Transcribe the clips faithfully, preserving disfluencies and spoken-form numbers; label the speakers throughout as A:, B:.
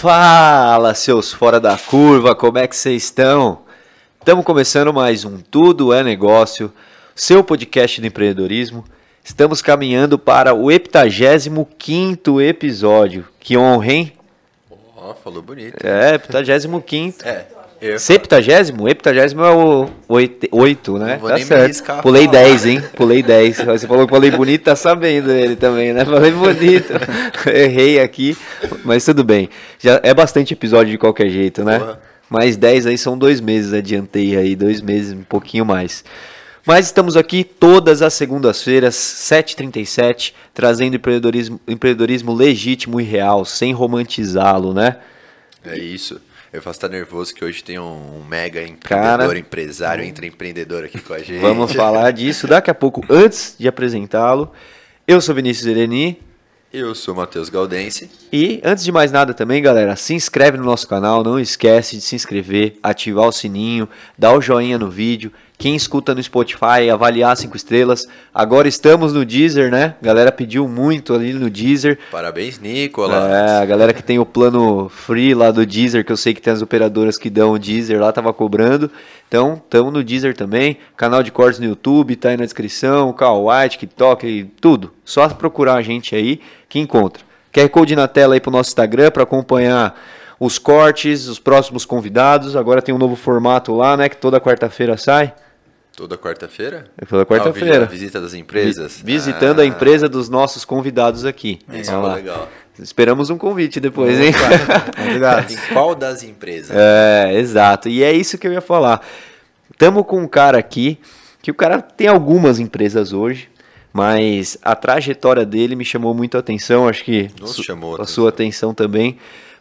A: Fala, seus fora da curva, como é que vocês estão? Estamos começando mais um Tudo é Negócio, seu podcast de empreendedorismo. Estamos caminhando para o heptagésimo quinto episódio. Que honra, hein?
B: Ó, oh, falou bonito.
A: É, heptagésimo quinto.
B: É. Eu...
A: Septagésimo? Heptagésimo é o oito, oito, né?
B: Não vou
A: tá
B: nem
A: certo.
B: me riscar.
A: Pulei dez, hein? Pulei dez. Você falou que falei bonito, tá sabendo ele também, né? Falei bonito. Errei aqui, mas tudo bem. Já é bastante episódio de qualquer jeito, né?
B: Porra.
A: Mais dez aí são dois meses, adiantei aí, dois meses, um pouquinho mais. Mas estamos aqui todas as segundas-feiras, sete e trinta e sete, trazendo empreendedorismo, empreendedorismo legítimo e real, sem romantizá-lo, né?
B: É isso. Eu faço estar nervoso que hoje tem um, um mega empreendedor,
A: Cara,
B: empresário, intraempreendedor aqui com a gente.
A: Vamos falar disso daqui a pouco. Antes de apresentá-lo, eu sou Vinícius Ereni.
B: Eu sou Matheus Galdense.
A: E antes de mais nada também, galera, se inscreve no nosso canal, não esquece de se inscrever, ativar o sininho, dar o joinha no vídeo. Quem escuta no Spotify, avaliar cinco estrelas. Agora estamos no Deezer, né? A galera pediu muito ali no Deezer.
B: Parabéns, Nicolas.
A: É, a galera que tem o plano free lá do Deezer, que eu sei que tem as operadoras que dão o Deezer lá, tava cobrando. Então, estamos no Deezer também. Canal de cortes no YouTube, tá aí na descrição. Cal White, TikTok, tudo. Só procurar a gente aí que encontra. Q R Code na tela aí pro nosso Instagram para acompanhar os cortes, os próximos convidados. Agora tem um novo formato lá, né? Que toda quarta-feira sai.
B: Toda quarta-feira?
A: É toda quarta-feira.
B: Ah, o vídeo da visita das empresas?
A: Vi- visitando
B: ah,
A: a empresa dos nossos convidados aqui.
B: Isso
A: Vamos
B: é
A: lá.
B: legal.
A: Esperamos um convite depois, hein?
B: Convidados. Em qual das empresas?
A: É, exato. E é isso que eu ia falar. Estamos com um cara aqui, que o cara tem algumas empresas hoje, mas a trajetória dele me chamou muito a atenção, acho que
B: Nos
A: su-
B: chamou a
A: a sua atenção também,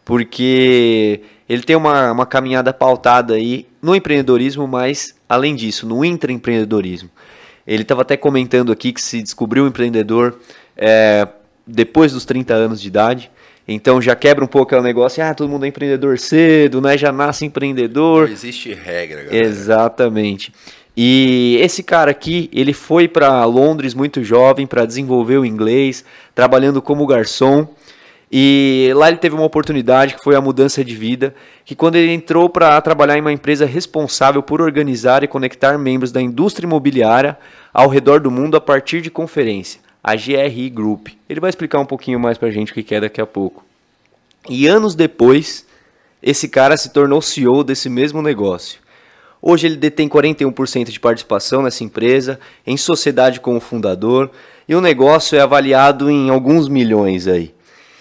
A: porque ele tem uma, uma caminhada pautada aí no empreendedorismo, mas além disso, no intraempreendedorismo. Ele estava até comentando aqui que se descobriu um empreendedor é, depois dos trinta anos de idade. Então já quebra um pouco aquele negócio, ah, todo mundo é empreendedor cedo, né? Já nasce empreendedor.
B: Não existe regra, galera.
A: Exatamente. E esse cara aqui, ele foi para Londres muito jovem para desenvolver o inglês, trabalhando como garçom. E lá ele teve uma oportunidade que foi a mudança de vida, que quando ele entrou para trabalhar em uma empresa responsável por organizar e conectar membros da indústria imobiliária ao redor do mundo a partir de conferência, a G R I Group. Ele vai explicar um pouquinho mais para a gente o que é daqui a pouco. E anos depois, esse cara se tornou C E O desse mesmo negócio. Hoje ele detém quarenta e um por cento de participação nessa empresa, em sociedade como fundador, e o negócio é avaliado em alguns milhões aí.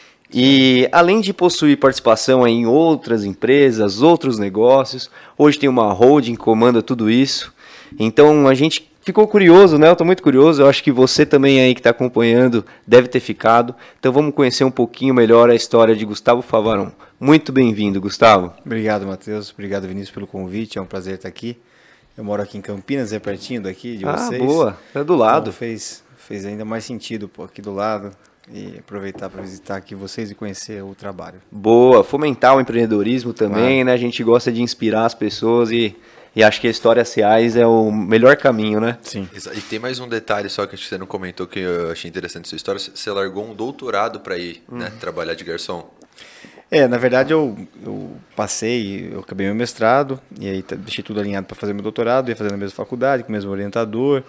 A: E além de possuir participação em outras empresas, outros negócios, hoje tem uma holding que comanda tudo isso. Então a gente ficou curioso, né? Eu estou muito curioso, eu acho que você também aí que está acompanhando deve ter ficado. Então vamos conhecer um pouquinho melhor a história de Gustavo Favaron. Muito bem-vindo, Gustavo.
C: Obrigado, Matheus. Obrigado, Vinícius, pelo convite. É um prazer estar aqui. Eu moro aqui em Campinas, é pertinho daqui de
A: Ah,
C: vocês.
A: boa. É do lado.
C: Então fez, fez ainda mais sentido pô, aqui do lado e aproveitar para visitar aqui vocês e conhecer o trabalho.
A: Boa, fomentar o empreendedorismo também,
C: Claro.
A: né? A gente gosta de inspirar as pessoas e, e acho que a Histórias Reais é o melhor caminho, né?
C: Sim.
B: Exa- E tem mais um detalhe só que acho que você não comentou que eu achei interessante sua história. Você largou um doutorado para ir, né, trabalhar de garçom.
C: É, na verdade eu, eu passei, eu acabei meu mestrado e aí tá- deixei tudo alinhado para fazer meu doutorado, ia fazer na mesma faculdade, com o mesmo orientador.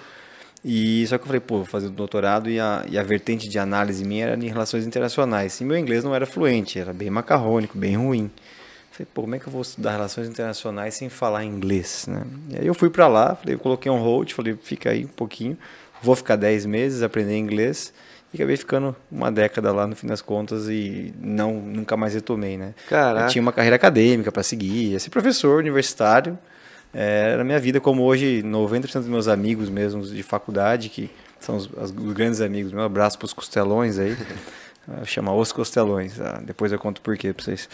C: E só que eu falei, pô, vou fazer o doutorado e a, e a vertente de análise minha era em relações internacionais. E meu inglês não era fluente, era bem macarrônico, bem ruim. Falei, pô, como é que eu vou estudar relações internacionais sem falar inglês, né? E aí eu fui para lá, falei, eu coloquei um hold, falei, fica aí um pouquinho, vou ficar dez meses, aprender inglês. E acabei ficando uma década lá no fim das contas e não, nunca mais retomei, né?
A: Caraca.
C: Eu tinha uma carreira acadêmica para seguir, ia ser professor universitário. É, era a minha vida, como hoje noventa por cento dos meus amigos mesmos de faculdade, que são os, os grandes amigos, meu abraço para os costelões aí, chama Os Costelões, ah, depois eu conto por quê para vocês.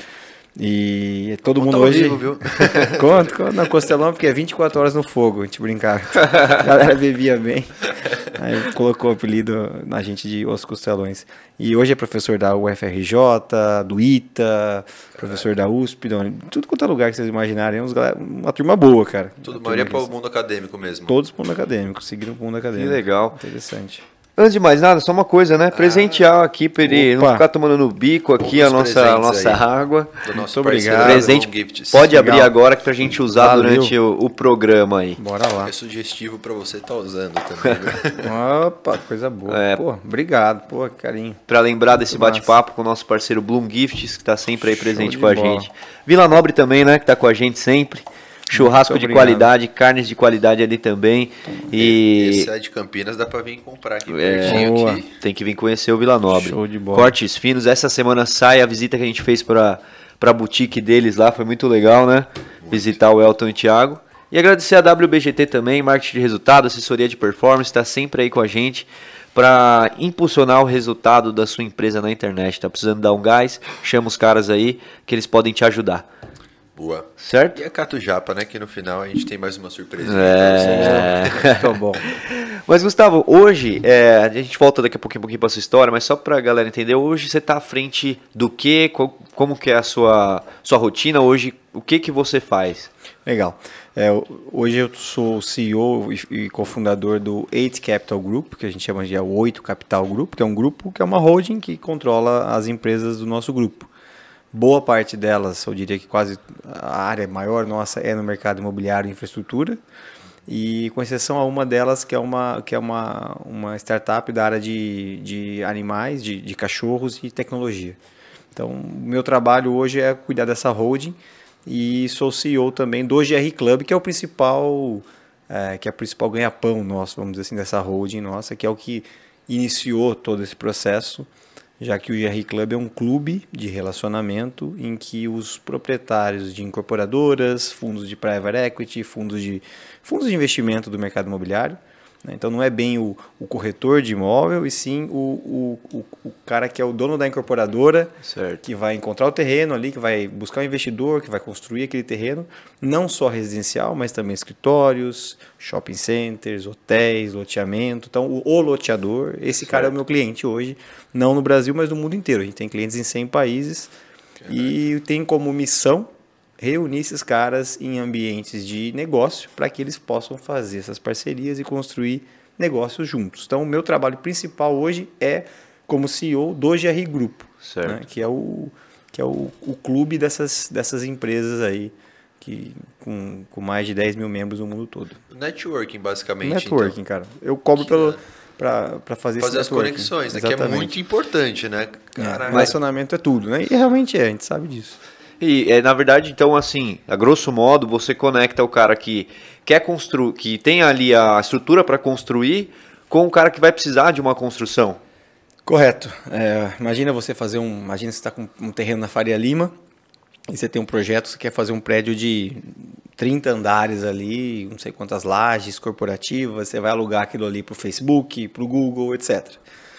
C: E todo
B: Conta
C: mundo
B: ao
C: hoje...
B: vivo, viu?
C: Conto, conto, não, costelão porque é vinte e quatro horas no fogo, a gente brincava. A galera bebia bem, aí colocou o apelido na gente de Os Costelões. E hoje é professor da U F R J, do ITA, professor da U S P, não, tudo quanto é lugar que vocês imaginarem, uns galera- uma turma boa, cara.
B: Tudo,
C: Uma
B: maioria
C: turma
B: para o
C: que-
B: mundo acadêmico mesmo.
C: Todos pro mundo acadêmico, seguiram pro mundo acadêmico.
A: legal.
C: Interessante.
A: Antes de mais nada, só uma coisa, né? Presentear aqui pra ele
C: Opa.
A: não ficar tomando no bico aqui a
B: Poucos
A: nossa, a
B: presentes
A: nossa
B: aí.
A: água.
B: Do nosso
C: Muito
B: parceiro
C: obrigado.
A: Presente,
B: Long Gifts.
A: pode
C: Legal.
A: abrir agora que pra gente usar
C: Valeu.
A: durante o, o programa aí.
C: Bora lá.
B: É sugestivo pra você estar usando também. Né?
C: Opa, coisa boa.
A: É.
C: Pô, obrigado. Pô, que carinho.
A: Pra lembrar desse
C: Muito
A: bate-papo com o nosso parceiro Bloom Gifts, que tá sempre aí
C: Show
A: presente
C: de
A: com a
C: bola.
A: gente. Vila Nobre também, né? Que tá com a gente sempre. Churrasco
C: Muito
A: de
C: obrigado.
A: qualidade, carnes de qualidade ali também. E
B: Esse é de Campinas, dá pra vir comprar aqui
A: É.
B: pertinho.
C: Boa.
B: Aqui.
A: tem que vir conhecer o Vila Nobre.
C: Show de bola.
A: Cortes finos. Essa semana sai a visita que a gente fez pra, pra boutique deles lá. Foi muito legal, né? Visitar o Elton e o Thiago. E agradecer a W B G T também, marketing de resultado, assessoria de performance, está sempre aí com a gente para impulsionar o resultado da sua empresa na internet. Tá precisando dar um gás? Chama os caras aí que eles podem te ajudar.
B: Boa.
A: Certo?
B: E a Cato Japa, né? Que no final a gente tem mais uma surpresa.
A: É.
C: Muito bom.
A: Mas, Gustavo, hoje, é, a gente volta daqui a pouquinho, um pouquinho para sua história, mas só para a galera entender, hoje você está à frente do quê? Co- Como que é a sua, sua rotina hoje? O que que você faz?
C: Legal. É, hoje eu sou C E O e, e cofundador do Eight Capital Group, que a gente chama de é o Oito Capital Group, que é um grupo que é uma holding que controla as empresas do nosso grupo. Boa parte delas, eu diria que quase a área maior nossa é no mercado imobiliário e infraestrutura, e com exceção a uma delas que é uma, que é uma, uma startup da área de, de animais, de, de cachorros e tecnologia. Então, o meu trabalho hoje é cuidar dessa holding e sou C E O também do G R Club, que é o principal, é, que é o principal ganha-pão nosso, vamos dizer assim, dessa holding nossa, que é o que iniciou todo esse processo, já que o G R Club é um clube de relacionamento em que os proprietários de incorporadoras, fundos de private equity, fundos de, fundos de investimento do mercado imobiliário, né? Então não é bem o, o corretor de imóvel, e sim o, o, o, o cara que é o dono da incorporadora,
A: Certo.
C: que vai encontrar o terreno ali, que vai buscar um investidor, que vai construir aquele terreno, não só residencial, mas também escritórios, shopping centers, hotéis, loteamento. Então, o, o loteador, esse cara é o meu cliente hoje, não no Brasil, mas no mundo inteiro. A gente tem clientes em cem países e tem como missão reunir esses caras em ambientes de negócio para que eles possam fazer essas parcerias e construir negócios juntos. Então, o meu trabalho principal hoje é como C E O do G R Grupo,
A: Certo.
C: né? Que é o que é o, o clube dessas, dessas empresas aí que com, com mais de dez mil membros no mundo todo.
B: Networking, basicamente.
C: Networking,
B: então.
C: cara. Eu cobro
B: Que
C: pelo
B: da-
C: para fazer,
B: Fazer
C: esse
B: as
C: networking.
B: conexões, né? Que é
C: Exatamente.
B: muito importante, né?
C: É,
B: Caraca.
C: relacionamento é tudo, né? E realmente é, a gente sabe disso.
A: E é, na verdade, então, assim, a grosso modo, você conecta o cara que quer construir, que tem ali a estrutura para construir, com o cara que vai precisar de uma construção.
C: Correto. É, imagina você fazer um. Imagina você está com um terreno na Faria Lima e você tem um projeto, você quer fazer um prédio de trinta andares ali, não sei quantas lajes corporativas, você vai alugar aquilo ali para o Facebook, para o Google, etcétera.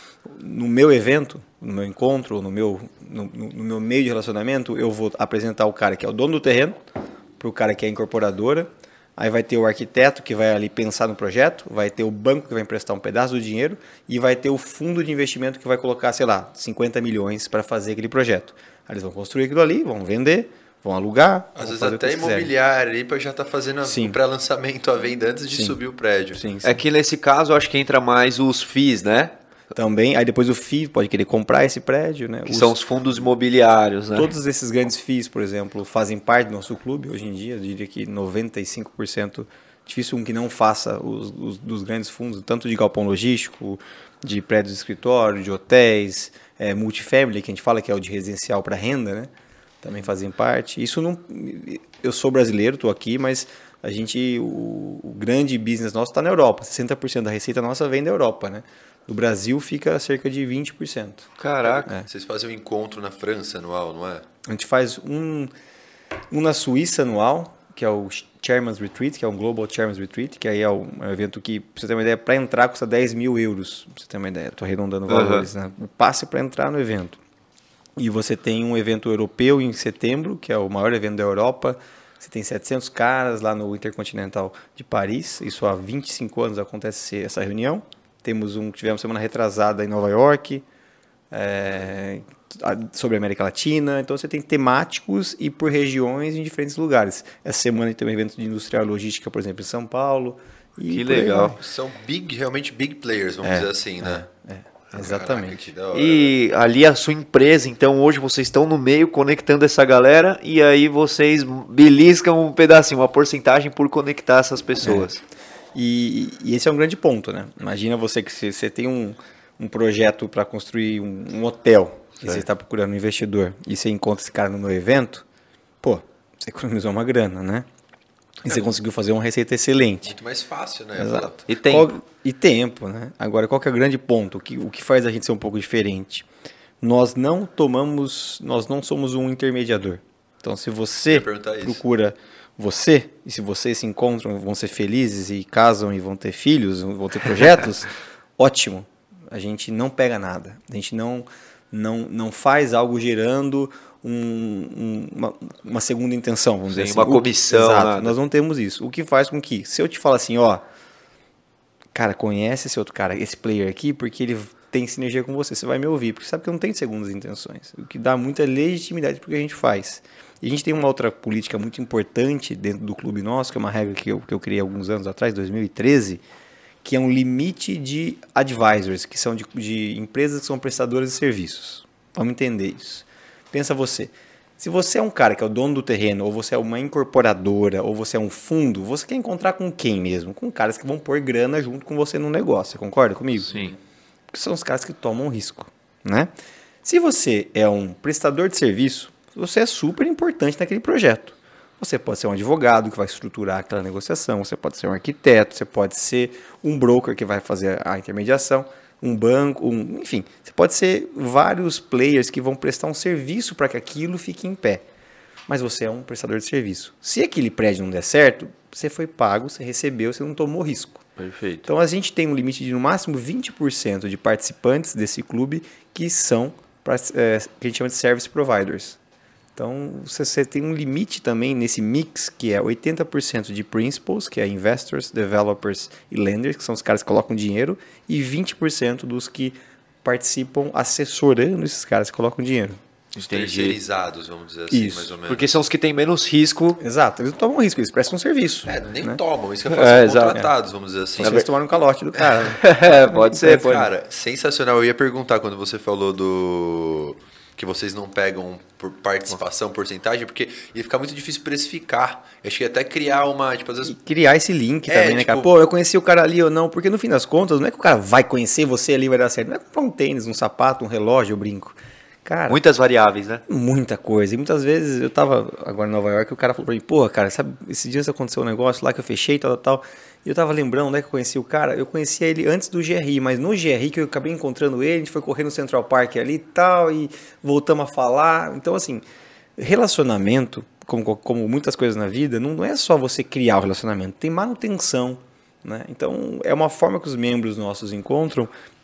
C: No meu evento, no meu encontro, no meu, no, no meu meio de relacionamento, eu vou apresentar o cara que é o dono do terreno, para o cara que é a incorporadora. Aí vai ter o arquiteto que vai ali pensar no projeto, vai ter o banco que vai emprestar um pedaço do dinheiro e vai ter o fundo de investimento que vai colocar, sei lá, cinquenta milhões para fazer aquele projeto. Aí eles vão construir aquilo ali, vão vender, vão alugar.
B: Às
C: vão
B: vezes
C: fazer o que
B: até
C: eles quiserem.
B: imobiliário ali para já estar fazendo
C: Sim.
B: o pré-lançamento à venda antes de
C: Sim.
B: subir o prédio.
C: Sim, sim.
A: É que nesse caso, eu acho que entra mais os F I Is, né?
C: Também, aí depois o F I I pode querer comprar esse prédio, né?
A: Que
C: Os-
A: são os fundos imobiliários, né?
C: Todos esses grandes F I Is, por exemplo, fazem parte do nosso clube hoje em dia. Eu diria que noventa e cinco por cento, difícil um que não faça os, os dos grandes fundos, tanto de galpão logístico, de prédios de escritório, de hotéis, é, multifamily, que a gente fala que é o de residencial para renda, né? Também fazem parte. Isso não. Eu sou brasileiro, estou aqui, mas a gente, o, o grande business nosso está na Europa. sessenta por cento da receita nossa vem da Europa, né? No Brasil fica cerca de vinte por cento.
A: Caraca.
B: Vocês fazem um encontro na França anual, não é?
C: A gente faz um, um na Suíça anual, que é o Chairman's Retreat, que é um Global Chairman's Retreat, que aí é um, é um evento que, pra você ter uma ideia, para entrar custa dez mil euros. Pra você ter uma ideia, estou arredondando valores, né? O passe para entrar no evento. E você tem um evento europeu em setembro, que é o maior evento da Europa. Você tem setecentos caras lá no Intercontinental de Paris. Isso há vinte e cinco anos acontece essa reunião. Temos um que tivemos semana retrasada em Nova York, é, sobre a América Latina. Então você tem temáticos e por regiões em diferentes lugares. Essa semana tem um evento de industrial e logística, por exemplo, em São Paulo. E
A: Que
C: por aí
A: legal.
C: vai.
B: São big, realmente big players, vamos
C: É,
B: dizer assim, né?
C: É, exatamente.
B: Caraca, que da hora.
A: E ali a sua empresa, então hoje vocês estão no meio conectando essa galera e aí vocês beliscam um pedacinho, uma porcentagem por conectar essas pessoas.
C: E, e esse é um grande ponto, né? Imagina você que você, você tem um, um projeto para construir um, um hotel e você está procurando um investidor e você encontra esse cara no meu evento, pô, você economizou uma grana, né? E você conseguiu fazer uma receita excelente.
B: Muito mais fácil, né?
C: Exato.
A: E tempo.
C: Qual- e tempo, né? Agora, qual que é o grande ponto? O que, o que faz a gente ser um pouco diferente? Nós não tomamos, nós não somos um intermediador. Então, se
B: Eu
C: você
B: ia perguntar isso.
C: procura você, e se vocês se encontram, vão ser felizes e casam e vão ter filhos, vão ter projetos, ótimo. A gente não pega nada. A gente não, não, não faz algo gerando um, um, uma, uma segunda intenção, vamos
A: Sim,
C: dizer assim.
A: uma
C: O-
A: comissão,
C: Exato,
A: nada.
C: nós não temos isso. O que faz com que, se eu te falar assim, ó, cara, conhece esse outro cara, esse player aqui, porque ele tem sinergia com você, você vai me ouvir, porque sabe que eu não tenho segundas intenções, o que dá muita legitimidade para o que a gente faz. E a gente tem uma outra política muito importante dentro do clube nosso, que é uma regra que eu, que eu criei alguns anos atrás, dois mil e treze, que é um limite de advisors, que são de, de empresas que são prestadoras de serviços. Vamos entender isso. Pensa você, se você é um cara que é o dono do terreno, ou você é uma incorporadora, ou você é um fundo, você quer encontrar com quem mesmo? Com caras que vão pôr grana junto com você no negócio, você concorda comigo?
A: Sim.
C: Porque são os caras que tomam risco, né? Se você é um prestador de serviço, você é super importante naquele projeto. Você pode ser um advogado que vai estruturar aquela negociação, você pode ser um arquiteto, você pode ser um broker que vai fazer a intermediação, um banco, um, enfim, você pode ser vários players que vão prestar um serviço para que aquilo fique em pé. Mas você é um prestador de serviço. Se aquele prédio não der certo, você foi pago, você recebeu, você não tomou risco.
A: Perfeito.
C: Então a gente tem um limite de no máximo vinte por cento de participantes desse clube que são pra, é, que a gente chama de service providers. Então você, você tem um limite também nesse mix que é oitenta por cento de principals, que é investors, developers e lenders, que são os caras que colocam dinheiro, e vinte por cento dos que participam assessorando esses caras que colocam dinheiro.
B: Os
A: Entendi.
B: terceirizados, vamos dizer assim,
C: Isso.
B: mais ou menos.
A: Porque são os que têm menos risco.
C: Exato, eles não tomam risco, eles prestam um serviço.
B: É, nem
C: né?
B: tomam, isso que eu
A: É,
B: falo, são
A: exato.
B: contratados, vamos dizer assim.
C: Só se eles tomaram um calote do cara. né?
A: É, pode ser,
B: Mas,
A: pode.
B: cara, sensacional. Eu ia perguntar quando você falou do que vocês não pegam por participação, porcentagem, porque ia ficar muito difícil precificar. Eu acho que ia até criar uma, tipo, às
C: E
B: vezes...
C: criar esse link
B: É,
C: também, né, cara?
B: tipo-
C: Pô, eu conheci o cara ali ou não, porque no fim das contas, não é que o cara vai conhecer você ali e vai dar certo. Não é comprar um tênis, um sapato, um relógio, eu brinco. Cara,
A: Muitas variáveis, né?
C: muita coisa. E muitas vezes eu tava agora em Nova York e o cara falou pra mim, pô, cara, sabe, esses dias aconteceu um negócio lá que eu fechei, tal, tal, tal. E eu tava lembrando, né, que eu conheci o cara. Eu conhecia ele antes do G R I, mas no G R I que eu acabei encontrando ele, a gente foi correr no Central Park ali e tal, e voltamos a falar. Então, assim, relacionamento, como, como muitas coisas na vida, não, não é só você criar o relacionamento, tem manutenção, né? Então, é uma forma que os membros nossos encontram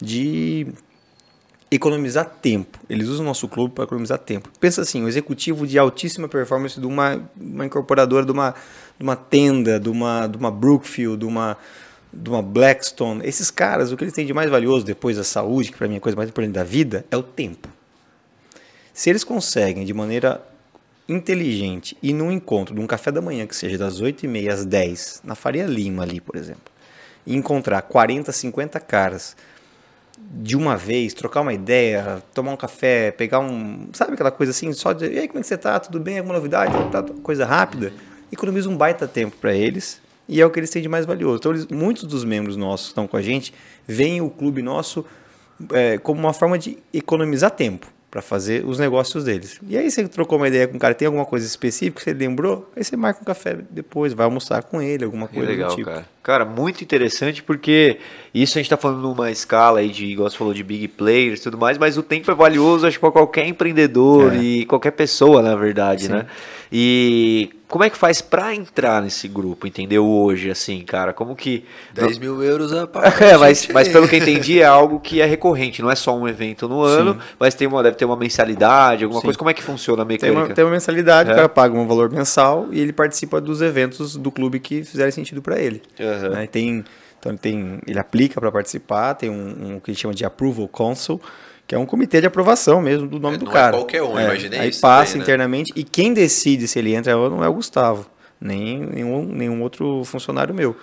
C: de economizar tempo. Eles usam o nosso clube para economizar tempo. Pensa assim, um executivo de altíssima performance de uma, uma incorporadora, de uma, de uma tenda, de uma, de uma Brookfield, de uma, de uma Blackstone. Esses caras, o que eles têm de mais valioso depois da saúde, que para mim é a coisa mais importante da vida, é o tempo. Se eles conseguem, de maneira inteligente, ir num encontro, de um café da manhã, que seja das oito e meia às dez, na Faria Lima ali, por exemplo, e encontrar quarenta, cinquenta caras de uma vez, trocar uma ideia, tomar um café, pegar um... Sabe aquela coisa assim, só de... E aí, como é que você tá? Tudo bem? Alguma novidade? Tá, tá, coisa rápida. Economiza um baita tempo para eles e é o que eles têm de mais valioso. Então, eles, muitos dos membros nossos que estão com a gente veem o clube nosso é, como uma forma de economizar tempo para fazer os negócios deles. E aí você trocou uma ideia com o cara, tem alguma coisa específica que você lembrou? Aí você marca um café depois, vai almoçar com ele, alguma
A: Que
C: coisa
A: legal,
C: do tipo.
A: cara. Cara, muito interessante porque isso a gente tá falando numa escala aí de, igual você falou, de big players e tudo mais, mas o tempo é valioso, acho, para qualquer empreendedor
C: É.
A: e qualquer pessoa, na verdade,
C: Sim.
A: né? E como é que faz pra entrar nesse grupo, entendeu? Hoje, assim, cara, como que...
B: dez mil euros a parte.
A: É, mas, mas pelo que eu entendi é algo que é recorrente, não é só um evento no ano, mas tem uma, deve ter uma mensalidade, alguma
C: Sim.
A: coisa. Como é que funciona a
C: Tem
A: mecânica?
C: uma, tem uma mensalidade,
A: É.
C: o cara paga um valor mensal e ele participa dos eventos do clube que fizerem sentido para ele.
A: Aham.
C: Né? Tem, então ele, tem, ele aplica para participar, tem um, um que a gente chama de Approval Council, que é um comitê de aprovação mesmo do nome
B: É,
C: do
B: não é
C: cara.
B: qualquer um, imaginei
C: Aí
B: isso
C: passa
B: também, né?
C: internamente e quem decide se ele entra ou não é o Gustavo, nem nenhum, nenhum outro funcionário meu. Quem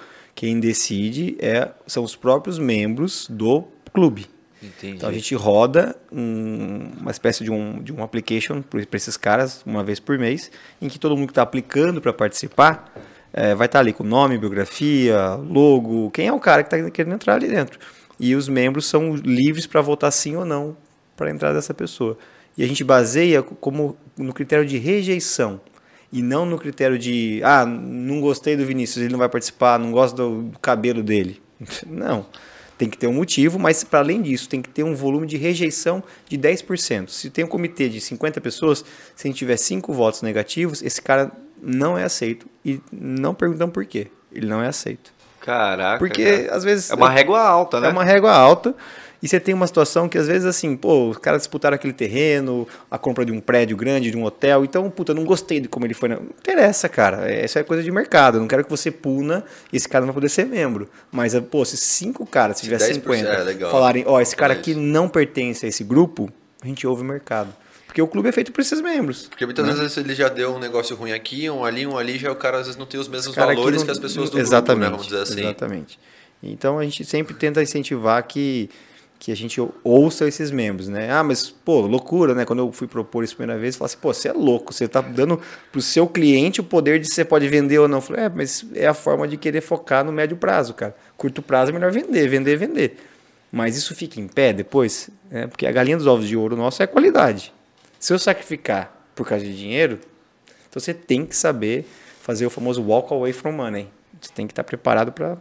C: Quem decide é, são os próprios membros do clube.
A: Entendi.
C: Então a gente roda um, uma espécie de um, de um application para esses caras, uma vez por mês, em que todo mundo que está aplicando para participar é, vai estar ali com nome, biografia, logo, quem é o cara que está querendo entrar ali dentro. E os membros são livres para votar sim ou não para a entrada dessa pessoa. E a gente baseia como no critério de rejeição. E não no critério de, ah, não gostei do Vinícius, ele não vai participar, não gosto do cabelo dele. Não. Tem que ter um motivo, mas para além disso, tem que ter um volume de rejeição de dez por cento. Se tem um comitê de cinquenta pessoas, se a gente tiver cinco votos negativos, esse cara não é aceito. E não perguntam por quê. Ele não é aceito.
A: Caraca.
C: Porque,
A: cara.
C: às vezes...
A: É uma régua alta, né?
C: É uma régua alta. E você tem uma situação que, às vezes, assim, pô, os caras disputaram aquele terreno, a compra de um prédio grande, de um hotel, então, puta, eu não gostei de como ele foi. Não interessa, cara. Essa é coisa de mercado. Eu não quero que você puna e esse cara não vai poder ser membro. Mas, pô, se cinco caras, se tiver cinquenta,
B: é,
C: falarem, ó, esse cara aqui não pertence a esse grupo, a gente ouve o mercado. Porque o clube é feito por esses membros.
B: Porque muitas
C: né?
B: vezes ele já deu um negócio ruim aqui, um ali, um ali, já o cara às vezes não tem os mesmos
C: cara
B: valores
C: não,
B: que as pessoas do
C: exatamente,
B: grupo, né? Vamos dizer assim.
C: Exatamente. Então, a gente sempre tenta incentivar que... que a gente ouça esses membros, né? Ah, mas, pô, loucura, né? Quando eu fui propor isso a primeira vez, eu falei assim, pô, você é louco, você tá dando pro seu cliente o poder de você pode vender ou não. Eu falei, é, mas é a forma de querer focar no médio prazo, cara. Curto prazo é melhor vender, vender, vender. Mas isso fica em pé depois, né? Porque a galinha dos ovos de ouro nosso é a qualidade. Se eu sacrificar por causa de dinheiro, então você tem que saber fazer o famoso walk away from money. Você tem que estar preparado para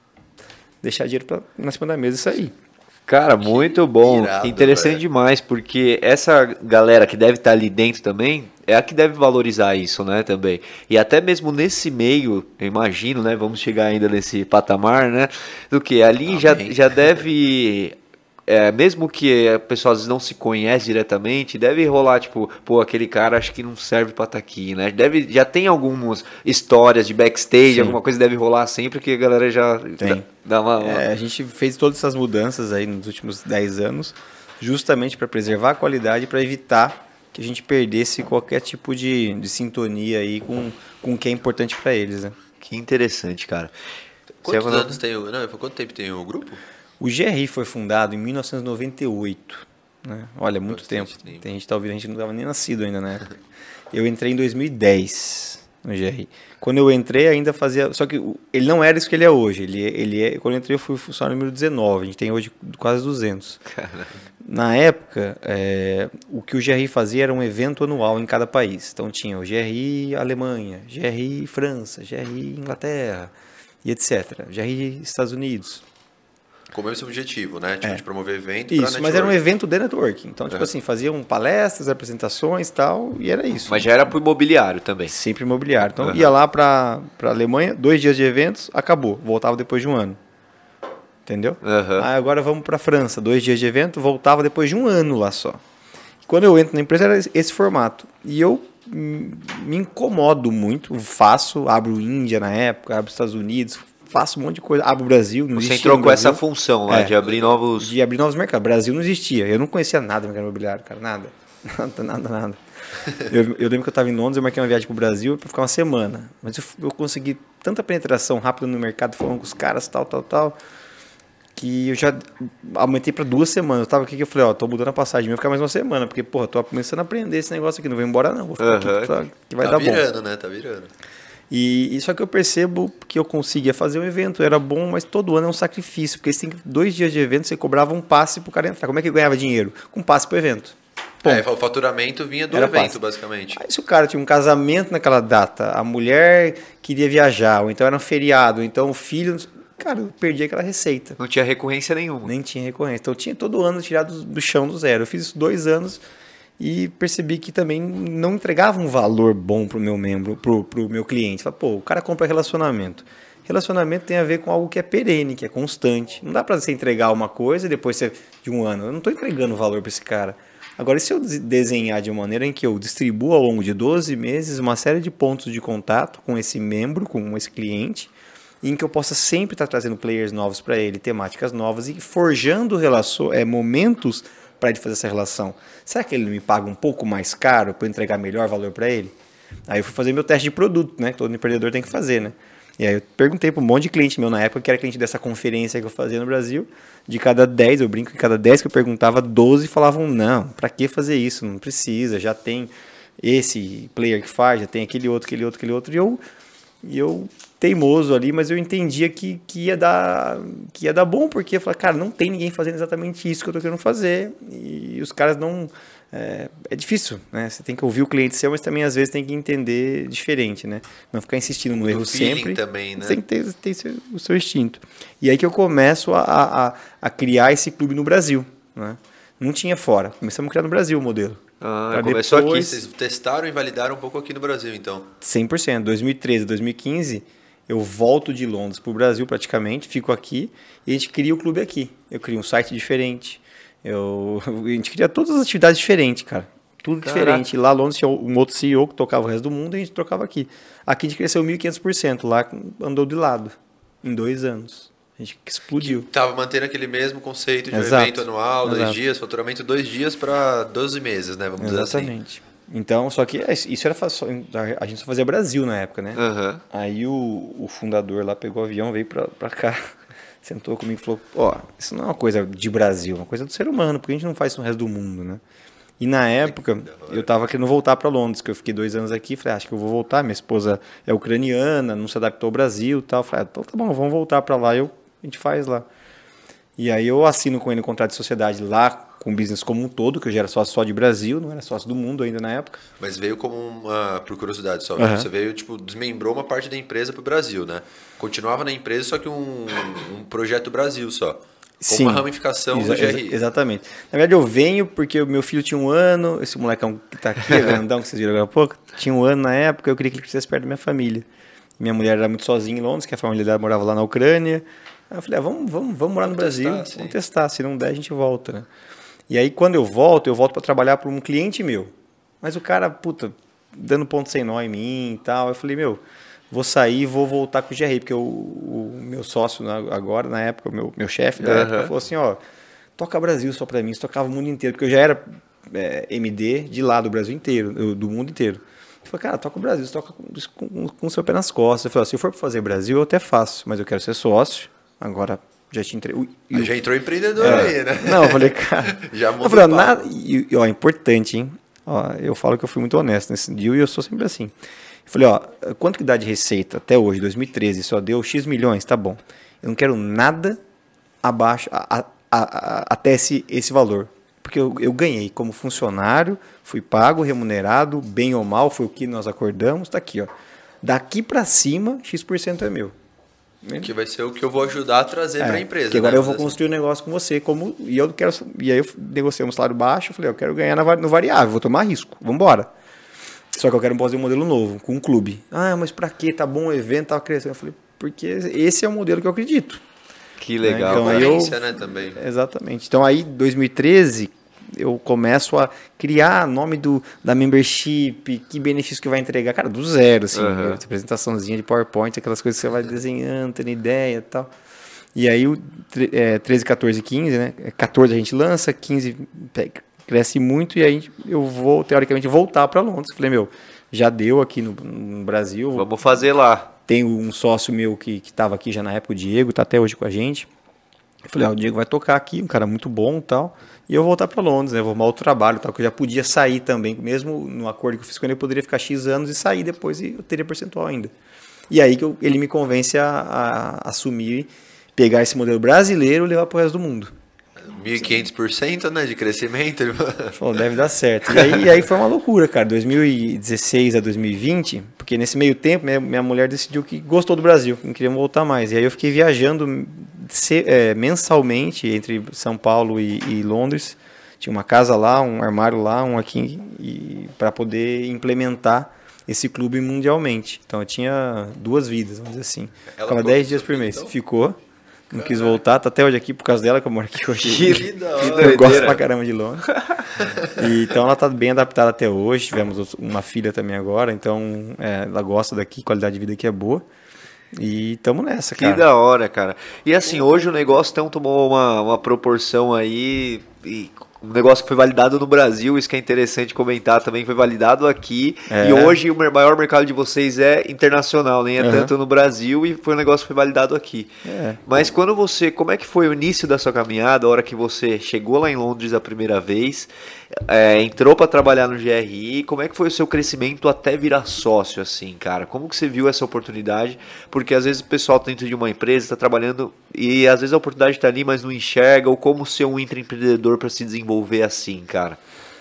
C: deixar dinheiro pra, na cima da mesa e sair.
A: Cara, muito bom.
B: irado,
A: Interessante
B: velho.
A: demais, porque essa galera que deve estar ali dentro também é a que deve valorizar isso, né, também. E até mesmo nesse meio, eu imagino, né, vamos chegar ainda nesse patamar, né, do que ali já, já deve... É, mesmo que a pessoa às vezes não se conhece diretamente, deve rolar, tipo, pô, aquele cara acho que não serve pra estar aqui, né? Deve, já tem algumas histórias de backstage,
C: Sim.
A: alguma coisa deve rolar sempre que a galera já
C: Tem.
A: dá, dá uma... uma...
C: É, a gente fez todas essas mudanças aí nos últimos dez anos, justamente para preservar a qualidade e para evitar que a gente perdesse qualquer tipo de, de sintonia aí com, com o que é importante para eles, né?
A: Que interessante, cara.
B: Quantos
A: Você é-
B: anos tem o... Não, quanto tempo tem o grupo?
C: O G R I foi fundado em mil novecentos e noventa e oito, né? Olha, muito
B: Bastante
C: tempo.
B: tempo.
C: Tem gente que tá ouvindo, a gente não estava nem nascido ainda na época. Eu entrei em dois mil e dez no G R I. Quando eu entrei, ainda fazia... Só que ele não era isso que ele é hoje. Ele, ele é, quando eu entrei, eu fui funcionário número dezenove. A gente tem hoje quase duzentos.
A: Caramba.
C: Na época, é, o que o G R I fazia era um evento anual em cada país. Então tinha o G R I Alemanha, G R I França, G R I Inglaterra e etcétera. G R I Estados Unidos.
B: Com esse objetivo, né? Tipo,
C: É.
B: de promover evento
C: Isso,
B: pra
C: mas era um
B: network.
C: evento de networking. Então, tipo
B: Uhum.
C: assim, faziam palestras, apresentações e tal, e era isso.
A: Mas já era pro imobiliário também.
C: Sempre imobiliário. Então,
A: Uhum.
C: ia lá para a Alemanha, dois dias de eventos, acabou. Voltava depois de um ano. Entendeu?
A: Uhum.
C: Aí agora vamos para a França, dois dias de evento, voltava depois de um ano lá só. Quando eu entro na empresa, era esse formato. E eu hum, me incomodo muito, faço, abro Índia na época, abro Estados Unidos, faço um monte de coisa, abro o Brasil. Não
A: Você
C: existia
A: entrou
C: no
A: com essa
C: Brasil.
A: função lá,
C: É.
A: de abrir novos...
C: De abrir novos mercados. Brasil não existia. Eu não conhecia nada do mercado imobiliário, cara. Nada. Nada, nada, nada. Eu, eu lembro que eu estava em Londres, eu marquei uma viagem para o Brasil para ficar uma semana. Mas eu, eu consegui tanta penetração rápida no mercado, falando com os caras, tal, tal, tal, que eu já aumentei para duas semanas. Eu tava aqui que eu falei, ó, tô mudando a passagem, eu vou ficar mais uma semana, porque, porra, tô começando a aprender esse negócio aqui, não vou embora não, vou ficar
A: Uhum.
C: aqui, tá, que vai
B: Tá
C: dar bom.
B: virando, né? Tá virando.
C: E, e só que eu percebo que eu conseguia fazer um evento, era bom, mas todo ano é um sacrifício, porque você tem dois dias de evento, você cobrava um passe pro cara entrar. Como é que eu ganhava dinheiro? Com passe pro evento.
B: É, o faturamento vinha do
C: Era
B: evento,
C: fácil.
B: basicamente.
C: Aí se o cara tinha um casamento naquela data, a mulher queria viajar, ou então era um feriado, ou então o filho... Cara, eu perdi aquela receita.
A: Não tinha recorrência nenhuma.
C: Nem tinha recorrência. Então eu tinha todo ano tirado do chão do zero. Eu fiz isso dois anos e percebi que também não entregava um valor bom pro meu membro, pro, pro meu cliente. Fala, pô, o cara compra relacionamento. Relacionamento tem a ver com algo que é perene, que é constante. Não dá pra você entregar uma coisa e depois você, de um ano. Eu não tô entregando valor para esse cara. Agora, e se eu desenhar de uma maneira em que eu distribuo ao longo de doze meses uma série de pontos de contato com esse membro, com esse cliente, em que eu possa sempre estar trazendo players novos para ele, temáticas novas e forjando relaço- é, momentos para ele fazer essa relação. Será que ele me paga um pouco mais caro para eu entregar melhor valor para ele? Aí eu fui fazer meu teste de produto, né? Que todo empreendedor tem que fazer, né? E aí eu perguntei para um monte de cliente meu na época, que era cliente dessa conferência que eu fazia no Brasil. De cada dez, eu brinco que cada dez que eu perguntava, doze falavam, não, para que fazer isso? Não precisa, já tem esse player que faz, já tem aquele outro, aquele outro, aquele outro. E eu, e eu teimoso ali, mas eu entendia que, que, ia dar, que ia dar bom, porque eu falei, cara, não tem ninguém fazendo exatamente isso que eu tô querendo fazer. E os caras não... É, é difícil, né? Você tem que ouvir o cliente seu, mas também às vezes tem que entender diferente, né? Não ficar insistindo no erro sempre.
B: Também, né?
C: Você tem que ter, ter seu, o seu instinto. E aí que eu começo a, a, a criar esse clube no Brasil, né? Não tinha fora. Começamos a criar no Brasil o modelo.
A: Ah, começou
C: depois,
A: aqui.
B: Vocês testaram e validaram um pouco aqui no Brasil, então?
C: cem por cento. dois mil e treze, dois mil e quinze, eu volto de Londres para o Brasil praticamente, fico aqui e a gente cria o clube aqui. Eu crio um site diferente. Eu, a gente cria todas as atividades diferentes, cara. Tudo Caraca. diferente. Lá em Londres tinha um outro C E O que tocava o resto do mundo e a gente trocava aqui. Aqui a gente cresceu mil e quinhentos por cento. Lá andou de lado. Em dois anos. A gente explodiu.
B: Que tava mantendo aquele mesmo conceito de
C: Exato.
B: um evento anual,
C: Exato.
B: dois dias, faturamento dois dias para doze meses, né? Vamos
C: Exatamente.
B: dizer assim.
C: Então, só que isso era só, a gente só fazia Brasil na época, né?
A: Uhum.
C: Aí o, o fundador lá pegou o avião, veio pra, pra cá, sentou comigo e falou, ó, oh, isso não é uma coisa de Brasil, é uma coisa do ser humano, porque a gente não faz isso no resto do mundo, né? E na época, eu tava querendo voltar para Londres, que eu fiquei dois anos aqui, falei, ah, acho que eu vou voltar, minha esposa é ucraniana, não se adaptou ao Brasil e tal, falei, ah, então tá bom, vamos voltar para lá, eu, a gente faz lá. E aí eu assino com ele um contrato de sociedade lá, com o business como um todo, que eu já era sócio só de Brasil, não era sócio do mundo ainda na época.
B: Mas veio como uma, por curiosidade só,
C: Uhum.
B: você veio, tipo, desmembrou uma parte da empresa pro Brasil, né? Continuava na empresa, só que um, um projeto Brasil só. Com
C: Sim,
B: uma ramificação
C: exa
B: do G R I.
C: exa exatamente. Na verdade, eu venho porque o meu filho tinha um ano, esse molecão que tá aqui, grandão, que vocês viram agora há pouco, tinha um ano na época, eu queria que ele crescesse perto da minha família. Minha mulher era muito sozinha em Londres, que a família dela morava lá na Ucrânia. Aí eu falei, ah, vamos, vamos, vamos morar no
B: Vamos
C: Brasil,
B: testar,
C: vamos
B: sim.
C: testar, se não der a gente volta, né? E aí quando eu volto, eu volto para trabalhar para um cliente meu. Mas o cara, puta, dando ponto sem nó em mim e tal. Eu falei, meu, vou sair e vou voltar com o G R I, porque o, o meu sócio agora, na época, o meu, meu chefe da
A: Uhum.
C: época, falou assim, ó, toca Brasil só para mim, você tocava o mundo inteiro, porque eu já era é, M D de lá do Brasil inteiro, do mundo inteiro. Eu falei, cara, toca o Brasil, você toca com, com, com o seu pé nas costas. Eu falei, se eu for para fazer Brasil, eu até faço, mas eu quero ser sócio. Agora, já te entrei.
B: Já entrou empreendedor
C: é,
B: aí, né?
C: Não, eu falei, cara.
B: Já
C: eu
B: mudou
C: falei,
B: o papo.
C: nada, e, ó, é importante, hein? Ó, eu falo que eu fui muito honesto nesse dia e eu sou sempre assim. Eu falei, ó, quanto que dá de receita até hoje, dois mil e treze, só deu X milhões, tá bom. Eu não quero nada abaixo, a, a, a, até esse, esse valor. Porque eu, eu ganhei como funcionário, fui pago, remunerado, bem ou mal, foi o que nós acordamos, tá aqui, ó. Daqui pra cima, X por cento é meu.
B: Que vai ser o que eu vou ajudar a trazer
C: É,
B: para a empresa.
C: que agora
B: né?
C: eu vou
B: Mas, assim,
C: construir um negócio com você, como e eu quero e aí eu negociei um salário baixo, eu falei, eu quero ganhar na, no variável, vou tomar risco, vamos embora. Só que eu quero fazer um modelo novo, com um clube. Ah, mas pra quê? Tá bom o evento, tá crescendo. Eu falei, porque esse é o modelo que eu acredito.
A: Que legal.
C: Então,
A: cara.
C: aí eu-
B: concorrência, né, também.
C: Exatamente. Então aí, dois mil e treze, eu começo a criar nome do, da membership, que benefício que vai entregar. Cara, do zero, assim.
A: Uhum.
C: né? Apresentaçãozinha de PowerPoint, aquelas coisas que você vai desenhando, tendo ideia e tal. E aí, o tre- é, treze, quatorze, quinze, né? quatorze a gente lança, quinze pe- cresce muito, e aí eu vou, teoricamente, voltar para Londres. Falei, meu, já deu aqui no, no Brasil.
A: Vamos fazer lá.
C: Tem um sócio meu que estava aqui já na época, o Diego, está até hoje com a gente. Eu falei, ah, o Diego vai tocar aqui, um cara muito bom e tal. E eu vou voltar para Londres, né? Vou arrumar outro trabalho, tal, que eu já podia sair também. Mesmo no acordo que eu fiz com ele, eu poderia ficar X anos e sair depois e eu teria percentual ainda. E aí que eu- ele me convence a, a assumir, pegar esse modelo brasileiro e levar para o resto do mundo.
B: mil e quinhentos por cento, né, de crescimento.
C: Ele falou, deve dar certo. E aí, e aí foi uma loucura, cara. dois mil e dezesseis a dois mil e vinte, porque nesse meio tempo minha, minha mulher decidiu que gostou do Brasil, não queria voltar mais. E aí eu fiquei viajando se- é, mensalmente entre São Paulo e, e Londres. Tinha uma casa lá, um armário lá, um aqui, e para poder implementar esse clube mundialmente. Então eu tinha duas vidas, vamos dizer assim.
B: Ela
C: Ficava
B: ficou
C: dez
B: com
C: dias
B: seu
C: por
B: filho,
C: mês.
B: então?
C: Ficou. Não quis voltar, tá até hoje aqui por causa dela, que eu moro aqui hoje.
B: Que da hora.
C: Eu
A: doideira.
C: gosto pra caramba de Londres. E, então ela tá bem adaptada até hoje. Tivemos uma filha também agora, então é, ela gosta daqui, a qualidade de vida aqui é boa. E tamo nessa,
A: Que
C: cara.
A: da hora, cara. E assim, hoje o negócio então tomou uma, uma proporção aí. E um negócio que foi validado no Brasil, isso que é interessante comentar também, foi validado aqui,
C: É.
A: e hoje o maior mercado de vocês é internacional, nem é
C: Uhum.
A: tanto no Brasil, e foi um negócio que foi validado aqui.
C: É.
A: Mas quando você, como é que foi o início da sua caminhada, a hora que você chegou lá em Londres a primeira vez, é, entrou para trabalhar no G R I, como é que foi o seu crescimento até virar sócio, assim, cara? Como que você viu essa oportunidade? Porque às vezes o pessoal dentro de uma empresa está trabalhando e às vezes a oportunidade está ali, mas não enxerga, ou como ser um intraempreendedor para se desenvolver assim, cara?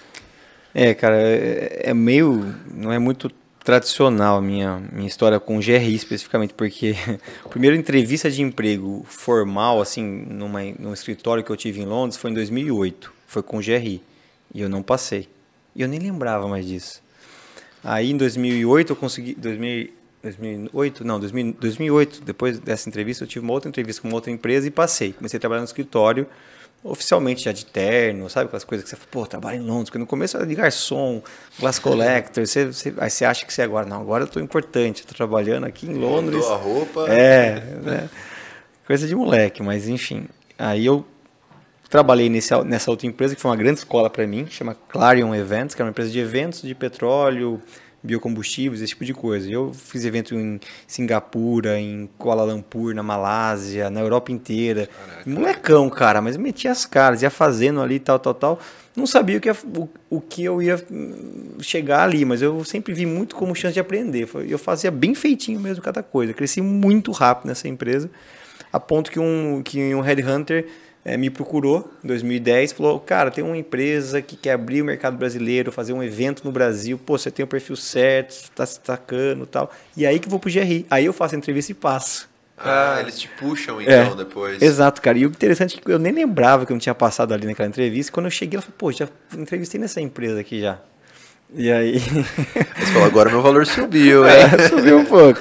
C: É, cara, é, é meio. Não é muito tradicional a minha, minha história com o G R I especificamente, porque a primeira entrevista de emprego formal, assim, numa, num escritório que eu tive em Londres foi em dois mil e oito. Foi com o G R I. E eu não passei. E eu nem lembrava mais disso. Aí em dois mil e oito eu consegui. dois mil, dois mil e oito? Não, dois mil, dois mil e oito, depois dessa entrevista, eu tive uma outra entrevista com uma outra empresa e passei. Comecei a trabalhar no escritório, oficialmente já de terno, sabe? Aquelas coisas que você fala, pô, trabalho em Londres. Porque no começo era de garçom, glass collector. Você, você, aí você acha que você agora. Não, agora eu tô importante, eu tô trabalhando aqui em Londres.
B: Botou a roupa.
C: É, né? Coisa de moleque, mas enfim. Aí eu trabalhei nesse, nessa outra empresa que foi uma grande escola para mim, chama Clarion Events, que é uma empresa de eventos de petróleo, biocombustíveis, esse tipo de coisa. Eu fiz evento em Singapura, em Kuala Lumpur, na Malásia, na Europa inteira. Caraca. Molecão, cara, mas metia as caras, ia fazendo ali, tal, tal, tal. Não sabia o que, ia, o, o que eu ia chegar ali, mas eu sempre vi muito como chance de aprender. Eu fazia bem feitinho mesmo cada coisa. Cresci muito rápido nessa empresa, a ponto que um, que um headhunter É, me procurou em dois mil e dez, falou, cara, tem uma empresa que quer abrir o mercado brasileiro, fazer um evento no Brasil, pô, você tem o perfil certo, está se destacando e tal. E aí que eu vou pro G R I. Aí eu faço a entrevista e passo.
B: Ah, eles te puxam então
C: é,
B: depois.
C: Exato, cara. E o interessante é que eu nem lembrava que eu não tinha passado ali naquela entrevista. Quando eu cheguei, ela falou, pô, já entrevistei nessa empresa aqui já. E aí...
B: Você falou, agora meu valor subiu, hein?
C: É, subiu um pouco.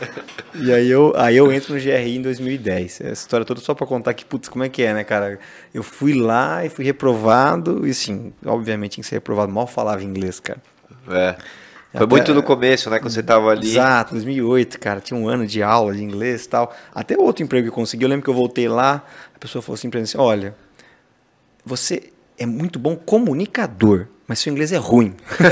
C: E aí eu, aí eu entro no G R I em dois mil e dez. Essa história toda só pra contar que, putz, como é que é, né, cara? Eu fui lá e fui reprovado, e sim, obviamente tinha que ser reprovado, mal falava inglês, cara.
A: É. Foi
C: Até,
A: muito no começo, né, quando você tava ali.
C: Exato, dois mil e oito, cara, tinha um ano de aula de inglês e tal. Até outro emprego que eu consegui, eu lembro que eu voltei lá, a pessoa falou assim pra mim assim, olha, você é muito bom comunicador, mas seu inglês é ruim.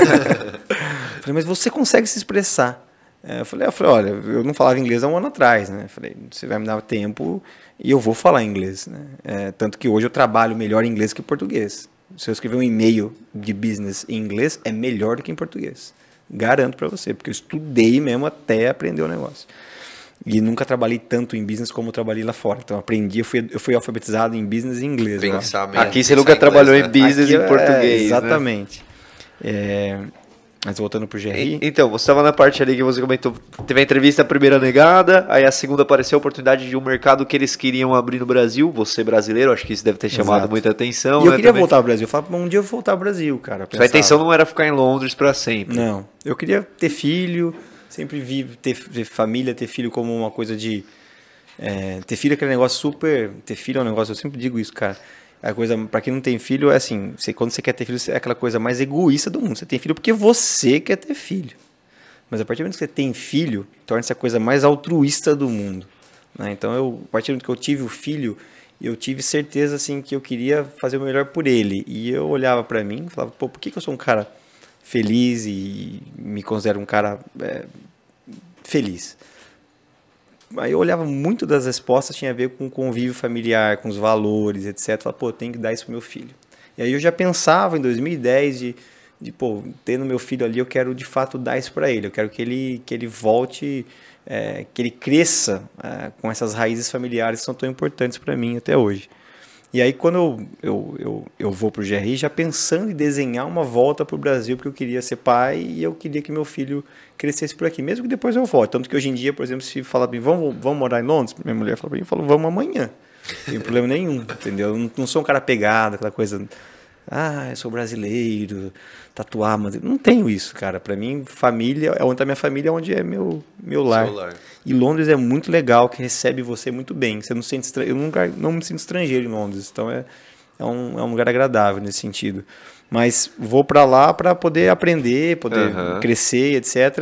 C: Eu falei, mas você consegue se expressar. Eu falei, eu falei, olha, eu não falava inglês há um ano atrás, né? Eu falei, você vai me dar tempo e eu vou falar inglês, né? É, tanto que hoje eu trabalho melhor em inglês que em português. Se eu escrever um e-mail de business em inglês, é melhor do que em português. Garanto para você, porque eu estudei mesmo até aprender o negócio. E nunca trabalhei tanto em business como eu trabalhei lá fora. Então, eu aprendi, eu fui, eu fui alfabetizado em business e inglês.
B: Pensar mesmo,
A: Aqui você
B: pensar
A: nunca
B: inglês,
A: trabalhou
B: né?
A: em business
C: Aqui,
A: em português,
C: é, exatamente.
A: Né?
C: É, mas voltando pro G R I...
A: Então, você estava na parte ali que você comentou, teve a entrevista, a primeira negada, aí a segunda apareceu a oportunidade de um mercado que eles queriam abrir no Brasil, você brasileiro, acho que isso deve ter chamado
C: Exato.
A: muita atenção.
C: E eu
A: né,
C: queria
A: também.
C: voltar ao Brasil. Eu falava, um dia eu vou voltar ao Brasil, cara.
A: Sua intenção não era ficar em Londres para sempre.
C: Não. Eu queria ter filho, sempre vi ter, ter família, ter filho como uma coisa de... É, ter filho é aquele negócio super... Ter filho é um negócio, eu sempre digo isso, cara. A coisa, pra quem não tem filho, é assim, você, quando você quer ter filho, é aquela coisa mais egoísta do mundo. Você tem filho porque você quer ter filho. Mas a partir do momento que você tem filho, torna-se a coisa mais altruísta do mundo. Né? Então, eu, a partir do momento que eu tive o filho, eu tive certeza assim, que eu queria fazer o melhor por ele. E eu olhava pra mim e falava, pô, por que, que eu sou um cara feliz e me considero um cara é, feliz? Aí eu olhava muito das respostas, tinha a ver com o convívio familiar, com os valores, etcétera. Falava, pô, eu tenho que dar isso pro meu filho. E aí eu já pensava em dois mil e dez de, de pô, tendo meu filho ali, eu quero de fato dar isso para ele. Eu quero que ele, que ele volte, é, que ele cresça é, com essas raízes familiares que são tão importantes para mim até hoje. E aí quando eu, eu, eu, eu vou pro G R I, já pensando em desenhar uma volta pro Brasil, porque eu queria ser pai e eu queria que meu filho crescesse por aqui, mesmo que depois eu volte. Tanto que hoje em dia, por exemplo, se falar para mim, vamos, vamos morar em Londres, minha mulher fala para mim, eu falo, vamos amanhã. Não tem problema nenhum, entendeu? Eu não, não sou um cara pegado, aquela coisa, ah, eu sou brasileiro, tatuar, mas não tenho isso, cara. Para mim, família, onde tá minha família, é onde é meu, meu lar. lar. E Londres é muito legal, que recebe você muito bem. Você não se sente estrangeiro, eu nunca, não me sinto estrangeiro em Londres, então é, é, um, é um lugar agradável nesse sentido. Mas vou para lá para poder aprender, poder uhum. crescer, etcétera.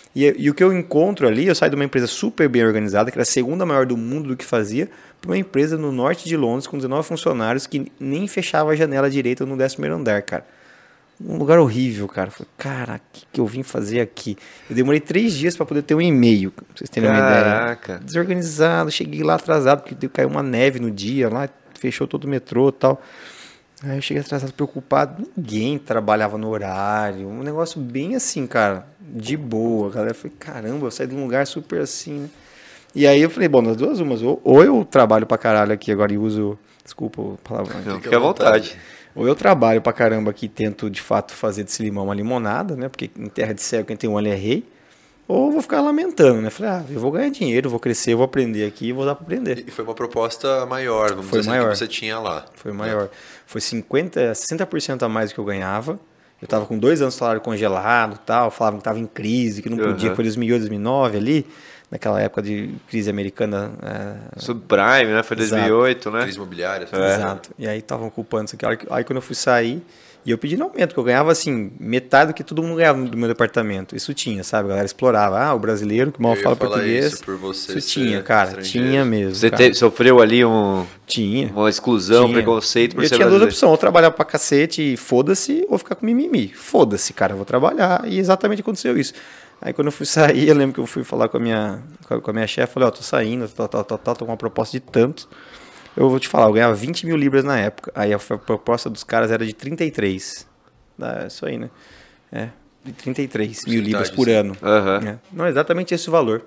C: E, e o que eu encontro ali, eu saio de uma empresa super bem organizada, que era a segunda maior do mundo do que fazia, para uma empresa no norte de Londres, com dezenove funcionários, que nem fechava a janela direita no décimo primeiro andar, cara. Um lugar horrível, cara. Falei, cara, o que, que eu vim fazer aqui? Eu demorei três dias para poder ter um e-mail, pra vocês terem uma ideia.
A: Caraca.
C: Desorganizado, cheguei lá atrasado, porque caiu uma neve no dia, lá fechou todo o metrô e tal. Aí eu cheguei atrasado, preocupado. Ninguém trabalhava no horário. Um negócio bem assim, cara, de boa. A galera falou, caramba, eu saí de um lugar super assim, né? E aí eu falei, bom, das duas umas, ou, ou eu trabalho pra caralho aqui agora e uso, desculpa a palavra.
A: Não, fica à vontade.
C: Ou eu trabalho pra caramba aqui e tento, de fato, fazer desse limão uma limonada, né? Porque em terra de céu, quem tem um olho é rei. Ou eu vou ficar lamentando, né? Falei, ah, eu vou ganhar dinheiro, vou crescer, vou aprender aqui e vou dar pra aprender.
B: E foi uma proposta maior, vamos
C: Foi
B: dizer
C: maior.
B: assim, que você tinha lá.
C: Foi maior. É. Foi cinquenta, sessenta por cento a mais do que eu ganhava. Eu tava com dois anos de salário congelado e tal, falavam que tava em crise, que não podia, uhum. Foi dois mil e oito, dois mil e nove ali, naquela época de crise americana. É...
A: Subprime, né? Foi dois mil e oito, né?
B: Crise imobiliária.
C: É. Exato. E aí estavam culpando isso aqui. Aí quando eu fui sair, e eu pedi aumento, porque eu ganhava assim, metade do que todo mundo ganhava do meu departamento. Isso tinha, sabe? A galera explorava. Ah, o brasileiro que mal fala português.
B: Isso, por você
C: isso tinha, cara. Tinha mesmo.
A: Você
C: cara.
A: Te, sofreu ali um,
C: tinha.
A: uma exclusão,
C: tinha.
A: preconceito por
C: eu
A: ser
C: tinha
A: brasileiro.
C: duas opções, ou trabalhar pra cacete e foda-se, ou ficar com mimimi. Foda-se, cara, eu vou trabalhar. E exatamente aconteceu isso. Aí quando eu fui sair, eu lembro que eu fui falar com a minha, com a minha chefe, falei, ó, oh, tô saindo, tal, tal, tal, tal, tô com uma proposta de tanto. Eu vou te falar, eu ganhava vinte mil libras na época. Aí a proposta dos caras era de trinta e três. É isso aí, né? É, de trinta e três mil libras por ano.
A: Uhum.
C: É. Não é exatamente esse o valor.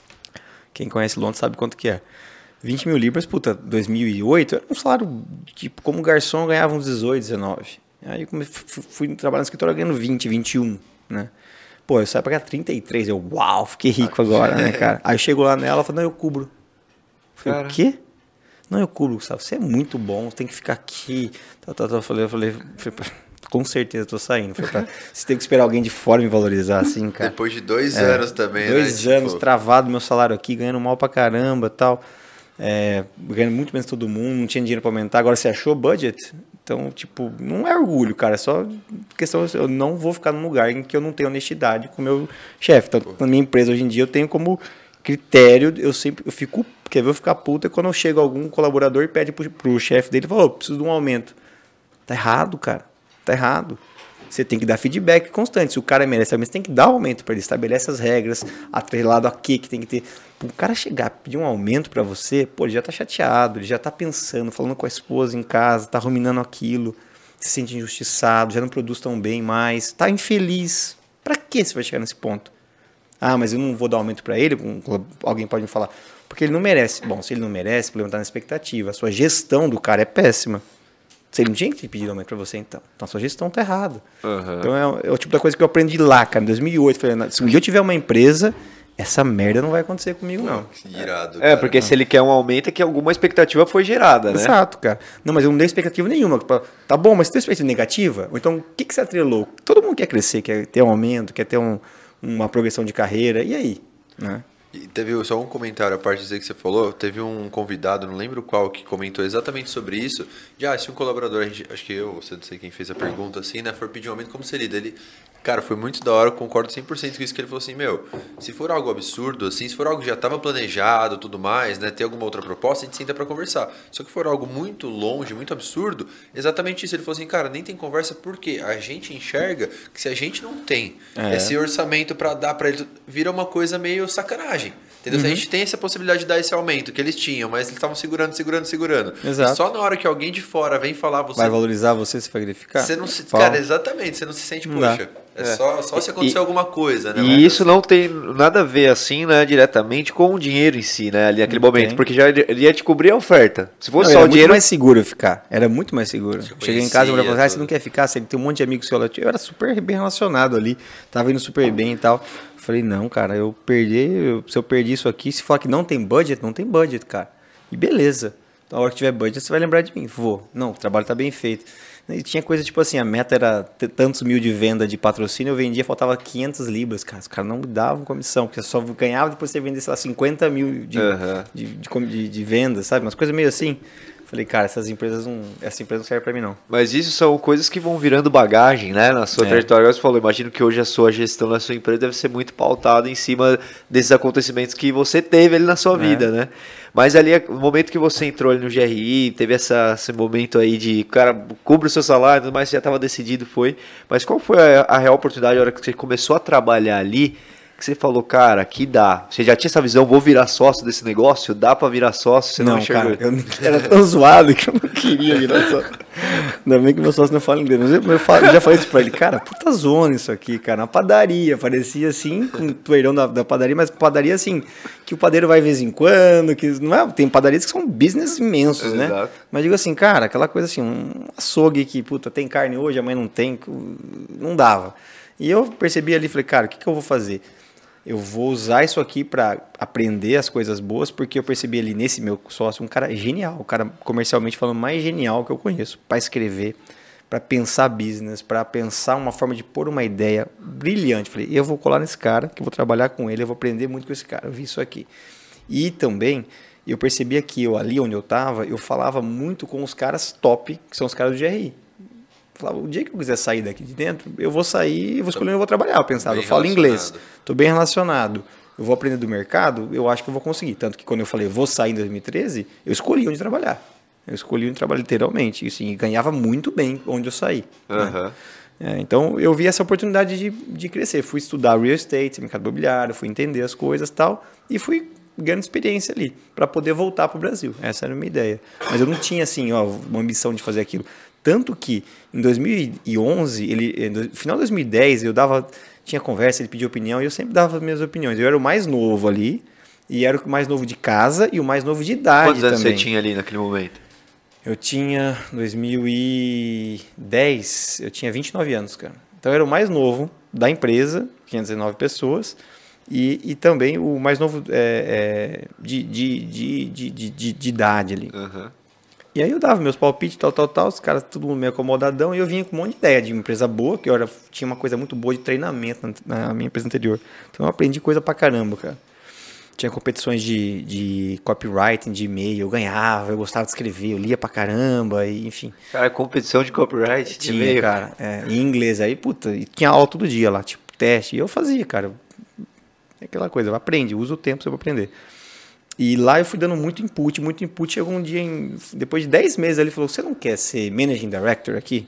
C: Quem conhece Londres sabe quanto que é. vinte mil libras, puta, dois mil e oito, era um salário, tipo, como garçom eu ganhava uns dezoito, dezenove. Aí eu fui, fui trabalhar no escritório ganhando vinte, vinte e um, né? Pô, eu saí pra ganhar trinta e três, eu, uau, fiquei rico agora, né, cara? Aí eu chego lá nela, ela fala, não, eu cubro. Eu falei, cara. O quê? Não, eu cubro, Gustavo, você é muito bom, você tem que ficar aqui. Tá, tá, tá. Eu falei, eu falei, falei com certeza tô saindo. Pra... Você tem que esperar alguém de fora me valorizar assim, cara.
B: Depois de dois
C: é,
B: anos também,
C: dois
B: né?
C: anos,
B: tipo...
C: travado meu salário aqui, ganhando mal pra caramba e tal. É, ganhando muito menos que todo mundo, não tinha dinheiro pra aumentar. Agora você achou budget? Então, tipo, não é orgulho, cara. É só questão, eu não vou ficar num lugar em que eu não tenho honestidade com o meu chefe. Então, na minha empresa hoje em dia, eu tenho como critério, eu sempre, eu fico, quer ver eu ficar puta quando eu chego algum colaborador e pede pro, pro chefe dele, fala, oh, preciso de um aumento. Tá errado, cara. Tá errado. Você tem que dar feedback constante. Se o cara merece aumento, você tem que dar um aumento para ele. Estabelece as regras, atrelado a quê que tem que ter. O cara chegar pedir um aumento para você, pô, ele já tá chateado, ele já tá pensando, falando com a esposa em casa, tá ruminando aquilo, se sente injustiçado, já não produz tão bem mais, tá infeliz. Para que você vai chegar nesse ponto? Ah, mas eu não vou dar aumento para ele? Alguém pode me falar. Porque ele não merece. Bom, se ele não merece, o problema tá na expectativa. A sua gestão do cara é péssima. Você não tinha que te pedir aumento pra você, então. Então a sua gestão tá errada. Uhum. Então é, é o tipo da coisa que eu aprendi lá, cara, em dois mil e oito. Falei, se um dia eu tiver uma empresa, essa merda não vai acontecer comigo, não.
B: Que irado,
A: é, porque não. Se ele quer um aumento é que alguma expectativa foi gerada, né?
C: Exato, cara. Não, mas eu não dei expectativa nenhuma. Tá bom, mas você tem expectativa negativa? Ou então, o que, que você atrelou? Todo mundo quer crescer, quer ter um aumento, quer ter um, uma progressão de carreira. E aí? Né?
B: E teve só um comentário, a parte dizer que você falou, teve um convidado, não lembro qual, que comentou exatamente sobre isso. Já, ah, se um colaborador, a gente, acho que eu, você não sei quem fez a pergunta assim, né, for pedir um aumento, como seria? Ele, cara, foi muito da hora, eu concordo cem por cento com isso, que ele falou assim, meu, se for algo absurdo, assim, se for algo que já estava planejado, tudo mais, né, ter alguma outra proposta, a gente senta pra conversar. Só que for algo muito longe, muito absurdo, exatamente isso. Ele falou assim, cara, nem tem conversa porque a gente enxerga que se a gente não tem é. esse orçamento pra dar pra ele, vira uma coisa meio sacanagem. Entendeu? Uhum. A gente tem essa possibilidade de dar esse aumento que eles tinham, mas eles estavam segurando, segurando, segurando.
C: Exato.
B: E só na hora que alguém de fora vem falar... Você
C: vai valorizar você, se vai verificar?
B: Você não se, cara, exatamente. Você não se sente, não poxa, é, é só, só se acontecer e, alguma coisa, né?
A: E isso assim. Não tem nada a ver, assim, né, diretamente com o dinheiro em si, né, ali naquele não momento. Tem. Porque já ele ia te cobrir a oferta. Se fosse não, só o dinheiro...
C: Era muito mais seguro ficar. Era muito mais seguro. Cheguei em casa e falei, ah, você não quer ficar? Você tem um monte de amigos seu lá. Eu era super bem relacionado ali. Tava indo super bem e tal. Falei, não, cara, eu perdi, eu, se eu perdi isso aqui, se falar que não tem budget, não tem budget, cara. E beleza. Na hora que tiver budget, você vai lembrar de mim. Vou. Não, o trabalho tá bem feito. E tinha coisa tipo assim, a meta era tantos mil de venda de patrocínio, eu vendia, faltava quinhentas libras, cara. Os caras não me davam comissão, porque você só ganhava depois você vender, sei lá, cinquenta mil de, uhum. de, de, de, de venda, sabe? Umas coisas meio assim. Falei, cara, essas empresas não, essa empresa não serve pra mim, não.
A: Mas isso são coisas que vão virando bagagem, né? Na sua
C: É.
A: trajetória. Agora você falou, imagino que hoje a sua gestão na sua empresa deve ser muito pautada em cima desses acontecimentos que você teve ali na sua
C: É.
A: vida, né? Mas ali, no momento que você entrou ali no G R I, teve essa, esse momento aí de, cara, cubra o seu salário, tudo mais, você já estava decidido, foi. Mas qual foi a, a real oportunidade, na hora que você começou a trabalhar ali, que você falou, cara, que dá? Você já tinha essa visão, vou virar sócio desse negócio? Dá pra virar sócio? Você não,
C: Não,
A: enxergou?
C: cara, eu não- era tão zoado que eu não queria virar sócio. Ainda bem que meu sócio não fala inglês. Mas eu, eu falo- eu já falei isso pra ele, cara, puta zona isso aqui, cara. Na padaria, parecia assim, com o poeirão da, da padaria, mas padaria assim, que o padeiro vai de vez em quando, que não é, tem padarias que são business imensos, né?
A: Exato.
C: Mas digo assim, cara, aquela coisa assim, um açougue que, puta, tem carne hoje, amanhã não tem, que não dava. E eu percebi ali, falei, cara, o que, que eu vou fazer? Eu vou usar isso aqui para aprender as coisas boas, porque eu percebi ali nesse meu sócio um cara genial, um cara comercialmente falando mais genial que eu conheço, para escrever, para pensar business, para pensar uma forma de pôr uma ideia brilhante. Falei, eu vou colar nesse cara, que eu vou trabalhar com ele, eu vou aprender muito com esse cara, eu vi isso aqui. E também, eu percebia que eu ali onde eu estava, eu falava muito com os caras top, que são os caras do G R I. Falava, o dia que eu quiser sair daqui de dentro, eu vou sair e vou escolher onde eu vou trabalhar. Eu pensava,
B: Bem
C: eu falo inglês,
B: relacionado.
C: estou bem relacionado, eu vou aprender do mercado, eu acho que eu vou conseguir. Tanto que quando eu falei, vou sair em dois mil e treze, eu escolhi onde trabalhar. Eu escolhi onde trabalhar literalmente. E assim, ganhava muito bem onde eu saí. Né?
A: Aham.
C: É, então, eu vi essa oportunidade de, de crescer. Fui estudar real estate, mercado imobiliário, fui entender as coisas e tal, e fui ganhando experiência ali, para poder voltar para o Brasil. Essa era a minha ideia. Mas eu não tinha, assim, ó, uma ambição de fazer aquilo. Tanto que, em dois mil e onze, ele, no final de dois mil e dez, eu dava, tinha conversa, ele pedia opinião, e eu sempre dava as minhas opiniões. Eu era o mais novo ali, e era o mais novo de casa, e o mais novo de idade
A: Quantos anos
C: também.
A: você tinha ali naquele momento?
C: Eu tinha, dois mil e dez, eu tinha vinte e nove anos, cara. Então eu era o mais novo da empresa, quinhentas e dezenove pessoas, e, e também o mais novo é, é, de, de, de, de, de, de, de idade ali.
A: Aham.
C: E aí eu dava meus palpites, tal, tal, tal, os caras todo mundo meio acomodadão, e eu vinha com um monte de ideia de uma empresa boa, que eu era, tinha uma coisa muito boa de treinamento na, na minha empresa anterior. Então eu aprendi coisa pra caramba, cara. Tinha competições de, de copywriting, de e-mail, eu ganhava, eu gostava de escrever, eu lia pra caramba, e, enfim.
A: Cara, competição de copyright de
C: Tinha,
A: e-mail.
C: cara, é, em inglês. Aí, puta, e tinha aula todo dia lá, tipo, teste. E eu fazia, cara. É aquela coisa, aprende, usa o tempo pra você aprender. E lá eu fui dando muito input, muito input. Chegou um dia, em, depois de dez meses, ele falou, você não quer ser Managing Director aqui?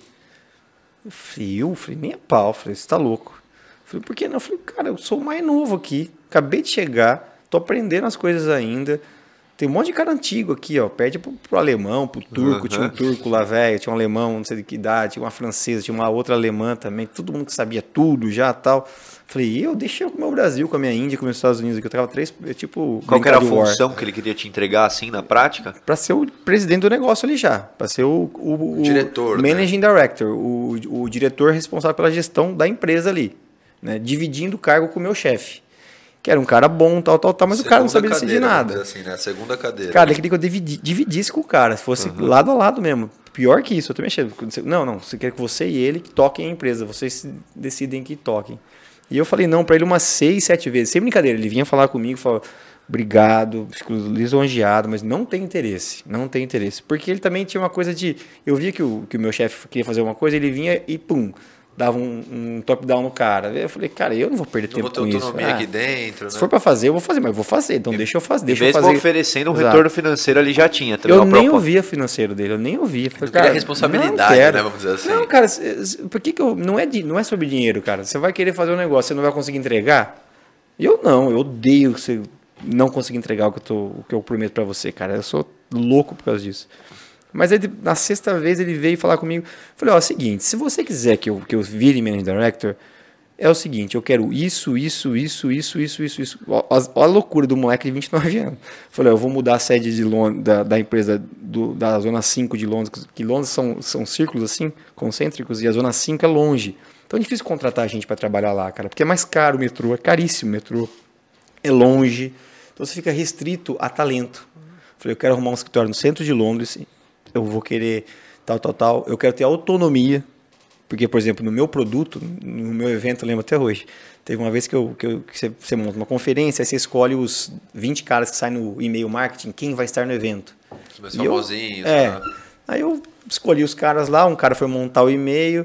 C: Eu falei, eu? Falei, nem a pau. Eu falei, você tá louco. Eu falei, por que não? Eu falei, cara, eu sou o mais novo aqui, acabei de chegar, tô aprendendo as coisas ainda. Tem um monte de cara antigo aqui, ó. Pede pro, pro alemão, pro turco.
A: Uhum.
C: Tinha um turco lá, velho. Tinha um alemão, não sei de que idade. Tinha uma francesa, tinha uma outra alemã também. Todo mundo que sabia tudo já tal. Falei, eu deixei eu com o meu Brasil, com a minha Índia, com os meus Estados Unidos aqui. Eu tava três, tipo...
A: Qual que era a
C: brincar de war.
A: função que ele queria te entregar assim na prática?
C: Pra ser o presidente do negócio ali já. Pra ser o... O, o
B: Diretor, né?
C: Managing Director. O, o diretor responsável pela gestão da empresa ali. Né? Dividindo o cargo com o meu chefe. Que era um cara bom, tal, tal, tal, mas o cara não sabia decidir nada.
B: Vamos dizer assim, né? Segunda cadeira.
C: Cara, ele queria que eu dividi- dividisse com o cara, se fosse
A: Uhum.
C: lado a lado mesmo. Pior que isso, eu também achei. Não, não, você quer que você e ele que toquem a empresa, vocês decidem que toquem. E eu falei não pra ele umas seis, sete vezes, sem brincadeira. Ele vinha falar comigo, falava, obrigado, fico lisonjeado, mas não tem interesse, não tem interesse. Porque ele também tinha uma coisa de... Eu via que o, que o meu chefe queria fazer uma coisa, ele vinha e pum, dava um, um top-down no cara. Eu falei, cara, eu não vou perder
B: Não
C: tempo
B: vou ter
C: com isso.
B: autonomia
C: Ah,
B: aqui dentro,
C: se
B: né?
C: for pra fazer, eu vou fazer, mas eu vou fazer, então deixa eu fazer.
A: E
C: Deixa eu
A: mesmo
C: fazer.
A: oferecendo um
C: Exato.
A: retorno financeiro ali já tinha. Também
C: Eu
A: uma
C: nem
A: proposta.
C: ouvia financeiro dele, eu nem ouvia. Falei,
B: Não queria
C: cara,
B: responsabilidade,
C: não quero.
B: né, vamos dizer assim.
C: Não, cara, c- c- por que que eu... Não é, de, não é sobre dinheiro, cara. Você vai querer fazer um negócio, você não vai conseguir entregar? Eu não, eu odeio você não conseguir entregar o que eu, tô, o que eu prometo pra você, cara. Eu sou louco por causa disso. Mas ele, na sexta vez ele veio falar comigo. Falei, ó, é o seguinte, se você quiser que eu, que eu vire Managing Director, é o seguinte, eu quero isso, isso, isso, isso, isso, isso, isso. Ó, ó a loucura do moleque de vinte e nove anos. Falei, ó, eu vou mudar a sede de Lond- da, da empresa do, da Zona cinco de Londres, que Londres são, são círculos assim, concêntricos, e a Zona cinco é longe. Então é difícil contratar gente para trabalhar lá, cara, porque é mais caro o metrô, é caríssimo o metrô, é longe, então você fica restrito a talento. Falei, eu quero arrumar um escritório no centro de Londres, eu vou querer tal, tal, tal, eu quero ter autonomia, porque, por exemplo, no meu produto, no meu evento, eu lembro até hoje, teve uma vez que, eu, que, eu, que você, você monta uma conferência, aí você escolhe os vinte caras que saem no e-mail marketing, quem vai estar no evento.
B: mais
C: E eu-
B: famosinhos.
C: é.
B: Tá?
C: Aí eu escolhi os caras lá, um cara foi montar o e-mail.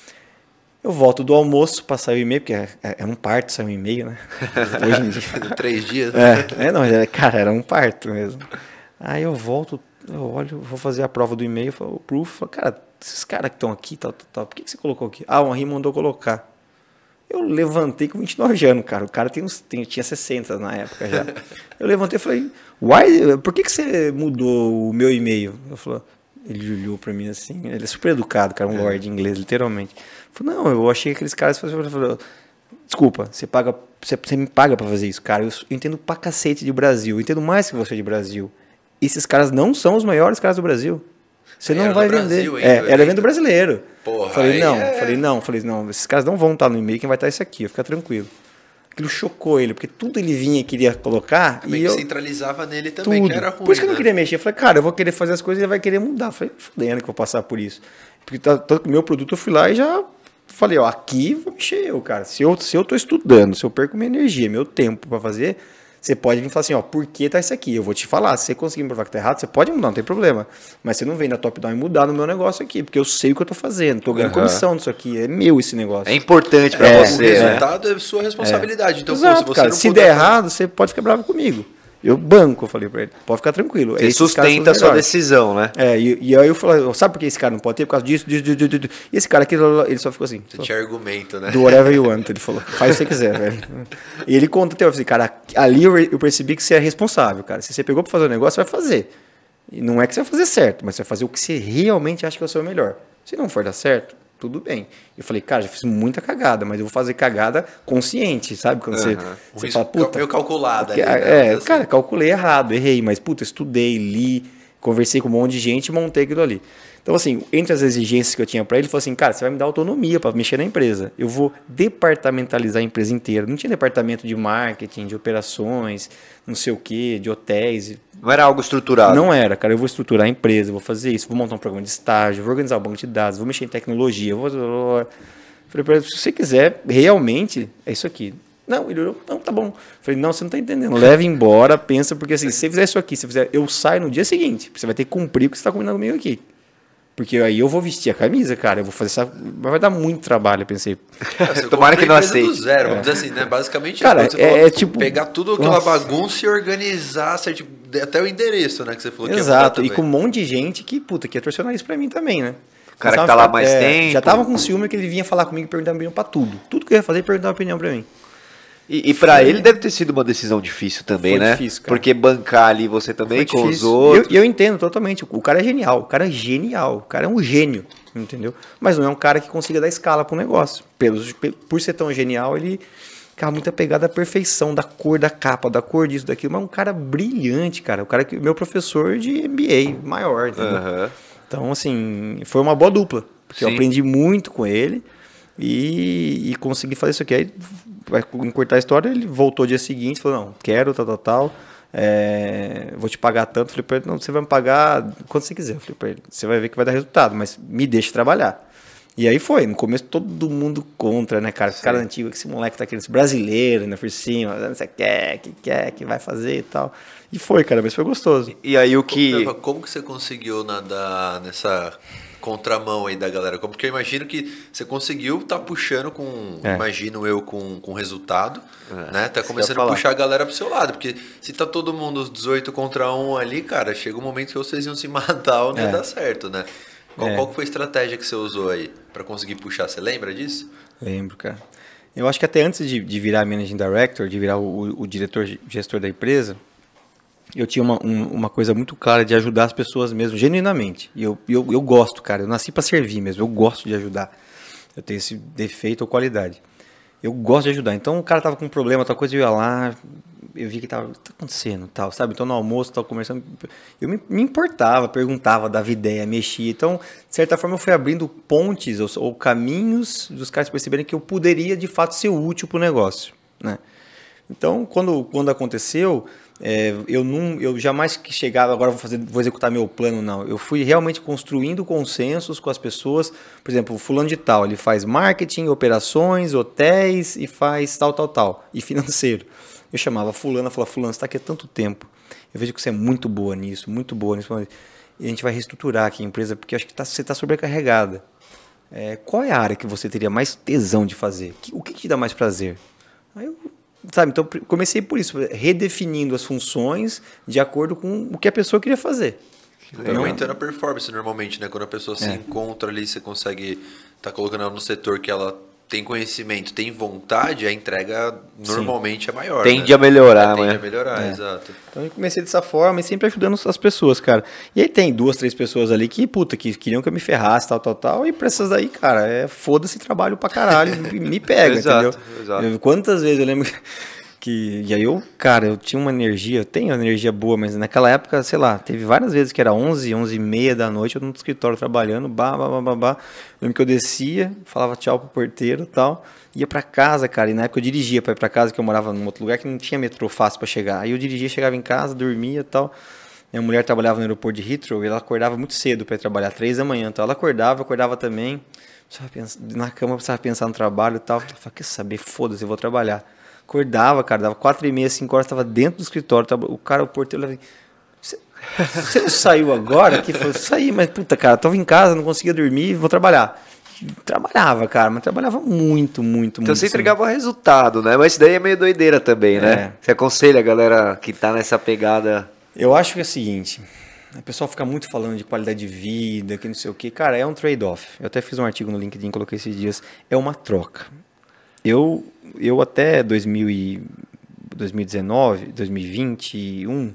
C: Eu volto do almoço para sair o e-mail, porque é, é, é um parto sair um e-mail, né? Hoje em dia.
B: Três dias.
C: É, é, não, é, cara, era um parto mesmo. Aí eu volto, eu olho, vou fazer a prova do e-mail, falo, o proof, falo, cara, esses caras que estão aqui, tal, tal, tal, por que, que você colocou aqui? Ah, o Henri mandou colocar. Eu levantei com vinte e nove anos, cara. O cara tem uns, tem, tinha sessenta na época já. Eu levantei e falei, Why, por que, que você mudou o meu e-mail? Eu falei, ele olhou pra mim assim, ele é super educado, cara, um lord inglês, literalmente. Eu falei, não, eu achei que aqueles caras faziam. Eu falei, desculpa, você, paga, você, você me paga pra fazer isso, cara. Eu, eu entendo pra cacete de Brasil, eu entendo mais que você de Brasil. Esses caras não são os maiores caras do Brasil. Você não
B: Era
C: vai
B: do
C: vender.
B: Brasil ainda,
C: É, era
B: ainda.
C: vendo brasileiro.
B: Porra,
C: falei,
B: aí
C: não,
B: é-
C: falei, não, falei, não, esses caras não vão estar no e-mail, quem vai estar é esse aqui, fica tranquilo. Aquilo chocou ele, porque tudo ele vinha e queria colocar.
B: Meio
C: e
B: que
C: eu,
B: centralizava nele também,
C: tudo.
B: que era ruim.
C: Por isso que eu não
B: né?
C: queria mexer. Eu falei, cara, eu vou querer fazer as coisas e ele vai querer mudar. Eu falei, fudendo que eu vou passar por isso. Porque tá, tanto que o meu produto eu fui lá e já falei, ó, aqui vou mexer eu, cara. Se eu, se eu tô estudando, se eu perco minha energia, meu tempo pra fazer, você pode vir falar assim, ó, por que tá isso aqui? Eu vou te falar. Se você conseguir me provar que tá errado, você pode mudar, não tem problema. Mas você não vem na top down e mudar no meu negócio aqui, porque eu sei o que eu tô fazendo. Tô ganhando
A: Aham.
C: comissão disso aqui. É meu esse negócio.
A: É importante pra
C: É,
B: O
A: você, né?
B: resultado é sua responsabilidade. Então,
C: Exato,
B: pô, se você
C: cara.
B: não
C: Se
B: puder
C: der
B: fazer-
C: errado, você pode ficar bravo comigo. Eu banco, eu falei pra ele. Pode ficar tranquilo.
A: Você
C: Esses caras são os
A: sustenta a sua
C: melhores.
A: decisão, né?
C: É, e, e aí eu falei, sabe por que esse cara não pode ter? Por causa disso, disso, disso, disso, disso. E esse cara aqui, ele só ficou assim.
B: Você tinha argumento, né?
C: Do whatever you want, ele falou. Faz o que você quiser, velho. E ele conta até, eu falei, cara, ali eu, eu percebi que você é responsável, cara. Se você pegou pra fazer um negócio, você vai fazer. E não é que você vai fazer certo, mas você vai fazer o que você realmente acha que é o seu melhor. Se não for dar certo, tudo bem. Eu falei, cara, já fiz muita cagada, mas eu vou fazer cagada consciente, sabe? Quando você,
B: Um
C: você
B: risco
C: fala, puta...
B: meio calculado.
C: Porque,
B: ali, né?
C: é,
B: Vamos dizer
C: cara,
B: assim.
C: calculei errado, errei, mas puta, estudei, li, conversei com um monte de gente e montei aquilo ali. Então, assim, entre as exigências que eu tinha para ele, ele falou assim, cara, você vai me dar autonomia para mexer na empresa. Eu vou departamentalizar a empresa inteira. Não tinha departamento de marketing, de operações, não sei o quê, de hotéis.
A: Não era algo estruturado.
C: Não era, cara. Eu vou estruturar a empresa, vou fazer isso, vou montar um programa de estágio, vou organizar o banco de dados, vou mexer em tecnologia. Vou... Falei para ele, se você quiser, realmente, é isso aqui. Não, ele olhou, não, tá bom. Falei, não, você não tá entendendo. Leva embora, pensa, porque assim, se você fizer isso aqui, se você fizer, eu saio no dia seguinte. Você vai ter que cumprir o que você tá combinando comigo aqui. Porque aí eu vou vestir a camisa, cara, eu vou fazer essa... Mas vai dar muito trabalho, eu pensei.
B: Você
A: Tomara que
B: comprou a
A: não
B: empresa do
A: aceite.
B: zero, vamos dizer assim, né? Basicamente,
C: Cara,
B: isso, você
C: é-
B: falou,
C: é tipo-
B: pegar tudo aquela
C: Nossa.
B: bagunça e organizar, certo? Até o endereço, né? Que você falou que ia mudar
C: Exato, e
B: também.
C: com um monte de gente que, puta, que ia torcer o nariz pra mim também, né?
A: O cara que
C: Começava
A: tá
C: a
A: lá
C: ficar-
A: mais
C: é,
A: tempo.
C: Já tava com ciúme que ele vinha falar comigo e perguntar opinião pra tudo. Tudo que eu ia fazer, ele perguntava opinião pra mim.
A: E, e pra
C: Foi-
A: ele deve ter sido uma decisão difícil também,
C: Foi
A: né?
C: difícil, cara.
A: Porque bancar ali você também
C: Foi
A: com os
C: difícil.
A: outros.
C: E eu, eu entendo totalmente. O cara é genial. O cara é genial. O cara é um gênio. Entendeu? Mas não é um cara que consiga dar escala para um negócio. Pelos, pe- por ser tão genial, ele ficava muito apegado à perfeição da cor da capa, da cor disso, daquilo. Mas um cara brilhante, cara. O cara que meu professor de M B A maior. Entendeu?
A: Aham.
C: Então, assim, foi uma boa dupla. Porque eu
A: Sim.
C: aprendi muito com ele e, e consegui fazer isso aqui. Aí, vai encurtar a história, ele voltou dia seguinte, falou, não, quero, tal, tal, tal, é, vou te pagar tanto. Falei pra ele, não, você vai me pagar quando você quiser. Falei pra ele, você vai ver que vai dar resultado, mas me deixe trabalhar. E aí foi, no começo todo mundo contra, né, cara? Esse cara antigo, esse moleque tá querendo, esse brasileiro, né, por cima, você quer, que quer, que vai fazer e tal. E foi, cara, mas foi gostoso.
A: E aí o que...
B: Como, como que você conseguiu nadar nessa contramão aí da galera? Como- Porque eu imagino que você conseguiu tá puxando com,
C: É.
B: imagino eu, com, com resultado, né? Tá
C: isso
B: começando
C: que eu ia
B: a
C: falar.
B: puxar a galera pro seu lado, porque se tá todo mundo os dezoito contra um ali, cara, chega um momento que vocês iam se matar ou não ia
C: É.
B: dar certo, né? Qual,
C: É.
B: qual que foi a estratégia que você usou aí pra conseguir puxar? Você lembra disso?
C: Lembro, cara. Eu acho que até antes de, de virar Managing Director, de virar o, o- o diretor gestor da empresa, eu tinha uma, um- uma coisa muito clara de ajudar as pessoas mesmo, genuinamente. E eu, eu, eu gosto, cara. Eu nasci para servir mesmo. Eu gosto de ajudar. Eu tenho esse defeito ou qualidade. Eu gosto de ajudar. Então o cara tava com um problema, tal coisa, eu ia lá, eu vi que tava, o que tá acontecendo, tal, sabe? Então no almoço, tava conversando, eu me, me importava, perguntava, dava ideia, mexia. Então, de certa forma, eu fui abrindo pontes ou, ou caminhos dos caras perceberem que eu poderia, de fato, ser útil pro negócio, né? Então, quando, quando aconteceu, é, eu, não, eu jamais que chegava, agora vou, fazer, vou executar meu plano, não. Eu fui realmente construindo consensos com as pessoas. Por exemplo, o fulano de tal, ele faz marketing, operações, hotéis e faz tal, tal, tal. E financeiro. Eu chamava fulano e falava, fulano, você está aqui há tanto tempo. eu vejo que você é muito boa nisso, muito boa nisso. E a gente vai reestruturar aqui a empresa, porque eu acho que tá, você está sobrecarregada. É, qual é a área que você teria mais tesão de fazer? O que, que te dá mais prazer? Aí eu, sabe, então comecei por isso, redefinindo as funções de acordo com o que a pessoa queria fazer.
B: Então, aumentando a performance normalmente, né? Quando a pessoa se
C: É.
B: encontra ali, você consegue estar tá colocando ela no setor que ela tem conhecimento, tem vontade, a entrega normalmente Sim. é maior.
A: Tende
B: né?
A: a melhorar,
B: é, Tende
A: né?
B: a melhorar,
C: É.
B: exato.
C: Então eu comecei dessa forma e sempre ajudando as pessoas, cara. E aí tem duas, três pessoas ali que, puta, que queriam que eu me ferrasse, tal, tal, tal. E pra essas aí, cara, é foda-se trabalho pra caralho, me pega,
A: Exato,
C: entendeu?
A: exato.
C: Eu- quantas vezes eu lembro que... E aí eu, cara, eu tinha uma energia, eu tenho uma energia boa, mas naquela época, sei lá, teve várias vezes que era onze, onze e meia da noite, eu no escritório trabalhando, bah, bah, bah, bah, bah. Eu lembro que eu descia, falava tchau pro porteiro e tal, ia pra casa, cara, e na época eu dirigia pra ir pra casa, que eu morava num outro lugar que não tinha metrô fácil pra chegar. Aí eu dirigia, chegava em casa, dormia e tal. Minha mulher trabalhava no aeroporto de Heathrow e ela acordava muito cedo pra ir trabalhar, três da manhã. Então ela acordava, eu acordava também, precisava pensar, na cama eu precisava pensar no trabalho e tal. Eu falei, quer saber, foda-se, eu vou trabalhar. Acordava, cara, dava quatro e meia, cinco horas, estava dentro do escritório. Tava, o cara, o porteiro, ele você, você não saiu agora? Que foi, saí, mas puta, cara, tava em casa, não conseguia dormir, vou trabalhar. Trabalhava, cara, mas trabalhava muito, muito,
A: Então
C: muito.
A: você
C: assim.
A: entregava resultado, né? Mas isso daí é meio doideira também, né?
C: É.
A: Você aconselha a galera que tá nessa pegada...
C: Eu acho que é o seguinte, o pessoal fica muito falando de qualidade de vida, que não sei o que. Cara, é um trade-off. Eu até fiz um artigo no LinkedIn, coloquei esses dias. É uma troca. Eu, eu até dois mil e, dois mil e dezenove, dois mil e vinte e um,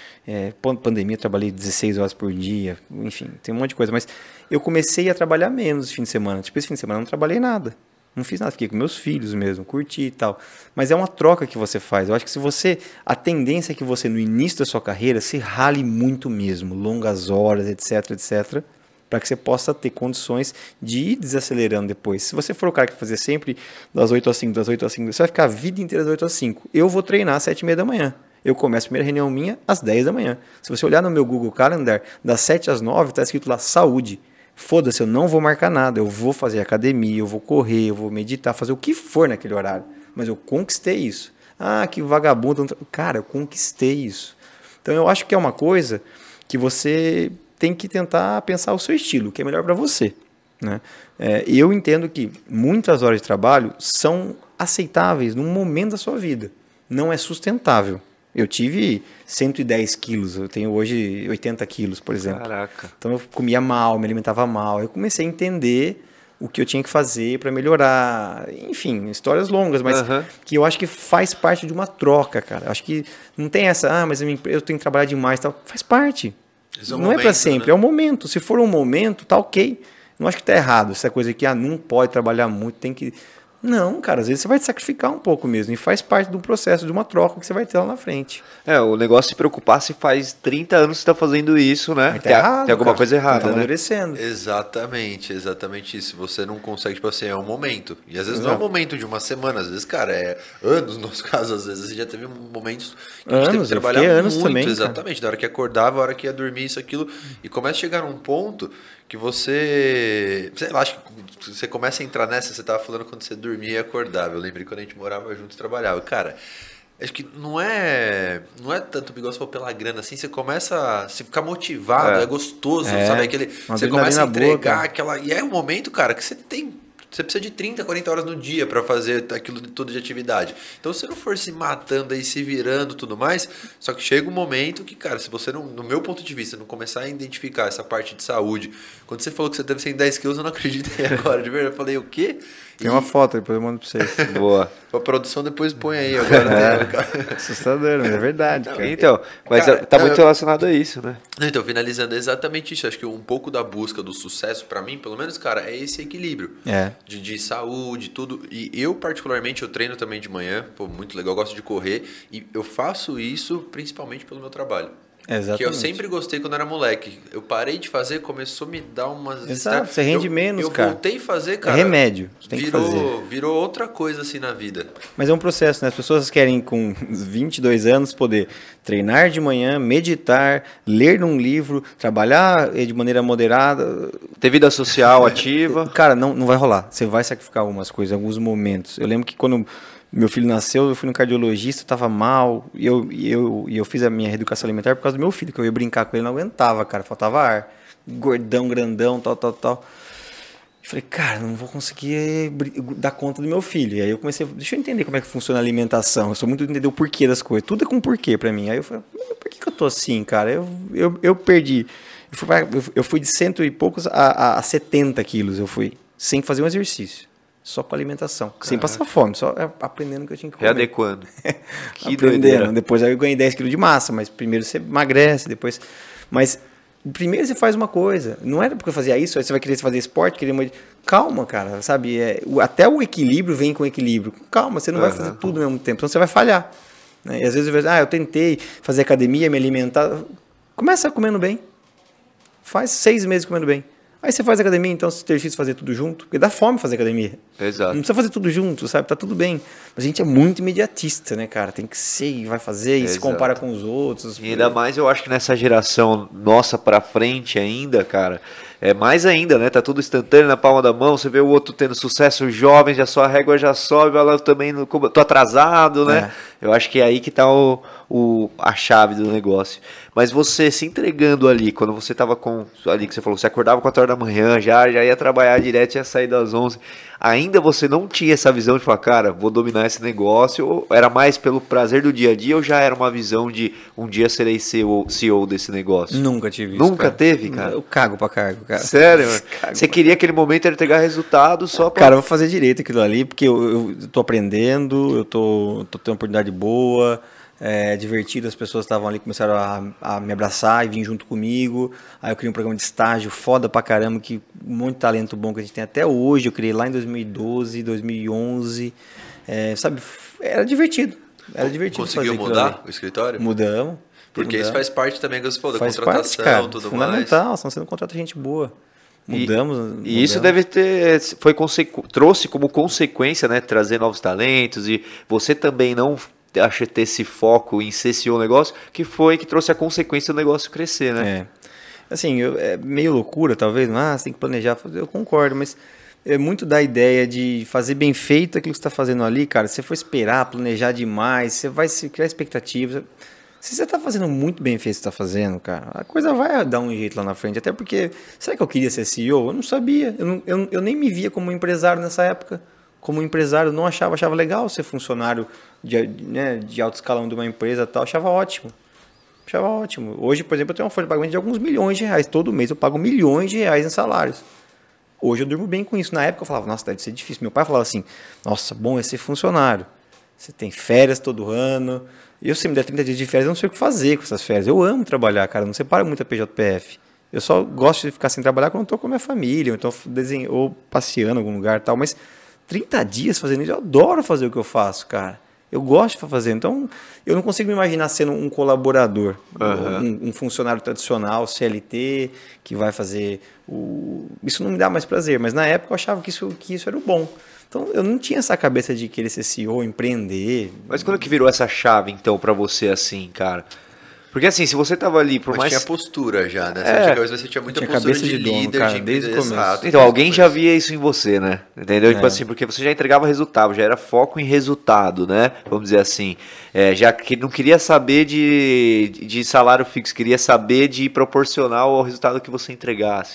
C: é, pandemia, trabalhei dezesseis horas por dia, enfim, tem um monte de coisa. Mas eu comecei a trabalhar menos esse fim de semana. Tipo, esse fim de semana eu não trabalhei nada. Não fiz nada, fiquei com meus filhos mesmo, curti e tal. Mas é uma troca que você faz. Eu acho que se você... A tendência é que você, no início da sua carreira, se rale muito mesmo. Longas horas, etc, etc. Para que você possa ter condições de ir desacelerando depois. Se você for o cara que fazer sempre das oito às cinco, das oito às cinco, você vai ficar a vida inteira das oito às cinco. Eu vou treinar às sete e meia da manhã. Eu começo a primeira reunião minha às dez da manhã. Se você olhar no meu Google Calendar, das sete às nove, está escrito lá saúde. Foda-se, eu não vou marcar nada, eu vou fazer academia, eu vou correr, eu vou meditar, fazer o que for naquele horário. Mas eu conquistei isso. Ah, que vagabundo. Cara, eu conquistei isso. Então eu acho que é uma coisa que você tem que tentar pensar o seu estilo, o que é melhor para você. Né? É, eu entendo que muitas horas de trabalho são aceitáveis num momento da sua vida. Não é sustentável. Eu tive cento e dez quilos, eu tenho hoje oitenta quilos, por exemplo.
A: Caraca.
C: Então eu comia mal, me alimentava mal. Eu comecei a entender o que eu tinha que fazer para melhorar. Enfim, histórias longas, mas
A: Uhum.
C: que eu acho que faz parte de uma troca, cara. Eu acho que não tem essa, ah, mas eu tenho que trabalhar demais, tal. Faz parte.
B: Esse é o
C: não é para
B: momento,
C: sempre,
B: né?
C: é o momento. Se for um momento, tá ok. Não acho que tá errado. Essa coisa que ah, não pode trabalhar muito, tem que... Não, cara, às vezes você vai te sacrificar um pouco mesmo. E faz parte do processo de uma troca que você vai ter lá na frente.
A: É, o negócio de se preocupar se faz trinta anos que você tá fazendo isso, né?
C: Mas tá
A: tem,
C: errado,
A: tem alguma
C: cara.
A: coisa errada,
C: Tá
A: né?
C: amadurecendo.
B: Exatamente, exatamente isso. Você não consegue, tipo assim, é um momento. E às vezes
C: Exato.
B: não é um momento de uma semana, às vezes, cara, é anos, no nosso caso, às vezes a gente já teve momentos que a gente teve
C: Anos,
B: que
C: eu
B: trabalhar
C: fiquei anos
B: muito,
C: também, cara.
B: exatamente. Da hora que acordava, a hora que ia dormir, isso, aquilo. E começa a chegar num ponto que você, sei lá, acho que você começa a entrar nessa, você tava falando quando você dormia e acordava. Eu lembrei quando a gente morava junto e trabalhava. Cara, acho que não é não é tanto igual se for pela grana, assim, você começa a se ficar motivado, é,
A: É.
B: gostoso,
C: É,
B: sabe? Aquele,
C: uma
B: você começa a
C: adrenalina boa,
B: entregar
C: cara.
B: aquela... E é um momento, cara, que você tem... Você precisa de trinta, quarenta horas no dia para fazer aquilo de tudo de atividade. Então, se você não for se matando aí, se virando e tudo mais, só que chega um momento que, cara, se você não, no meu ponto de vista, não começar a identificar essa parte de saúde, quando você falou que você teve cento e dez quilos, eu não acreditei agora, de verdade. Eu falei, o quê?
C: Tem uma foto, depois eu mando pra vocês.
A: Boa.
B: A produção depois põe aí agora. Né, cara?
C: Assustador, mas é verdade, cara.
A: Então, mas
B: Cara,
A: tá muito
B: eu-
A: relacionado a isso, né?
B: Então, finalizando, é exatamente isso. Acho que um pouco da busca do sucesso, pra mim, pelo menos, cara, é esse equilíbrio.
C: É.
B: De, de saúde, tudo. E eu, particularmente, eu treino também de manhã. Pô, muito legal, eu gosto de correr. E eu faço isso principalmente pelo meu trabalho.
C: Exatamente.
B: Que eu sempre gostei quando era moleque. Eu parei de fazer, começou a me dar umas...
C: Exato, você rende
B: eu,
C: menos,
B: eu
C: cara.
B: Eu voltei a fazer, cara.
C: É remédio, você tem
B: virou,
C: que fazer.
B: Virou outra coisa assim na vida.
C: Mas é um processo, né? As pessoas querem com vinte e dois anos poder treinar de manhã, meditar, ler um livro, trabalhar de maneira moderada.
A: Ter vida social ativa.
C: Cara, não, não vai rolar. Você vai sacrificar algumas coisas, alguns momentos. Eu lembro que quando meu filho nasceu, eu fui no cardiologista, estava mal, e eu, e eu, e eu fiz a minha reeducação alimentar por causa do meu filho, que eu ia brincar com ele, não aguentava, cara, faltava ar. Gordão, grandão, tal, tal, tal. Eu falei, cara, não vou conseguir dar conta do meu filho. E aí eu comecei, deixa eu entender como é que funciona a alimentação. Eu sou muito entender o porquê das coisas. Tudo é com porquê pra mim. Aí eu falei, por que, que eu tô assim, cara? Eu, eu, eu perdi. Eu fui, pra, eu fui de cento e poucos a, a, a setenta quilos. Eu fui sem fazer um exercício. Só com alimentação. Caraca. Sem passar fome. Só aprendendo o que eu tinha que comer.
A: Readequando.
C: Que aprendendo. Depois aí eu ganhei dez quilos de massa. Mas primeiro você emagrece, depois... Mas... Primeiro você faz uma coisa, não era porque eu fazia isso, aí você vai querer fazer esporte, querer muito... Calma, cara, sabe? É, o, até o equilíbrio vem com equilíbrio. Calma, você não uhum. vai fazer tudo ao mesmo tempo, senão você vai falhar. Né? E às vezes eu vejo, ah, eu tentei fazer academia, me alimentar. Começa comendo bem. Faz seis meses comendo bem. Aí você faz academia, então você precisa fazer tudo junto, porque dá fome fazer academia.
A: Exato.
C: Não precisa fazer tudo junto, sabe? Tá tudo bem. Mas a gente é muito imediatista, né, cara? Tem que ser e vai fazer e Exato. Se compara com os outros.
A: E ainda mais eu acho que nessa geração nossa pra frente ainda, cara, é mais ainda, né? Tá tudo instantâneo na palma da mão, você vê o outro tendo sucesso jovem, já sua régua já sobe, ela também, no, tô atrasado, né? É. Eu acho que é aí que tá o, o, a chave do negócio. Mas você se entregando ali, quando você tava com, ali que você falou, você acordava quatro horas da manhã, já, já ia trabalhar direto, ia sair das onze, ainda você não tinha essa visão de falar, cara, vou dominar esse negócio, ou era mais pelo prazer do dia a dia, ou já era uma visão de um dia serei C E O desse negócio?
C: Nunca tive isso,
A: Nunca
C: cara.
A: teve, cara?
C: Eu cago pra cargo, cara.
A: Sério, mano? Você queria aquele momento era entregar resultado só pra...
C: Cara, eu vou fazer direito aquilo ali, porque eu, eu tô aprendendo, eu tô, tô tendo uma oportunidade boa, é divertido, as pessoas estavam ali, começaram a, a me abraçar e vir junto comigo. Aí eu criei um programa de estágio foda pra caramba, que muito talento bom que a gente tem até hoje. Eu criei lá em dois mil e doze, dois mil e onze, é, sabe, era divertido. Era divertido.
B: Conseguiu mudar o escritório?
C: Mudamos.
B: Porque
C: mudamos.
B: Isso faz parte também, que você falou, da
C: faz
B: contratação,
C: parte, cara,
B: tudo
C: fundamental,
B: mais.
C: Estão sendo contrato de gente boa. Mudamos.
A: E,
C: mudamos.
A: e isso deve ter, foi consequ, trouxe como consequência, né, trazer novos talentos, e você também não acha ter esse foco em ser C E O do negócio, que foi que trouxe a consequência do negócio crescer, né?
C: É. Assim, eu, é meio loucura, talvez, ah, você tem que planejar, eu concordo, mas é muito da ideia de fazer bem feito aquilo que você está fazendo ali, cara. Se você for esperar, planejar demais, você vai se criar expectativas. Se você está fazendo muito bem feito o que você está fazendo, cara, a coisa vai dar um jeito lá na frente. Até porque, será que eu queria ser C E O? Eu não sabia. Eu, não, eu, eu nem me via como empresário nessa época. Como empresário, eu não achava, achava legal ser funcionário de, né, de alto escalão de uma empresa e tal. Achava ótimo. Achava ótimo. Hoje, por exemplo, eu tenho uma folha de pagamento de alguns milhões de reais. Todo mês eu pago milhões de reais em salários. Hoje eu durmo bem com isso. Na época eu falava, nossa, deve ser difícil. Meu pai falava assim, nossa, bom é ser funcionário. Você tem férias todo ano. E eu, se me der trinta dias de férias, eu não sei o que fazer com essas férias. Eu amo trabalhar, cara. Não separo muito a P J P F. Eu só gosto de ficar sem trabalhar quando eu estou com a minha família. Ou, então, desenho, ou passeando em algum lugar e tal. Mas trinta dias fazendo isso, eu adoro fazer o que eu faço, cara. Eu gosto de fazer. Então, eu não consigo me imaginar sendo um colaborador. Uhum. Um, um funcionário tradicional, C L T, que vai fazer... O... Isso não me dá mais prazer. Mas na época eu achava que isso, que isso era o bom. Então, eu não tinha essa cabeça de querer ser C E O, empreender.
A: Mas quando que virou essa chave, então, pra você, assim, cara? Porque, assim, se você tava ali, por
B: Mas
A: mais...
B: tinha postura já, né?
A: É,
B: você, você tinha muita
C: tinha
B: postura
C: cabeça
B: de,
C: de dono,
B: líder,
C: cara,
B: de
C: desde o começo.
B: Exato,
A: Então, alguém
B: desde
A: já via isso em você, né? Entendeu? É. Tipo assim, porque você já entregava resultado, já era foco em resultado, né? Vamos dizer assim. É, já que não queria saber de, de salário fixo, queria saber de proporcional ao resultado que você entregasse.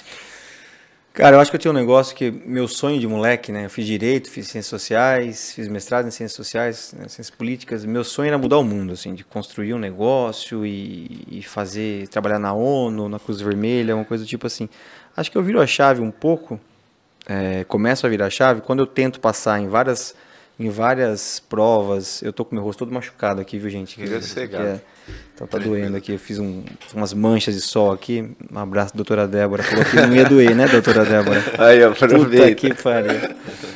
C: Cara, eu acho que eu tinha um negócio que, meu sonho de moleque, né? Eu fiz direito, fiz ciências sociais, fiz mestrado em ciências sociais, né? Ciências políticas. Meu sonho era mudar o mundo, assim, de construir um negócio e, e fazer, trabalhar na ONU, na Cruz Vermelha, uma coisa do tipo assim. Acho que eu viro a chave um pouco, é, começo a virar a chave, quando eu tento passar em várias em várias provas. Eu tô com meu rosto todo machucado aqui, viu, gente?
A: Fica sossegado.
C: É, então tá doendo aqui. Eu fiz um, umas manchas de sol aqui. Um abraço, doutora Débora. Falou que não ia doer, né, doutora Débora?
A: Aí, ó, aproveita.
C: Puta que pariu.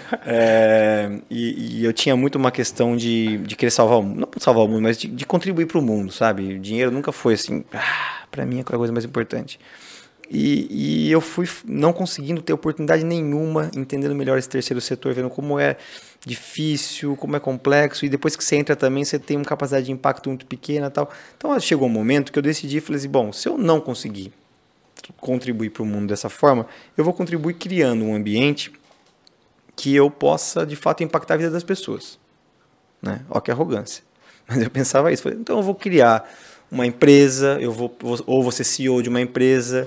C: É, e, e eu tinha muito uma questão de, de querer salvar o mundo. Não salvar o mundo, mas de, de contribuir pro mundo, sabe? O dinheiro nunca foi assim, ah, pra mim é a coisa mais importante. E, e eu fui não conseguindo ter oportunidade nenhuma, entendendo melhor esse terceiro setor, vendo como é difícil, como é complexo, e depois que você entra também, você tem uma capacidade de impacto muito pequena e tal. Então chegou um momento que eu decidi, falei assim, bom, se eu não conseguir contribuir para o mundo dessa forma, eu vou contribuir criando um ambiente que eu possa, de fato, impactar a vida das pessoas. Né? Ó que arrogância. Mas eu pensava isso, falei, então eu vou criar uma empresa, eu vou, ou vou ser C E O de uma empresa,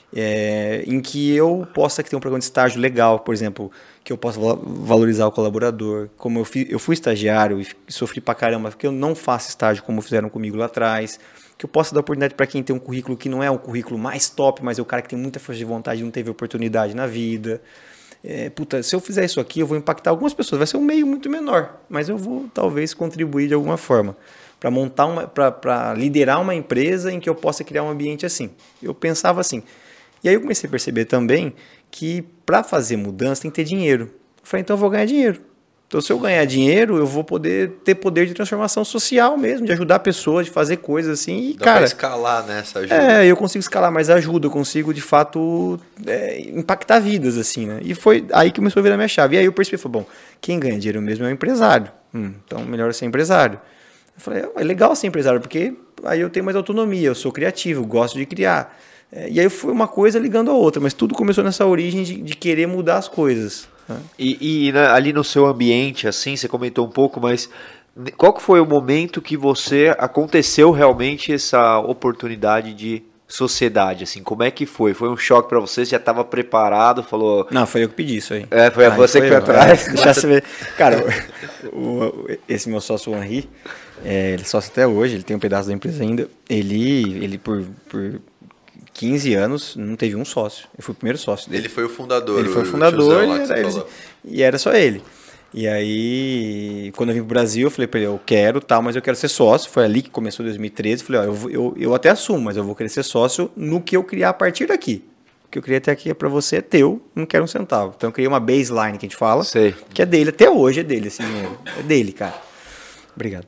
C: É, em que eu possa ter um programa de estágio legal, por exemplo, que eu possa valorizar o colaborador. Como eu fui, eu fui estagiário e sofri pra caramba, porque eu não faço estágio como fizeram comigo lá atrás, que eu possa dar oportunidade para quem tem um currículo que não é o currículo mais top, mas é o cara que tem muita força de vontade e não teve oportunidade na vida. É, puta, se eu fizer isso aqui, eu vou impactar algumas pessoas. Vai ser um meio muito menor, mas eu vou talvez contribuir de alguma forma para montar uma, para liderar uma empresa em que eu possa criar um ambiente assim. Eu pensava assim. E aí eu comecei a perceber também que para fazer mudança tem que ter dinheiro. Eu falei, então eu vou ganhar dinheiro. Então se eu ganhar dinheiro, eu vou poder ter poder de transformação social mesmo, de ajudar pessoas, de fazer coisas assim. E,
B: Dá
C: cara,
B: pra escalar nessa ajuda.
C: É, eu consigo escalar mais ajuda, eu consigo de fato é, impactar vidas assim, né? E foi aí que começou a virar minha chave. E aí eu percebi, falei, bom, quem ganha dinheiro mesmo é o empresário. Hum, então melhor ser empresário. Eu falei, é legal ser empresário, porque aí eu tenho mais autonomia, eu sou criativo, gosto de criar. E aí foi uma coisa ligando a outra, mas tudo começou nessa origem de, de querer mudar as coisas. Né?
A: E, e né, ali no seu ambiente, assim, você comentou um pouco, mas qual que foi o momento que você aconteceu realmente essa oportunidade de sociedade, assim, como é que foi? Foi um choque pra você? Você já estava preparado? Falou...
C: Não, foi eu que pedi isso aí.
A: É, foi
C: aí
A: você
C: foi
A: que foi atrás?
C: É, deixa você ver. Cara, o, o, esse meu sócio, o Henri, é, ele é sócio até hoje, ele tem um pedaço da empresa ainda, ele, ele por... por quinze anos, não teve um sócio. Eu fui o primeiro sócio dele.
B: Ele foi o fundador.
C: Ele foi o
B: o
C: fundador
B: lá
C: e, era, ele, e era só ele. E aí, quando eu vim pro Brasil, eu falei pra ele, eu quero tal, mas eu quero ser sócio. Foi ali que começou dois mil e treze. Falei, ó, eu, eu, eu até assumo, mas eu vou querer ser sócio no que eu criar a partir daqui. O que eu criei até aqui é pra você, é teu, não quero um centavo. Então eu criei uma baseline que a gente fala,
A: Sei.
C: que é dele, até hoje é dele esse dinheiro. É dele, cara. Obrigado.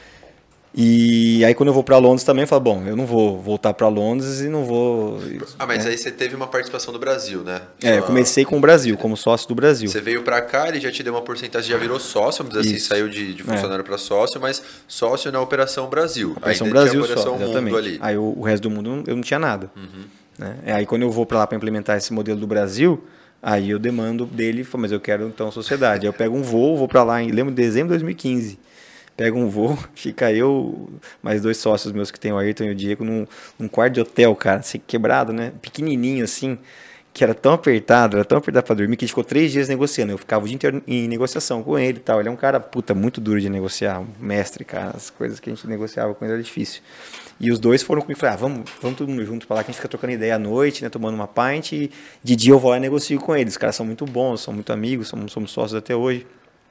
C: E aí quando eu vou para Londres também, eu falo, bom, eu não vou voltar para Londres e não vou...
B: Ah, mas
C: né?
B: aí você teve uma participação do Brasil, né?
C: É, eu comecei com o Brasil, como sócio do Brasil.
B: Você veio para cá, ele já te deu uma porcentagem, já virou sócio, vamos dizer
C: Isso.
B: assim, saiu de, de funcionário é. para sócio, mas sócio na Operação Brasil.
C: Operação
B: Ainda
C: Brasil
B: tinha Operação
C: só, exatamente.
B: Mundo ali.
C: Aí o, o resto do mundo eu não tinha nada.
B: Uhum.
C: Né? Aí quando eu vou para lá para implementar esse modelo do Brasil, aí eu demando dele, mas eu quero então sociedade. Aí eu pego um voo, vou para lá em, lembro, dezembro de dois mil e quinze. Pego um voo, fica eu, mais dois sócios meus que tem o Ayrton e o Diego, num, num quarto de hotel, cara, assim, quebrado, né? Pequenininho assim, que era tão apertado, era tão apertado pra dormir, que a gente ficou três dias negociando. Eu ficava o dia inteiro em negociação com ele e tal. Ele é um cara, puta, muito duro de negociar, um mestre, cara. As coisas que a gente negociava com ele era difícil. E os dois foram comigo e falaram, ah, vamos, vamos todo mundo junto pra lá, que a gente fica trocando ideia à noite, né? Tomando uma pint, e de dia eu vou lá e negocio com eles. Os caras são muito bons, são muito amigos, somos, somos sócios até hoje.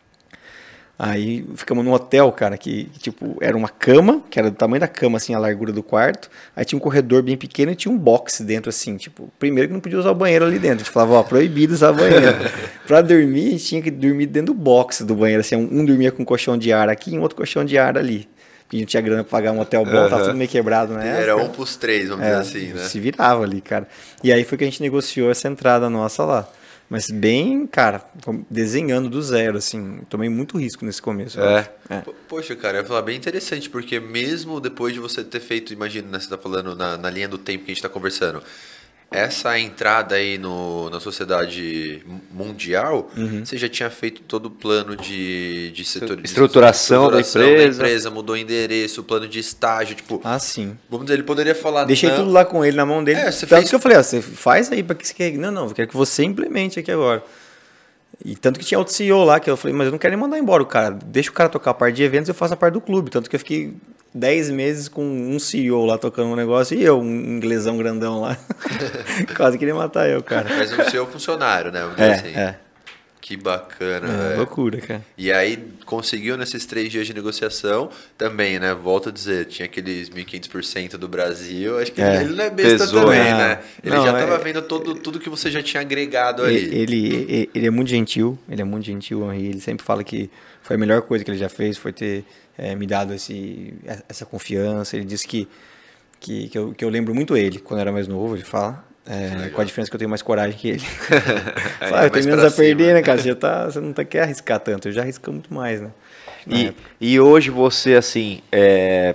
C: Aí ficamos num hotel, cara, que, que tipo, era uma cama, que era do tamanho da cama, assim, a largura do quarto. Aí tinha um corredor bem pequeno e tinha um box dentro, assim, tipo, primeiro que não podia usar o banheiro ali dentro. A gente falava, ó, proibido usar o banheiro. Pra dormir, a gente tinha que dormir dentro do box do banheiro, assim, um, um dormia com um colchão de ar aqui e um outro colchão de ar ali. Porque a gente não tinha grana pra pagar um hotel bom, uhum. Tava tudo meio quebrado, né?
B: Era um pros três, vamos
C: é,
B: dizer assim, né?
C: Se virava ali, cara. E aí foi que a gente negociou essa entrada nossa lá. Mas bem, cara, desenhando do zero, assim, tomei muito risco nesse começo.
A: É.
C: é.
B: Poxa, cara, eu ia falar bem interessante, porque mesmo depois de você ter feito, imagina, né, você tá falando na, na linha do tempo que a gente tá conversando, essa entrada aí no, na sociedade mundial, uhum. Você já tinha feito todo o plano de, de setor de
A: estruturação, da empresa.
B: da empresa, mudou o endereço, o plano de estágio, tipo...
C: Ah, sim.
B: Vamos dizer, ele poderia falar...
C: Deixei
B: não.
C: tudo lá com ele, na mão dele.
B: É, você
C: tanto
B: fez...
C: que eu falei, ó, você faz aí para que você quer... Não, não, eu quero que você implemente aqui agora. E tanto que tinha outro C E O lá, que eu falei, mas eu não quero nem mandar embora o cara. Deixa o cara tocar a parte de eventos, eu faço a parte do clube. Tanto que eu fiquei dez meses com um C E O lá tocando um negócio e eu, um inglesão grandão lá. Quase queria matar eu, cara.
B: Mas o seu funcionário, né? Vamos
C: é,
B: dizer assim.
C: é.
B: Que bacana,
C: É
B: velho.
C: loucura, cara.
B: E aí conseguiu nesses três dias de negociação também, né? Volto a dizer, tinha aqueles mil e quinhentos por cento do Brasil. Acho que
C: É,
B: ele, ele não é besta
A: pesou,
B: também,
C: né?
B: né? Ele
C: Não,
B: já tava
C: é-
B: vendo todo, tudo que você já tinha agregado ali.
C: Ele, ele, ele é muito gentil, ele é muito gentil, o Henri. Ele sempre fala que foi a melhor coisa que ele já fez, foi ter é, me dado esse, essa confiança. Ele disse que, que, que, eu, que eu lembro muito ele, quando eu era mais novo, ele fala. É, com a diferença que eu tenho mais coragem que ele.
B: Aí
C: Fala,
B: é
C: eu tenho
B: mais
C: menos
B: pra
C: a perder,
B: cima.
C: né, cara? Você, já tá, você não tá, quer arriscar tanto, eu já arrisco muito mais, né? Na
A: E,
C: época.
A: e hoje você, assim, é,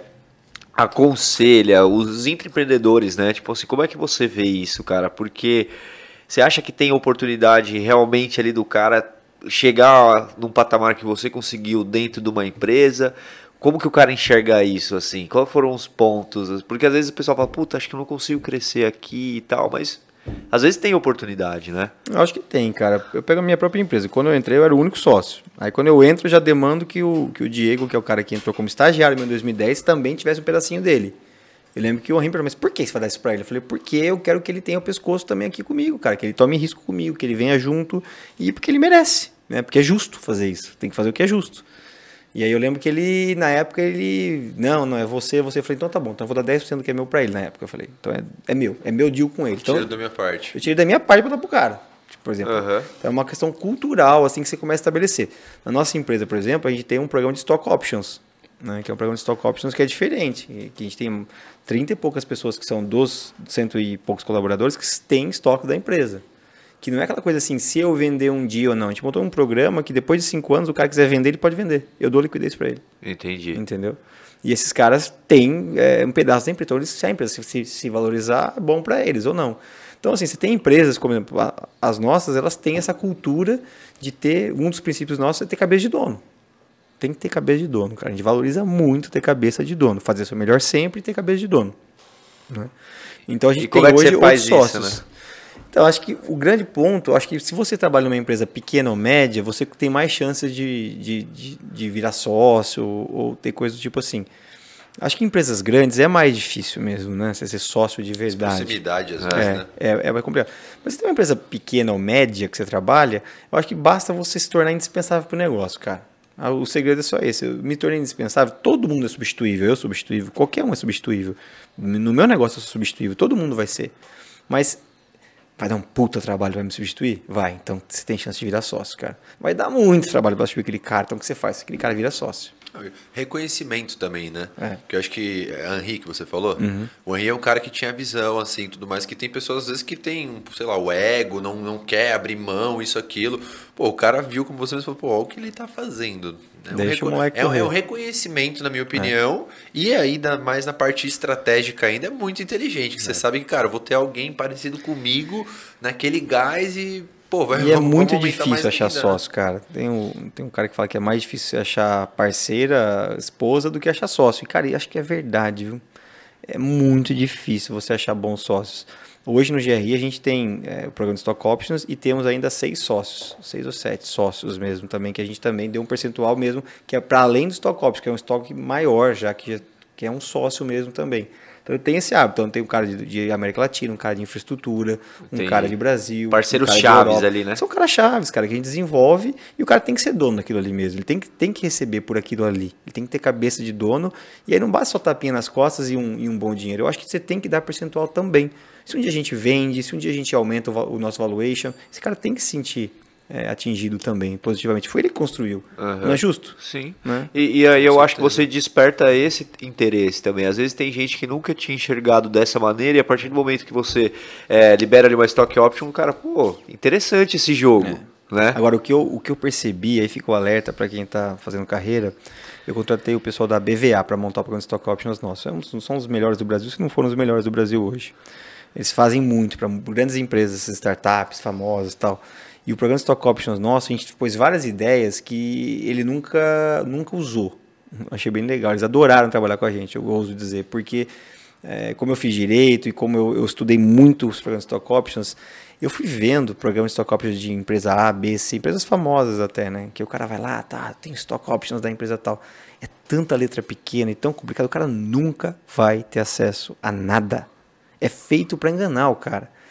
A: aconselha os empreendedores, né? Tipo assim, como é que você vê isso, cara? Porque você acha que tem oportunidade realmente ali do cara chegar num patamar que você conseguiu dentro de uma empresa? Como que o cara enxerga isso, assim? Quais foram os pontos? Porque às vezes o pessoal fala, puta, acho que eu não consigo crescer aqui e tal, mas às vezes tem oportunidade, né?
C: Eu acho que tem, cara. Eu pego a minha própria empresa. Quando eu entrei, eu era o único sócio. Aí quando eu entro, eu já demando que o, que o Diego, que é o cara que entrou como estagiário em dois mil e dez, também tivesse um pedacinho dele. Eu lembro que o Henri perguntou, mas por que você vai dar isso pra ele? Eu falei, porque eu quero que ele tenha o pescoço também aqui comigo, cara. Que ele tome risco comigo, que ele venha junto e porque ele merece, né? Porque é justo fazer isso. Tem que fazer o que é justo. E aí eu lembro que ele, na época, ele... Não, não, é você, você. Eu falei, então tá bom, então eu vou dar dez por cento do que é meu pra ele na época. Eu falei, então é, é meu, é meu deal com ele. Então,
B: Tiro da minha parte.
C: eu tirei da minha parte pra dar pro cara, tipo, por exemplo.
A: Aham.
C: Então é uma questão cultural, assim, que você começa a estabelecer. Na nossa empresa, por exemplo, a gente tem um programa de stock options, né? Que é um programa de stock options que é diferente. Que a gente tem trinta e poucas pessoas que são dos cento e poucos colaboradores que têm estoque da empresa. Que não é aquela coisa assim, se eu vender um dia ou não. A gente montou um programa que depois de cinco anos o cara quiser vender, ele pode vender. Eu dou liquidez para ele.
A: Entendi.
C: Entendeu? E esses caras têm é, um pedaço da empresa. Então, eles, se a empresa se, se valorizar, é bom para eles ou não. Então, assim, você tem empresas, como exemplo, as nossas, elas têm essa cultura de ter, um dos princípios nossos é ter cabeça de dono. Tem que ter cabeça de dono, cara. A gente valoriza muito ter cabeça de dono. Fazer o seu melhor sempre e ter cabeça de dono. Né? Então, a gente
A: E como
C: tem
A: é que
C: hoje
A: você faz
C: oito
A: isso,
C: sócios.
A: né?
C: Então, acho que o grande ponto, acho que se você trabalha numa empresa pequena ou média, você tem mais chances de, de, de, de virar sócio ou, ou ter coisa do tipo assim. Acho que em empresas grandes é mais difícil mesmo, né? Você ser sócio de verdade.
B: Proximidade, às
C: É,
B: vezes, né?
C: é, é mais complicado. Mas se tem uma empresa pequena ou média que você trabalha, eu acho que basta você se tornar indispensável para o negócio, cara. Ah, o segredo é só esse. Eu me tornei indispensável, todo mundo é substituível, eu sou substituível, qualquer um é substituível. No meu negócio eu sou substituível, todo mundo vai ser. Mas vai dar um puta trabalho para me substituir? Vai. Então você tem chance de virar sócio, cara. Vai dar muito trabalho para substituir aquele cara. Então o que você faz? Aquele cara vira sócio.
B: Reconhecimento também, né?
C: É.
B: Que eu acho que é Henri que você falou. O Henri é um cara que tinha visão, assim, tudo mais, que tem pessoas, às vezes, que tem, sei lá, o ego, não, não quer abrir mão, isso, aquilo. Pô, o cara viu, como você mesmo falou, pô, olha o que ele tá fazendo. É um,
C: Deixa
B: reco-
C: o moleque
B: é, um- é um
C: correr.
B: reconhecimento, na minha opinião, e ainda mais na parte estratégica ainda, é muito inteligente, que você sabe que, cara, eu vou ter alguém parecido comigo naquele gás e, pô, vai
C: E é
B: vamos-
C: muito
B: vamos aumentar mais
C: difícil achar
B: ainda, né?
C: sócio, cara. Tem um, tem um cara que fala que é mais difícil você achar parceira, esposa, do que achar sócio. E, cara, eu acho que é verdade, viu? É muito difícil você achar bons sócios. Hoje no G R I a gente tem é, o programa de Stock Options e temos ainda seis sócios, seis ou sete sócios mesmo também, que a gente também deu um percentual mesmo, que é para além do Stock Options, que é um estoque maior já, que, já, que é um sócio mesmo também. Então tem esse hábito, então tem um cara de, de América Latina, um cara de infraestrutura, um
A: Tem
C: cara de Brasil,
A: parceiros
C: um cara de
A: chaves
C: Europa.
A: ali, né?
C: São caras chaves, cara, que a gente desenvolve e o cara tem que ser dono daquilo ali mesmo. Ele tem que, tem que receber por aquilo ali. Ele tem que ter cabeça de dono e aí não basta só tapinha nas costas e um, e um bom dinheiro. Eu acho que você tem que dar percentual também. Se um dia a gente vende, se um dia a gente aumenta o, va- o nosso valuation, esse cara tem que se sentir é, atingido também, positivamente. Foi ele que construiu.
A: Aham.
C: Não é justo?
A: Sim.
C: Né?
A: E, e aí eu
B: Com
A: acho que
B: certeza.
A: você desperta esse interesse também. Às vezes tem gente que nunca tinha enxergado dessa maneira e a partir do momento que você é, libera ali uma stock option, o cara, pô, interessante esse jogo, né?
C: Agora, o que eu, o que eu percebi, aí fica o alerta para quem está fazendo carreira, eu contratei o pessoal da B V A para montar o programa de Stock Options nosso. É um dos- São os melhores do Brasil, se não foram os melhores do Brasil hoje. Eles fazem muito para grandes empresas, essas startups famosas e tal. E o programa de Stock Options nosso, a gente pôs várias ideias que ele nunca, nunca usou. Achei bem legal. Eles adoraram trabalhar com a gente, eu ouso dizer, porque é, como eu fiz direito e como eu, eu estudei muito os programas de Stock Options, eu fui vendo programas de Stock Options de empresa A, B, C, empresas famosas até, né? Que o cara vai lá, tá, tem Stock Options da empresa tal. É tanta letra pequena e tão complicado, o cara nunca vai ter acesso a nada. É feito para enganar o cara.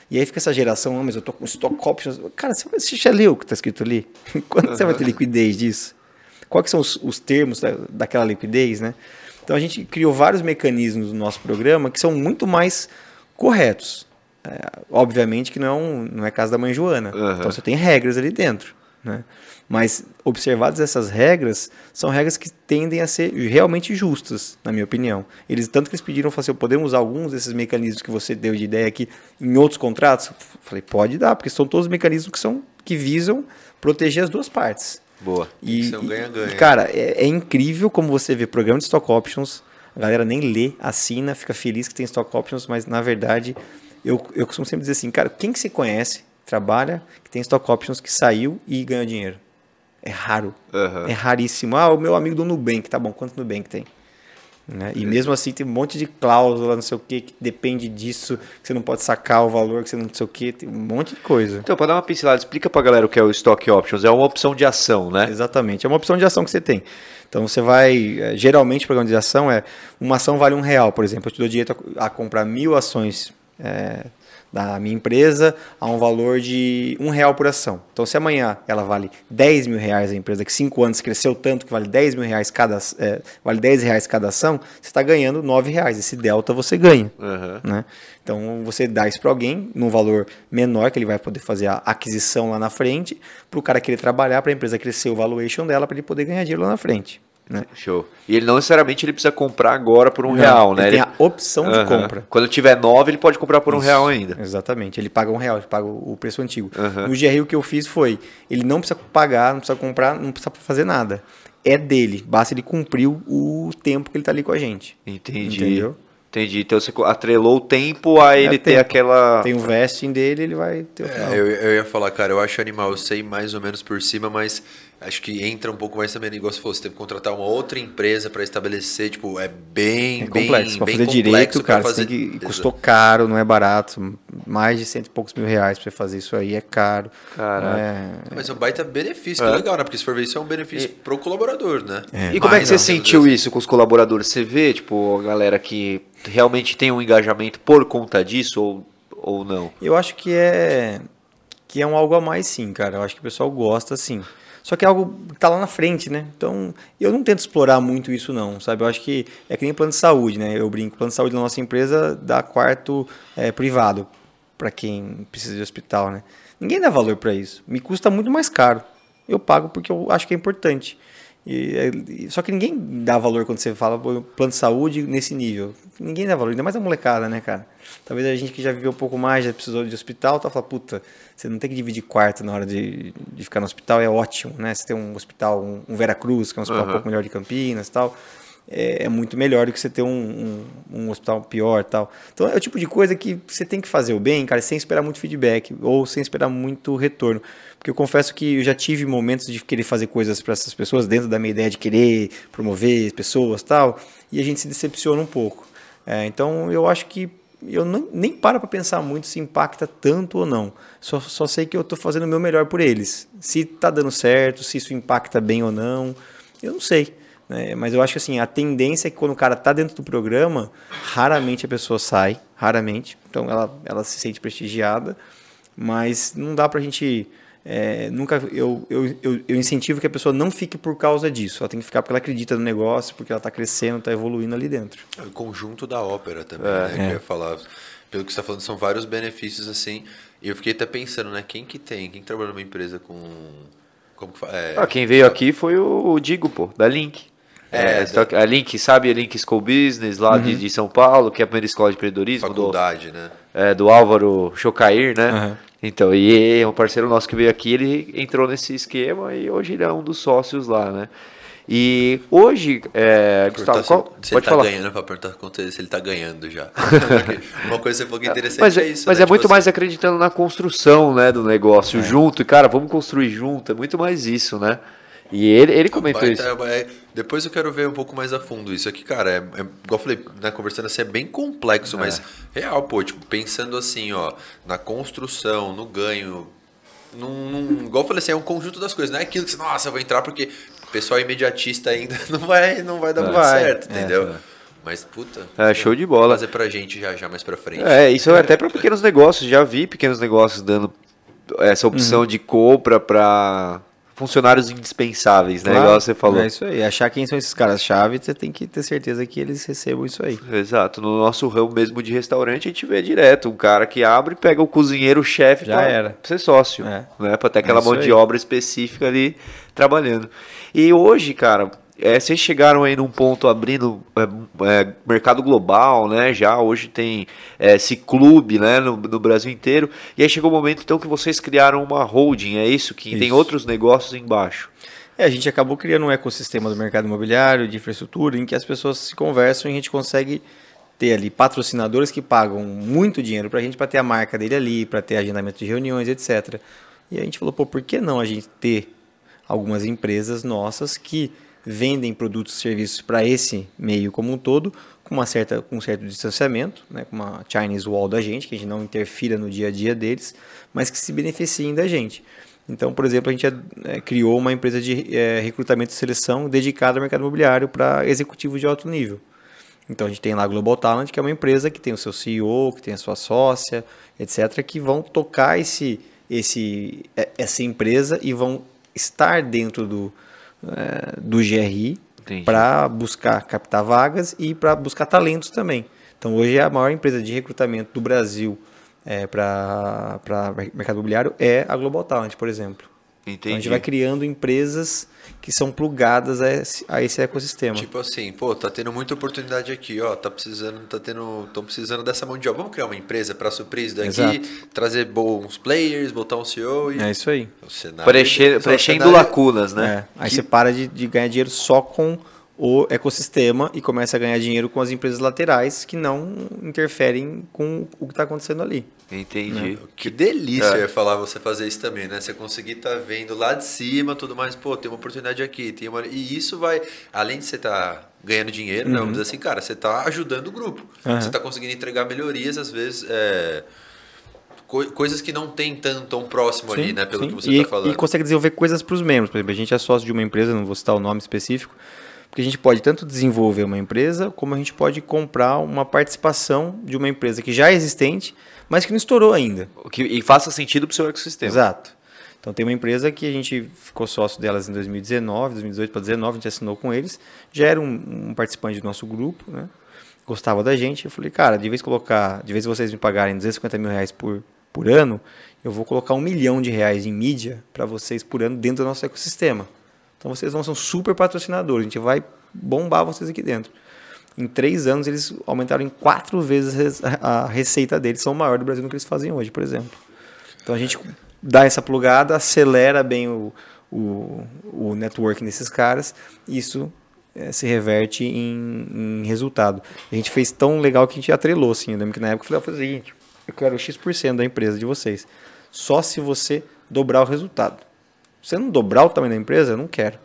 C: E aí fica essa geração, ah, mas eu tô com stock options. Cara, você, você já leu o que está escrito ali? Quando uhum. você vai ter liquidez disso? Quais são os, os termos da, daquela liquidez, né? Então a gente criou vários mecanismos no nosso programa que são muito mais corretos. É, obviamente que não é, um, não é casa da mãe Joana. Uhum. Então você tem regras ali dentro, né? Mas observadas essas regras, são regras que tendem a ser realmente justas, na minha opinião. Eles, tanto que eles pediram, falaram assim, podemos usar alguns desses mecanismos que você deu de ideia aqui em outros contratos? Eu falei, pode dar, porque são todos mecanismos que, são, que visam proteger as duas partes.
B: Boa.
C: E,
B: Isso é um ganha-ganha.
C: E, cara, é, é incrível como você vê programa de stock options, a galera nem lê, assina, fica feliz que tem stock options, mas na verdade, eu, eu costumo sempre dizer assim, cara, quem que você conhece, trabalha, que tem stock options, que saiu e ganhou dinheiro? É raro, uhum. é raríssimo. Ah, o meu amigo do Nubank, tá bom, quanto Nubank tem? Né? E é. mesmo assim tem um monte de cláusula, não sei o que, que depende disso, que você não pode sacar o valor, que você não sei o que, tem um monte de coisa.
A: Então, para dar uma pincelada, explica pra galera o que é o Stock Options. É uma opção de ação, né?
C: Exatamente, é uma opção de ação que você tem. Então você vai, geralmente o programa de ação é, uma ação vale um real, por exemplo, eu te dou direito a, a comprar mil ações é, da minha empresa a um valor de um real por ação. Então, se amanhã ela vale dez mil reais a empresa, que cinco anos cresceu tanto que vale dez mil reais cada, é, vale dez reais cada ação, você está ganhando nove reais. Esse delta você ganha. Uhum. Né? Então, você dá isso para alguém num valor menor, que ele vai poder fazer a aquisição lá na frente, para o cara querer trabalhar, para a empresa crescer o valuation dela, para ele poder ganhar dinheiro lá na frente. Né?
A: Show. E ele não necessariamente ele precisa comprar agora por um não, real, né?
C: Ele tem
A: ele...
C: a opção uhum. de compra.
A: Quando tiver nove, ele pode comprar por Isso, um real ainda.
C: Exatamente. Ele paga um real, ele paga o preço antigo. Uhum. No G R I o que eu fiz foi, ele não precisa pagar, não precisa comprar, não precisa fazer nada. É dele, basta ele cumprir o tempo que ele está ali com a gente.
A: Entendi.
C: Entendeu?
A: Entendi. Então você atrelou o tempo a ele é ter tempo. aquela...
C: Tem o vesting dele, ele vai ter o
B: final. É, eu, eu ia falar, cara, eu acho animal, eu sei mais ou menos por cima, mas acho que entra um pouco mais também no negócio. Você teve que contratar uma outra empresa para estabelecer, tipo, é bem,
C: é
B: bem
C: complexo. Para fazer direito, cara, fazer... Tem que... custou caro, não é barato. Mais de cento e poucos mil reais para você fazer isso aí é caro.
A: Caraca.
C: É...
B: Mas é um baita benefício, que é legal, né? Porque se for ver isso é um benefício e... pro colaborador, né?
A: É. E como é que você sentiu isso com os colaboradores? Você vê, tipo, a galera que realmente tem um engajamento por conta disso ou, ou não?
C: Eu acho que é que é um algo a mais, sim, cara. Eu acho que o pessoal gosta, sim. Só que é algo que tá lá na frente, né? Então, eu não tento explorar muito isso, não, sabe? Eu acho que é que nem plano de saúde, né? Eu brinco, plano de saúde da nossa empresa dá quarto é, privado para quem precisa de hospital, né? Ninguém dá valor para isso. Me custa muito mais caro. Eu pago porque eu acho que é importante. E, só que ninguém dá valor quando você fala plano de saúde nesse nível. Ninguém dá valor, ainda mais a molecada, né, cara? Talvez a gente que já viveu um pouco mais, já precisou de hospital, tá falando, puta, você não tem que dividir quarto na hora de, de ficar no hospital, é ótimo, né? Você tem um hospital, um, um Vera Cruz, que é um hospital uhum. um pouco melhor de Campinas e tal. É, é muito melhor do que você ter um, um, um hospital pior e tal. Então é o tipo de coisa que você tem que fazer o bem, cara, sem esperar muito feedback ou sem esperar muito retorno. Porque eu confesso que eu já tive momentos de querer fazer coisas para essas pessoas dentro da minha ideia de querer promover pessoas e tal, e a gente se decepciona um pouco. É, então eu acho que eu não, nem paro para pensar muito se impacta tanto ou não. Só, só sei que eu estou fazendo o meu melhor por eles. Se está dando certo, se isso impacta bem ou não, eu não sei. É, mas eu acho que assim, a tendência é que quando o cara está dentro do programa, raramente a pessoa sai, raramente. Então ela, ela se sente prestigiada, mas não dá para a gente... É, nunca, eu, eu, eu, eu incentivo que a pessoa não fique por causa disso. Ela tem que ficar porque ela acredita no negócio, porque ela está crescendo, está evoluindo ali dentro.
B: É o conjunto da ópera também,
C: é,
B: né?
C: É.
B: Que eu ia falar. Pelo que você está falando, são vários benefícios assim. E eu fiquei até pensando, né? Quem que tem? Quem que trabalha numa empresa com... Como que fala? É,
A: ah, quem veio aqui foi o Digo, pô, da Link. É, é da... a Link, sabe? A Link School Business, lá uhum. de, de São Paulo, que é a primeira escola de empreendedorismo.
B: Faculdade,
A: do,
B: né?
A: É, do Álvaro Chocair, né?
C: Uhum.
A: Então, e é um parceiro nosso que veio aqui, ele entrou nesse esquema e hoje ele é um dos sócios lá, né? E hoje, é, Gustavo,
B: se,
A: qual,
B: se
A: pode
B: ele tá
A: falar.
B: ganhando, para perguntar quanto se ele tá ganhando já. Uma coisa que você falou que é interessante
A: mas,
B: é isso.
A: Mas
B: né?
A: é
B: tipo
A: muito
B: assim,
A: mais acreditando na construção, né, do negócio
C: é.
A: junto. E, cara, vamos construir junto, é muito mais isso, né? E ele, ele comentou
B: Rapaz,
A: isso.
B: É, é, depois eu quero ver um pouco mais a fundo isso aqui, cara. É, é, igual eu falei, né, conversando assim, é bem complexo, é. mas real, pô, tipo, pensando assim, ó, na construção, no ganho, num, num, igual eu falei assim, é um conjunto das coisas, não é aquilo que você, nossa, eu vou entrar porque o pessoal imediatista ainda não vai, não vai dar
C: não
B: muito
C: vai.
B: certo, entendeu?
C: É, é.
B: Mas, puta...
A: É, show de bola.
B: Fazer pra gente já, já mais pra frente.
A: É, isso é até para pequenos negócios. Já vi pequenos negócios dando essa opção uhum. de compra para funcionários indispensáveis, né?
C: Claro,
A: Igual você falou.
C: É isso aí. Achar quem são esses caras-chave, você tem que ter certeza que eles recebam isso aí.
A: Exato. No nosso ramo mesmo de restaurante, a gente vê direto um cara que abre, pega o cozinheiro, o chefe para ser sócio. É. Né? Para ter aquela é mão de obra específica ali trabalhando. E hoje, cara... É, vocês chegaram aí num ponto abrindo é, é, mercado global, né? Já hoje tem é, esse clube, né, no, no Brasil inteiro. E aí chegou o momento então que vocês criaram uma holding, é isso? Que isso. Tem outros negócios embaixo.
C: É, a gente acabou criando um ecossistema do mercado imobiliário, de infraestrutura, em que as pessoas se conversam e a gente consegue ter ali patrocinadores que pagam muito dinheiro para a gente, para ter a marca dele ali, para ter agendamento de reuniões, etcétera. E a gente falou, pô, por que não a gente ter algumas empresas nossas que vendem produtos e serviços para esse meio como um todo, com, uma certa, com um certo distanciamento, né, com uma Chinese Wall da gente, que a gente não interfira no dia a dia deles, mas que se beneficiem da gente. Então, por exemplo, a gente é, criou uma empresa de é, recrutamento e seleção dedicada ao mercado imobiliário para executivos de alto nível. Então, a gente tem lá a Global Talent, que é uma empresa que tem o seu C E O, que tem a sua sócia, etcétera, que vão tocar esse, esse, essa empresa e vão estar dentro do do G R I para buscar captar vagas e para buscar talentos também. Então hoje a maior empresa de recrutamento do Brasil é, para mercado imobiliário é a Global Talent, por exemplo.
B: Entendi.
C: Então a gente vai criando empresas que são plugadas a esse, a esse ecossistema.
B: Tipo assim, pô, tá tendo muita oportunidade aqui, ó, tá precisando, tá tendo, tão precisando dessa mão de obra. Vamos criar uma empresa para suprir isso daqui, Exato. Trazer bons players, botar um C E O e...
C: É isso aí.
A: Preencher, preenchendo lacunas, né?
C: É. Aí que... você para de, de ganhar dinheiro só com o ecossistema e começa a ganhar dinheiro com as empresas laterais que não interferem com o que está acontecendo ali.
A: Entendi.
B: Né? Que delícia, é. eu ia falar, você fazer isso também, né? Você conseguir estar tá vendo lá de cima, tudo mais, pô, tem uma oportunidade aqui, tem uma... E isso vai, além de você estar tá ganhando dinheiro, uhum. né? Vamos dizer assim, cara, você está ajudando o grupo. Uhum. Você está conseguindo entregar melhorias, às vezes, é... Co coisas que não tem tanto tão próximo sim, ali, né? Pelo sim. que você está falando.
C: E consegue desenvolver coisas para os membros. Por exemplo, a gente é sócio de uma empresa, não vou citar o nome específico, porque a gente pode tanto desenvolver uma empresa, como a gente pode comprar uma participação de uma empresa que já é existente, mas que não estourou ainda.
A: Que, e faça sentido para o seu ecossistema.
C: Exato. Então tem uma empresa que a gente ficou sócio delas em dois mil e dezenove, dois mil e dezoito para dois mil e dezenove, a gente assinou com eles, já era um, um participante do nosso grupo, né? Gostava da gente. Eu falei, cara, de vez colocar, de vez vocês me pagarem duzentos e cinquenta mil reais por, por ano, eu vou colocar um milhão de reais em mídia para vocês por ano dentro do nosso ecossistema. Então vocês vão ser um super patrocinador, a gente vai bombar vocês aqui dentro. Em três anos eles aumentaram em quatro vezes a receita deles, são o maior do Brasil do que eles fazem hoje, por exemplo. Então a gente dá essa plugada, acelera bem o, o, o network desses caras, e isso é, se reverte em, em resultado. A gente fez tão legal que a gente atrelou, assim. Eu lembro que na época eu falei, o seguinte, eu quero X por cento da empresa de vocês, só se você dobrar o resultado. Se você não dobrar o tamanho da empresa, eu não quero.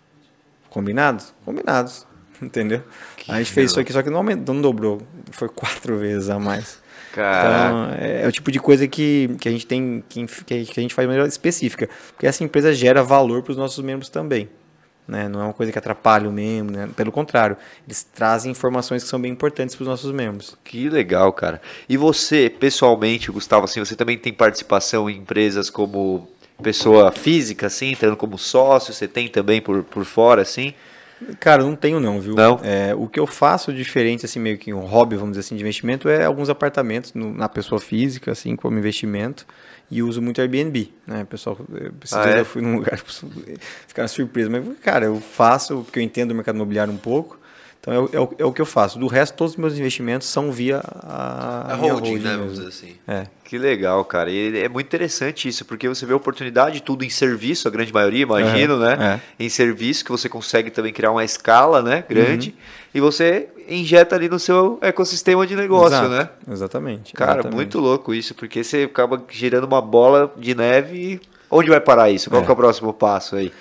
C: Combinados? Combinados. Entendeu? Que a gente fez isso aqui, só que não, aumentou, não dobrou. Foi quatro vezes a mais. Então, é, é o tipo de coisa que, que a gente tem, que, que a gente faz melhor específica. Porque essa empresa gera valor para os nossos membros também. Né? Não é uma coisa que atrapalha o membro, né? Pelo contrário, eles trazem informações que são bem importantes para os nossos membros.
A: Que legal, cara. E você, pessoalmente, Gustavo, assim, você também tem participação em empresas como pessoa física, assim, entrando como sócio, você tem também por, por fora, assim?
C: Cara, não tenho não, viu?
A: Não?
C: É, o que eu faço diferente, assim, meio que um hobby, vamos dizer assim, de investimento, é alguns apartamentos no, na pessoa física, assim, como investimento, e uso muito Airbnb, né? Pessoal, esses
A: ah,
C: dias
A: é?
C: eu fui num lugar, ficaram surpresos, mas, cara, eu faço, porque eu entendo o mercado imobiliário um pouco, então é o, é, o, é o que eu faço. Do resto, todos os meus investimentos são via a,
B: a, a holding, holding, né? Vamos dizer assim.
C: É.
A: Que legal, cara. E é muito interessante isso, porque você vê a oportunidade, tudo em serviço, a grande maioria, imagino, uhum, né? É. Em serviço, que você consegue também criar uma escala, né, grande, uhum, e você injeta ali no seu ecossistema de negócio,
C: Exato,
A: né?
C: Exatamente.
A: Cara,
C: exatamente.
A: Muito louco isso, porque você acaba girando uma bola de neve e onde vai parar isso? Qual é. que é o próximo passo aí?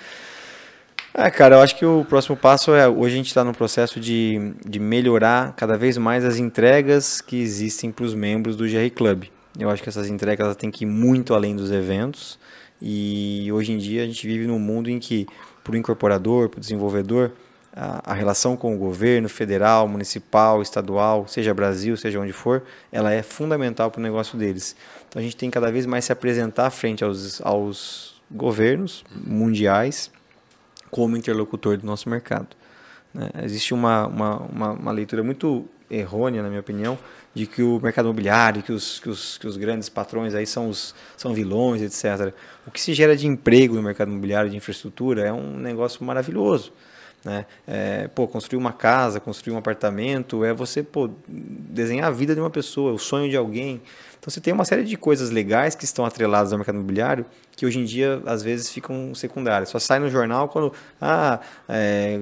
C: É, cara, eu acho que o próximo passo é, hoje a gente está no processo de, de melhorar cada vez mais as entregas que existem para os membros do G R Club. Eu acho que essas entregas elas têm que ir muito além dos eventos, e hoje em dia a gente vive num mundo em que, para o incorporador, para o desenvolvedor, a, a relação com o governo federal, municipal, estadual, seja Brasil, seja onde for, ela é fundamental para o negócio deles. Então a gente tem que cada vez mais se apresentar frente aos, aos governos mundiais como interlocutor do nosso mercado. Né? Existe uma, uma, uma, uma leitura muito errônea, na minha opinião, de que o mercado imobiliário, que os, que os, que os grandes patrões aí são, os, são vilões, etcétera. O que se gera de emprego no mercado imobiliário, de infraestrutura, é um negócio maravilhoso. Né? É, pô, construir uma casa, construir um apartamento, é você pô, desenhar a vida de uma pessoa, o sonho de alguém. Então você tem uma série de coisas legais que estão atreladas ao mercado imobiliário que hoje em dia às vezes ficam secundárias. Só sai no jornal quando ah, é,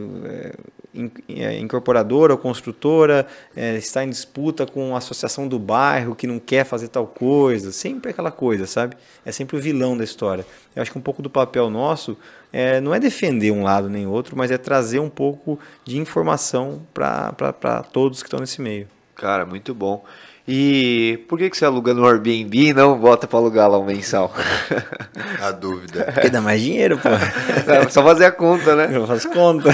C: é, incorporadora ou construtora é, está em disputa com a associação do bairro que não quer fazer tal coisa. Sempre aquela coisa, sabe? É sempre o vilão da história. Eu acho que um pouco do papel nosso é, não é defender um lado nem outro, mas é trazer um pouco de informação para todos que estão nesse meio.
A: Cara, muito bom. E por que, que você aluga no Airbnb e não bota para alugar lá o mensal?
B: A dúvida.
C: Porque dá mais dinheiro, pô.
A: É só fazer a conta, né?
C: Eu faço conta.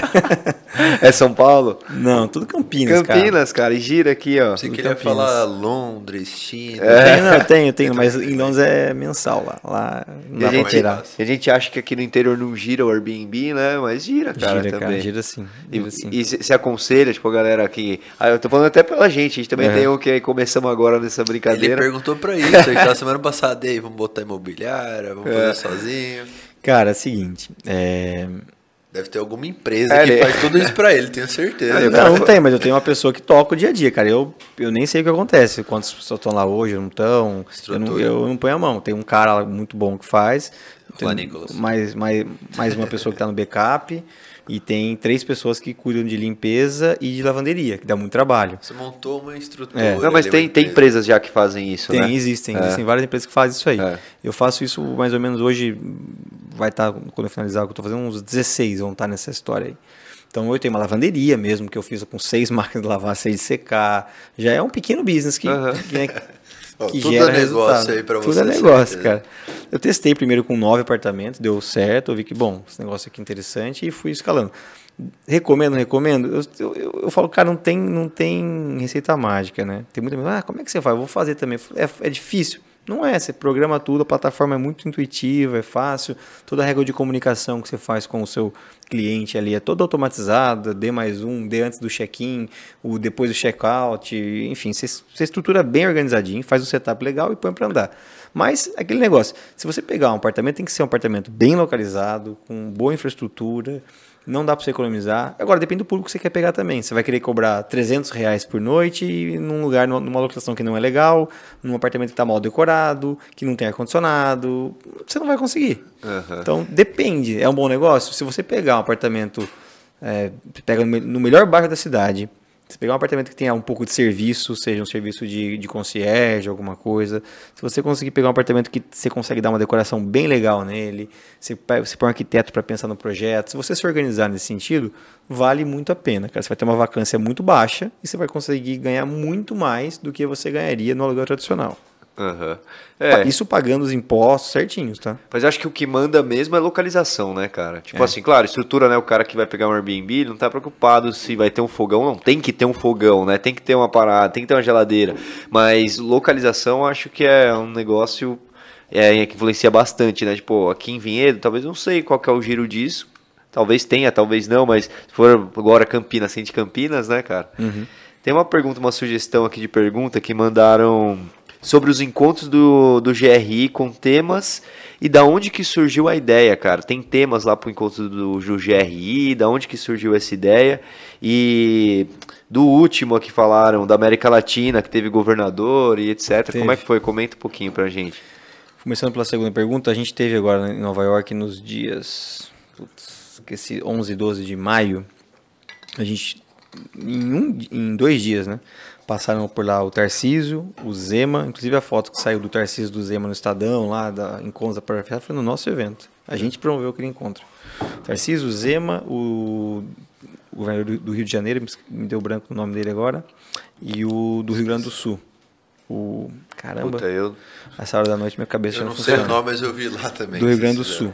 A: É São Paulo?
C: Não, tudo Campinas, cara.
A: Campinas, cara, e gira aqui, ó.
B: Você queria
C: Campinas.
B: falar Londres, China.
C: É. Tenho, não, tenho, tenho, mas em Londres é mensal lá. Lá não
A: E a,
C: dá pra
A: gente,
C: tirar.
A: a gente acha que aqui no interior não gira o Airbnb, né? Mas gira, cara,
C: Gira,
A: também.
C: cara, gira sim. Gira
A: E,
C: sim.
A: e se aconselha, tipo, a galera aqui. Ah, eu tô falando até pela gente, a gente também
C: É.
A: tem um que aí começamos agora nessa
B: Ele
A: brincadeira.
B: perguntou pra isso, ele tava semana passada, aí, vamos botar imobiliária, vamos fazer sozinho.
C: Cara, é o seguinte, é...
B: Deve ter alguma empresa
A: É,
B: que
A: ele-
B: faz tudo isso pra ele, tenho certeza.
A: Aí, o
C: Não,
A: cara-
C: não tem, mas eu tenho uma pessoa que toca o dia a dia, cara. Eu, eu nem sei o que acontece, quantas pessoas estão lá hoje, não estão. Eu não,
B: Estrutura.
C: eu não ponho a mão. Tem um cara lá muito bom que faz. Tem
B: Juan Nicolas.
C: mais, mais, mais uma pessoa que está no backup. E tem três pessoas que cuidam de limpeza e de lavanderia, que dá muito trabalho.
B: Você montou uma estrutura.
C: É.
A: Não, mas
B: ali,
A: tem,
B: uma
A: tem
B: empresa.
A: empresas já que fazem isso,
C: Tem,
A: né?
C: existem.
A: É.
C: Existem várias empresas que fazem isso aí.
A: É.
C: Eu faço isso mais ou menos hoje, vai estar, quando eu finalizar o que eu estou fazendo, uns dezesseis vão estar nessa história aí. Então eu tenho uma lavanderia mesmo, que eu fiz com seis máquinas de lavar, seis de secar. Já é um pequeno business que,
A: Aham.
C: que, né,
B: Ó,
C: que
B: tudo
C: gera
B: é negócio
C: resultado.
B: aí pra
C: Tudo
B: você,
C: é negócio,
B: certeza.
C: cara. Eu testei primeiro com nove apartamentos, deu certo, eu vi que, bom, esse negócio aqui é interessante e fui escalando. Recomendo, recomendo. Eu, eu, eu falo, cara, não tem, não tem receita mágica, né? Tem muita gente, ah, como é que você faz? Eu vou fazer também. É, é difícil. Não é, você programa tudo, a plataforma é muito intuitiva, é fácil, toda a regra de comunicação que você faz com o seu cliente ali é toda automatizada, D mais um, D antes do check-in, o depois do check-out, enfim, você, você estrutura bem organizadinho, faz um setup legal e põe para andar. Mas, aquele negócio, se você pegar um apartamento, tem que ser um apartamento bem localizado, com boa infraestrutura, não dá para você economizar. Agora, depende do público que você quer pegar também. Você vai querer cobrar trezentos reais por noite e num lugar, numa locação que não é legal, num apartamento que está mal decorado, que não tem ar-condicionado. Você não vai conseguir.
A: Aham.
C: Então, depende. É um bom negócio? Se você pegar um apartamento, é, pega no me- no melhor bairro da cidade, se pegar um apartamento que tenha um pouco de serviço, seja um serviço de, de concierge, alguma coisa, se você conseguir pegar um apartamento que você consegue dar uma decoração bem legal nele, você, pe- você põe um arquiteto para pensar no projeto, se você se organizar nesse sentido, vale muito a pena, cara. Você vai ter uma vacância muito baixa e você vai conseguir ganhar muito mais do que você ganharia no aluguel tradicional.
A: Aham.
C: Pa-
A: É,
C: Isso pagando os impostos certinhos, tá?
A: mas eu acho que o que manda mesmo é localização, né, cara? Tipo
C: É.
A: assim, claro, estrutura, né? O cara que vai pegar um Airbnb, ele não tá preocupado se vai ter um fogão, não. Tem que ter um fogão, né? Tem que ter uma parada, tem que ter uma geladeira. Mas localização, eu acho que é um negócio é, que influencia bastante, né? Tipo, aqui em Vinhedo, talvez não sei qual que é o giro disso. Talvez tenha, talvez não, mas se for agora Campinas, sem de Campinas, né, cara? Tem uma pergunta, uma sugestão aqui de pergunta que mandaram sobre os encontros do, do G R I com temas e da onde que surgiu a ideia, cara. Tem temas lá pro encontro do, do G R I, da onde que surgiu essa ideia. E do último aqui falaram, da América Latina, que teve governador e etcétera. Como é que foi? Comenta um pouquinho pra gente.
C: Começando pela segunda pergunta, a gente teve agora em Nova York nos dias putz, esqueci, onze e doze de maio, a gente, em, um, em dois dias, né, passaram por lá o Tarcísio, o Zema, inclusive a foto que saiu do Tarcísio do Zema no Estadão, lá da Encontros da Parafernália, foi no nosso evento. A gente promoveu aquele encontro. Tarcísio, o Zema, o, o governador do, do Rio de Janeiro, me deu branco o nome dele agora, e o do Rio Grande do Sul. O, caramba,
A: Puta, eu...
C: essa hora da noite minha cabeça
B: Eu
C: não
B: não sei
C: funciona.
B: o nome, mas eu vi lá também.
C: Do Rio
B: que
C: Grande do
B: vocês
C: Sul.
B: fizeram.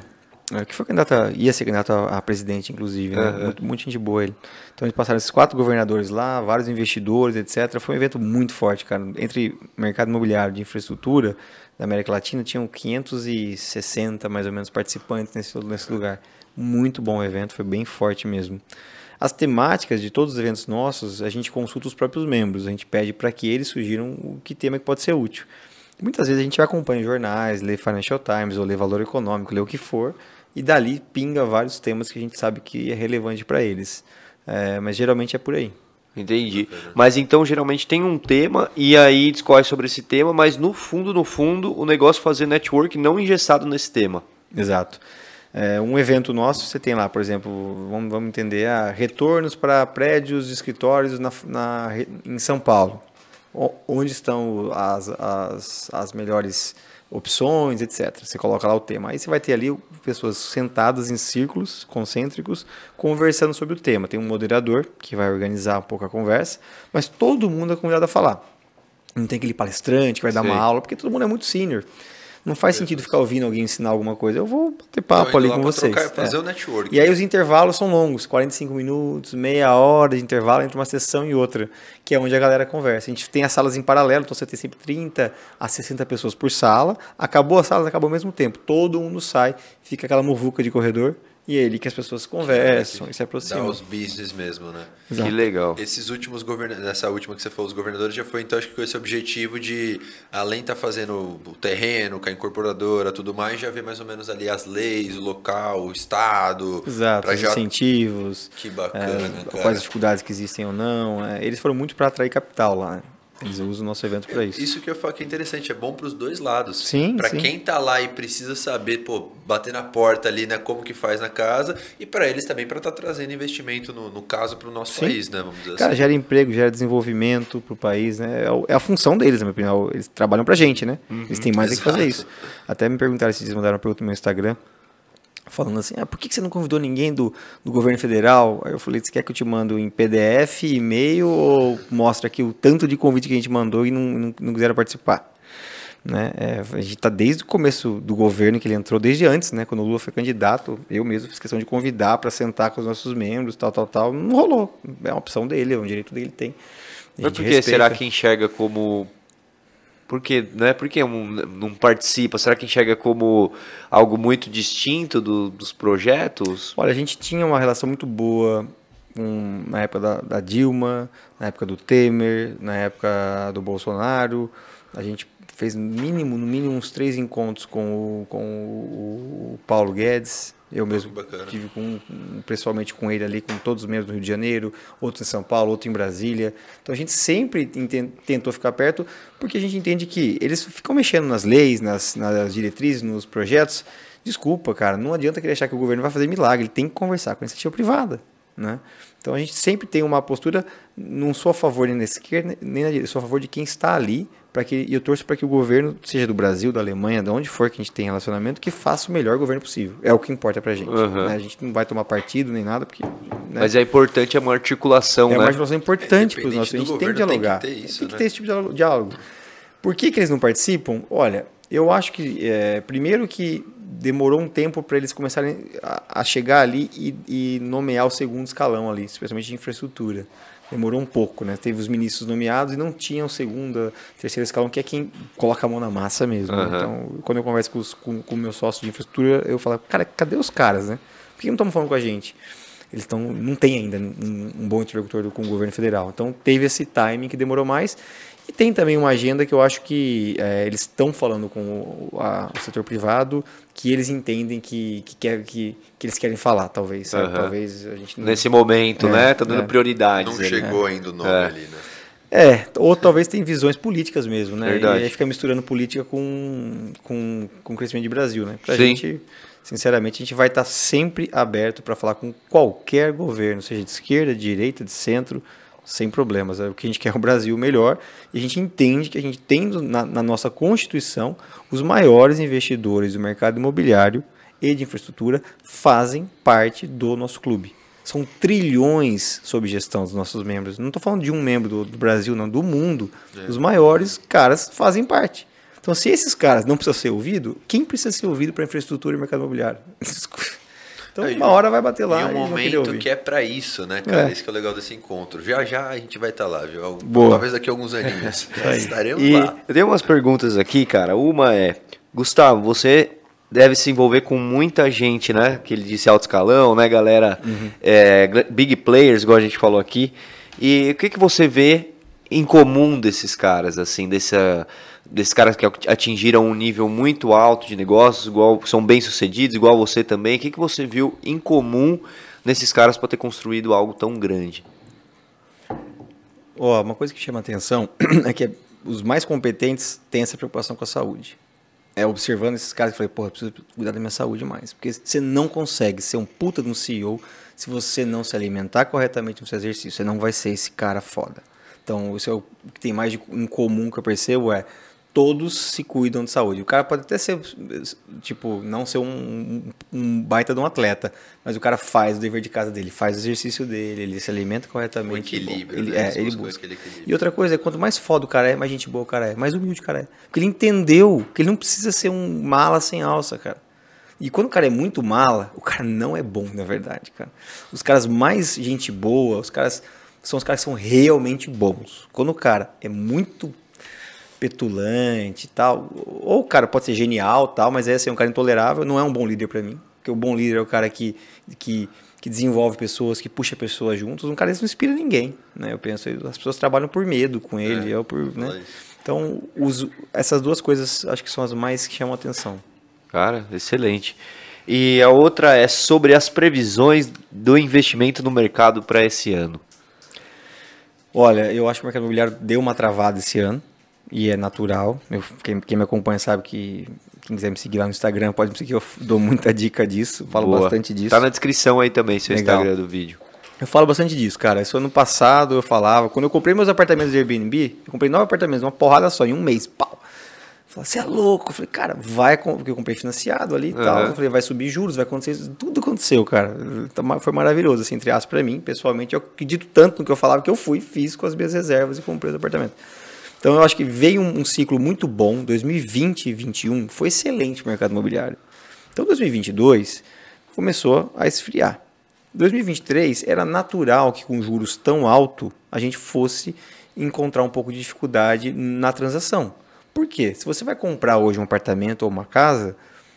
C: É, que foi candidato a, ia ser candidato a, a presidente, inclusive, né?
A: Uhum.
C: Muito, muito gente boa ele. Então eles passaram esses quatro governadores lá, vários investidores, etcétera. Foi um evento muito forte, cara. Entre mercado imobiliário de infraestrutura da América Latina, tinham quinhentos e sessenta, mais ou menos, participantes nesse, nesse lugar. Muito bom o evento, foi bem forte mesmo. As temáticas de todos os eventos nossos, a gente consulta os próprios membros. A gente pede para que eles sugiram o que tema que pode ser útil. Muitas vezes a gente acompanha jornais, lê Financial Times, ou lê Valor Econômico, lê o que for, e dali pinga vários temas que a gente sabe que é relevante para eles. É, mas geralmente é por aí.
A: Entendi. Mas então geralmente tem um tema e aí discorre sobre esse tema, mas no fundo, no fundo, o negócio é fazer network não engessado nesse tema.
C: Exato. É, um evento nosso, você tem lá, por exemplo, vamos, vamos entender, ah, retornos para prédios, escritórios na, na, em São Paulo. O, onde estão as, as, as melhores opções, etcétera. Você coloca lá o tema. Aí você vai ter ali pessoas sentadas em círculos concêntricos conversando sobre o tema. Tem um moderador que vai organizar um pouco a conversa, mas todo mundo é convidado a falar. Não tem aquele palestrante que vai dar
A: Sei.
C: uma aula, porque todo mundo é muito senior. Não faz sentido ficar ouvindo alguém ensinar alguma coisa. Eu vou bater papo
B: Então,
C: ali
B: indo lá
C: com
B: pra
C: vocês.
B: trocar, fazer
C: É.
B: o network.
C: E aí
B: né?
C: os intervalos são longos, quarenta e cinco minutos, meia hora de intervalo entre uma sessão e outra, que é onde a galera conversa. A gente tem as salas em paralelo, então você tem sempre trinta a sessenta pessoas por sala. Acabou a sala, acabou ao mesmo tempo. Todo mundo sai, fica aquela muvuca de corredor, e é ali que as pessoas conversam e se
B: Dá
C: aproximam.
B: os business mesmo, né?
C: Exato.
A: Que legal.
B: Esses últimos governadores, nessa última que você falou, os governadores já foi, então, acho que com esse objetivo de, além de estar fazendo o terreno, com a incorporadora, tudo mais, já ver mais ou menos ali as leis, o local, o estado.
C: Exato,
B: pra
C: os
B: já...
C: incentivos,
B: Que bacana,
C: é,
B: cara.
C: quais as dificuldades que existem ou não. É, eles foram muito para atrair capital lá, né? Eles usam o nosso evento para isso.
B: Isso que eu falo que é interessante, é bom para os dois lados.
C: Sim,
B: Para
C: sim.
B: quem tá lá e precisa saber, pô, bater na porta ali, né, como que faz na casa, e para eles também para estar trazendo investimento, no, no caso, para o nosso
C: Sim.
B: país, né, vamos dizer
C: Cara,
B: assim.
C: gera emprego, gera desenvolvimento para o país, né? É o- É a função deles, na minha opinião. Eles trabalham pra gente, né? Eles têm mais é que fazer
B: exato.
C: isso. Até me perguntaram se eles mandaram uma pergunta no meu Instagram, falando assim, ah, por que que você não convidou ninguém do, do governo federal? Aí eu falei, você quer que eu te mando em P D F, e-mail, ou mostra aqui o tanto de convite que a gente mandou e não, não, não quiseram participar? Né? É, a gente está desde o começo do governo, que ele entrou desde antes, né? Quando o Lula foi candidato, eu mesmo fiz questão de convidar para sentar com os nossos membros, tal, tal, tal. Não rolou. É uma opção dele, é um direito dele, tem. A
A: Mas
C: gente
A: por que
C: respeita.
A: será que enxerga como... Por que, né? Por que um- não participa? Será que enxerga como algo muito distinto do- dos projetos?
C: Olha, a gente tinha uma relação muito boa com, na época da, da Dilma, na época do Temer, na época do Bolsonaro. A gente fez mínimo, no mínimo uns três encontros com o, com o Paulo Guedes. Eu mesmo
B: bacana.
C: tive com, com- pessoalmente com ele ali, com todos os membros do Rio de Janeiro, outros em São Paulo, outro em Brasília. Então a gente sempre inten- tentou ficar perto, porque a gente entende que eles ficam mexendo nas leis, nas, nas diretrizes, nos projetos. Desculpa, cara, não adianta querer achar que o governo vai fazer milagre, ele tem que conversar com a iniciativa privada, né? Então a gente sempre tem uma postura, não sou a favor nem da esquerda, nem da direita, sou a favor de quem está ali, para que, e eu torço para que o governo, seja do Brasil, da Alemanha, de onde for que a gente tem relacionamento, que faça o melhor governo possível. É o que importa pra gente.
A: Uhum.
C: Né? A gente não vai tomar partido nem nada, porque... Né?
A: Mas é importante é uma articulação,
C: É uma
A: né?
C: articulação importante
B: É,
C: para os nossos. A gente
B: independente
C: tem
B: do
C: que
B: governo,
C: dialogar.
B: tem que ter isso,
C: tem que
B: né?
C: ter esse tipo de diálogo. Por que, que eles não participam? Olha, eu acho que, é, primeiro que demorou um tempo para eles começarem a, a chegar ali e, e nomear o segundo escalão ali, especialmente de infraestrutura. Demorou um pouco, né? Teve os ministros nomeados e não tinha o segundo, terceiro escalão, que é quem coloca a mão na massa mesmo. né?
A: Uhum.
C: Então, quando eu converso com, os, com, com o meu sócio de infraestrutura, eu falo, cara, cadê os caras, né? Por que não estão falando com a gente? Eles estão, não tem ainda um, um bom interlocutor do- com o governo federal. Então, teve esse timing que demorou mais. E tem também uma agenda que eu acho que é, eles estão falando com o, a- o setor privado, que eles entendem que, que, quer, que, que eles querem falar, talvez. sabe?
A: Uhum.
C: Talvez a gente não...
A: Nesse momento,
C: É,
A: né? Tá dando
C: é.
A: prioridades.
B: Não
A: ali.
B: chegou ainda o nome
A: É.
B: ali, né?
C: É, ou talvez tem visões políticas mesmo, né?
A: Verdade.
C: E aí fica misturando política com, com, com o crescimento de Brasil, né? Pra
A: Sim.
C: gente, sinceramente, a gente vai estar sempre aberto para falar com qualquer governo, seja de esquerda, de direita, de centro, sem problemas. O que a gente quer é um Brasil melhor e a gente entende que a gente tem na, na nossa Constituição os maiores investidores do mercado imobiliário e de infraestrutura fazem parte do nosso clube. São trilhões sob gestão dos nossos membros. Não estou falando de um membro do, do Brasil, não, do mundo. Os maiores caras fazem parte. Então, se esses caras não precisam ser ouvidos, quem precisa ser ouvido para infraestrutura e mercado imobiliário? Então,
B: Aí,
C: uma hora vai bater lá.
B: E um
C: e
B: momento que é pra isso, né, cara?
C: É.
B: Esse que é o legal desse encontro. Já já a gente vai estar lá, viu?
C: Boa.
B: Talvez daqui a alguns aninhos. Estaremos
A: E
B: lá.
A: eu tenho umas perguntas aqui, cara. Uma é, Gustavo, você deve se envolver com muita gente, né? Que ele disse alto escalão, né, galera?
C: Uhum.
A: É, big players, igual a gente falou aqui. E o que, que você vê em comum desses caras, assim, dessa, desses caras que atingiram um nível muito alto de negócios, igual são bem-sucedidos, igual você também. O que, que você viu em comum nesses caras para ter construído algo tão grande?
C: Ó, uma coisa que chama atenção é que os mais competentes têm essa preocupação com a saúde. É observando esses caras que eu falei, porra, eu preciso cuidar da minha saúde mais. Porque você não consegue ser um puta de um C E O se você não se alimentar corretamente no seu exercício. Você não vai ser esse cara foda. Então, isso é o que tem mais de, em comum que eu percebo é todos se cuidam de saúde. O cara pode até ser, tipo, não ser um, um baita de um atleta, mas o cara faz o dever de casa dele, faz o exercício dele, ele se alimenta corretamente.
B: O equilíbrio,
C: ele,
B: né?
C: é, ele busca.
B: Equilíbrio.
C: E outra coisa é, quanto mais foda o cara é, mais gente boa o cara é, mais humilde o cara é. Porque ele entendeu que ele não precisa ser um mala sem alça, cara. E quando o cara é muito mala, o cara não é bom, na verdade, cara. Os caras mais gente boa, os caras são os caras que são realmente bons. Quando o cara é muito petulante e tal, ou o cara pode ser genial tal, mas é assim, um cara intolerável, não é um bom líder pra mim. Porque o bom líder é o cara que, que, que desenvolve pessoas, que puxa pessoas juntos. Um cara desse não inspira ninguém, né? Eu penso, as pessoas trabalham por medo com ele, é, por, né? Então, os, essas duas coisas acho que são as mais que chamam a atenção.
A: Cara, excelente. E a outra é sobre as previsões do investimento no mercado para esse ano.
C: Olha, eu acho que o mercado imobiliário deu uma travada esse ano, e é natural. Eu, quem, quem me acompanha sabe que quem quiser me seguir lá no Instagram pode me seguir, eu dou muita dica disso, falo
A: Boa.
C: bastante disso.
A: Tá na descrição aí também, seu
C: Legal.
A: Instagram do vídeo.
C: Eu falo bastante disso, cara. Isso ano passado eu falava, quando eu comprei meus apartamentos de Airbnb, eu comprei nove apartamentos, uma porrada só, em um mês, pau. Eu falei, você é louco? Eu falei, cara, vai, porque eu comprei financiado ali e uhum. tal. Eu falei, vai subir juros, vai acontecer isso. Tudo aconteceu, cara. Foi maravilhoso, assim, entre aspas, pra mim. Pessoalmente, eu acredito tanto no que eu falava que eu fui, fiz com as minhas reservas e comprei os apartamentos. Então, eu acho que veio um, um ciclo muito bom. dois mil e vinte e dois mil e vinte e um foi excelente o mercado imobiliário. Então, dois mil e vinte e dois começou a esfriar. dois mil e vinte e três era natural que com juros tão altos a gente fosse encontrar um pouco de dificuldade na transação. Por quê? Se você vai comprar hoje um apartamento ou uma casa,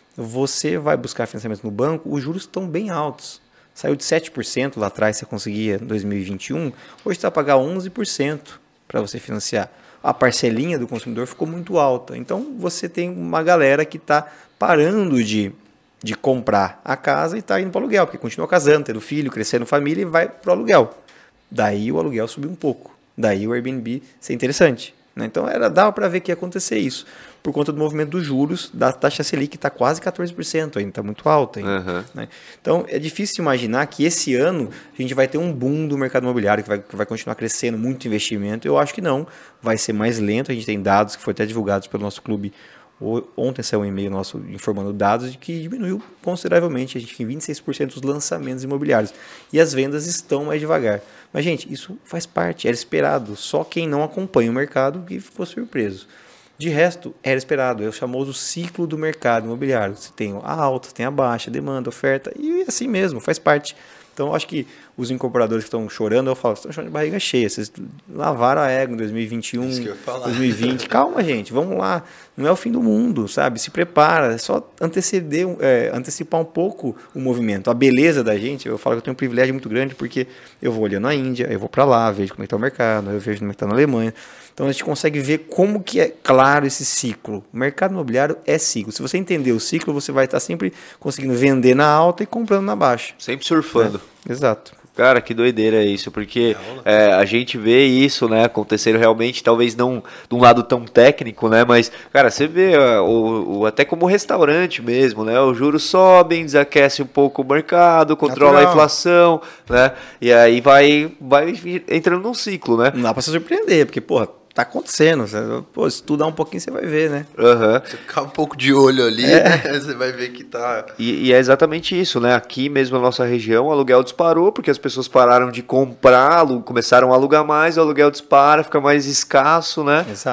C: você vai buscar financiamento no banco, os juros estão bem altos. Saiu de sete por cento lá atrás, você conseguia em dois mil e vinte e um, hoje está a pagar onze por cento para você financiar. A parcelinha do consumidor ficou muito alta. Então você tem uma galera que está parando de, de comprar a casa e está indo para o aluguel, porque continua casando, tendo filho, crescendo família e vai para o aluguel. Daí o aluguel subiu um pouco. Daí o Airbnb ser interessante. Então era, dava para ver que ia acontecer isso, por conta do movimento dos juros, da taxa Selic que está quase quatorze por cento ainda, está muito alta ainda,
A: uhum.
C: né? Então é difícil imaginar que esse ano a gente vai ter um boom do mercado imobiliário, que vai, que vai continuar crescendo, muito investimento. Eu acho que não, vai ser mais lento. A gente tem dados que foram até divulgados pelo nosso clube. Ontem saiu um e-mail nosso informando dados de que diminuiu consideravelmente. A gente tem vinte e seis por cento dos lançamentos imobiliários e as vendas estão mais devagar. Mas, gente, isso faz parte, era esperado. Só quem não acompanha o mercado que ficou surpreso. De resto, era esperado. É o famoso ciclo do mercado imobiliário. Você tem a alta, tem a baixa, demanda, oferta, e assim mesmo, faz parte. Então, acho que os incorporadores que estão chorando, eu falo, estão chorando de barriga cheia. Vocês lavaram a égua em dois mil e vinte e um, dois mil e vinte. Calma, gente, vamos lá. Não é o fim do mundo, sabe? Se prepara, é só anteceder, é, antecipar um pouco o movimento. A beleza da gente, eu falo que eu tenho um privilégio muito grande, porque eu vou olhando a Índia, eu vou para lá, vejo como é que está o mercado, eu vejo como é que está na Alemanha. Então, a gente consegue ver como que é claro esse ciclo. O mercado imobiliário é ciclo. Se você entender o ciclo, você vai estar sempre conseguindo vender na alta e comprando na baixa.
A: Sempre surfando.
C: É, exato.
A: Cara, que doideira isso, porque é, a gente vê isso, né, acontecendo realmente, talvez não de um lado tão técnico, né, mas, cara, você vê o, o, até como restaurante mesmo, né, os juros sobem, desaquece um pouco o mercado, controla Natural. a inflação, né, e aí vai, vai entrando num ciclo, né.
C: Não dá pra se surpreender, porque, porra, tá acontecendo. Pô, se estudar um pouquinho, você vai ver, né?
A: Uhum.
B: Você ficar um pouco de olho ali, é. né? Você vai ver que tá...
A: E, e é exatamente isso, né? Aqui mesmo na nossa região, o aluguel disparou, porque as pessoas pararam de comprar, começaram a alugar mais, o aluguel dispara, fica mais escasso, né?
C: Exato.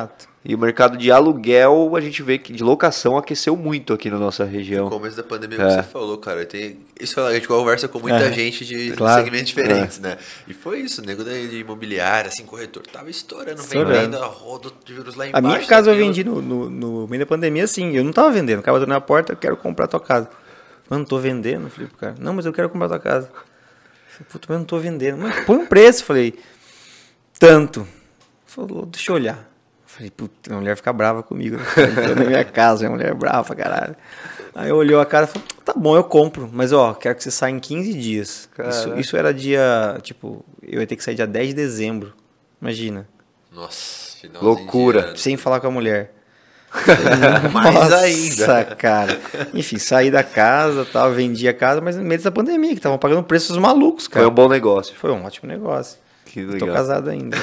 A: E o mercado de aluguel, a gente vê que de locação aqueceu muito aqui na nossa
B: No
A: região.
B: começo da pandemia,
A: É.
B: como você falou, cara, tem, isso a gente conversa com muita
C: É,
B: gente de
C: claro.
B: segmentos diferentes, né? E foi isso, o nego da- de imobiliária, assim, corretor, tava estourando,
C: Estourando.
B: vendendo a roda de juros lá
C: A
B: embaixo.
C: minha casa eu
B: daquilo.
C: vendi no, no, no meio da pandemia, assim. Eu não tava vendendo. O cara bateu na porta, eu quero comprar a tua casa. Mano, tô vendendo. Eu falei pro cara, não, mas eu quero comprar a tua casa. Eu falei, puta, mas eu não tô vendendo. Mas põe um preço. Eu falei, tanto. Ele falou, deixa eu olhar. Eu falei, puta, minha mulher fica brava comigo. Eu tô na minha casa, minha mulher é brava, caralho. Aí olhou a cara e falou, tá bom, eu compro. Mas, ó, quero que você saia em quinze dias. Isso,
A: Caraca.
C: isso era dia, tipo, eu ia ter que sair dia dez de dezembro. Imagina.
B: Nossa, finalzinho
A: Loucura.
B: de ano.
C: Sem falar com a mulher.
B: Mais
C: Nossa,
B: ainda.
C: cara. Enfim, saí da casa, tal, vendi a casa, mas no meio dessa pandemia, que estavam pagando preços malucos,
A: Foi
C: cara.
A: um bom negócio.
C: Foi um ótimo negócio.
A: Que
C: Tô
A: legal.
C: casado ainda.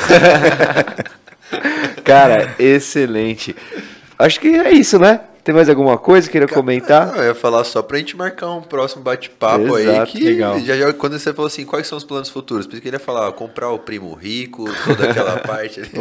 A: Cara, excelente. Acho que é isso, né? Tem mais alguma coisa que queira comentar?
B: Não, eu ia falar só pra gente marcar um próximo bate-papo aí.
A: Exato,
B: Que
C: legal.
B: Já, já, quando você falou assim, quais são os planos futuros? Pensei que ele ia falar, ó, comprar o primo rico, toda aquela parte ali.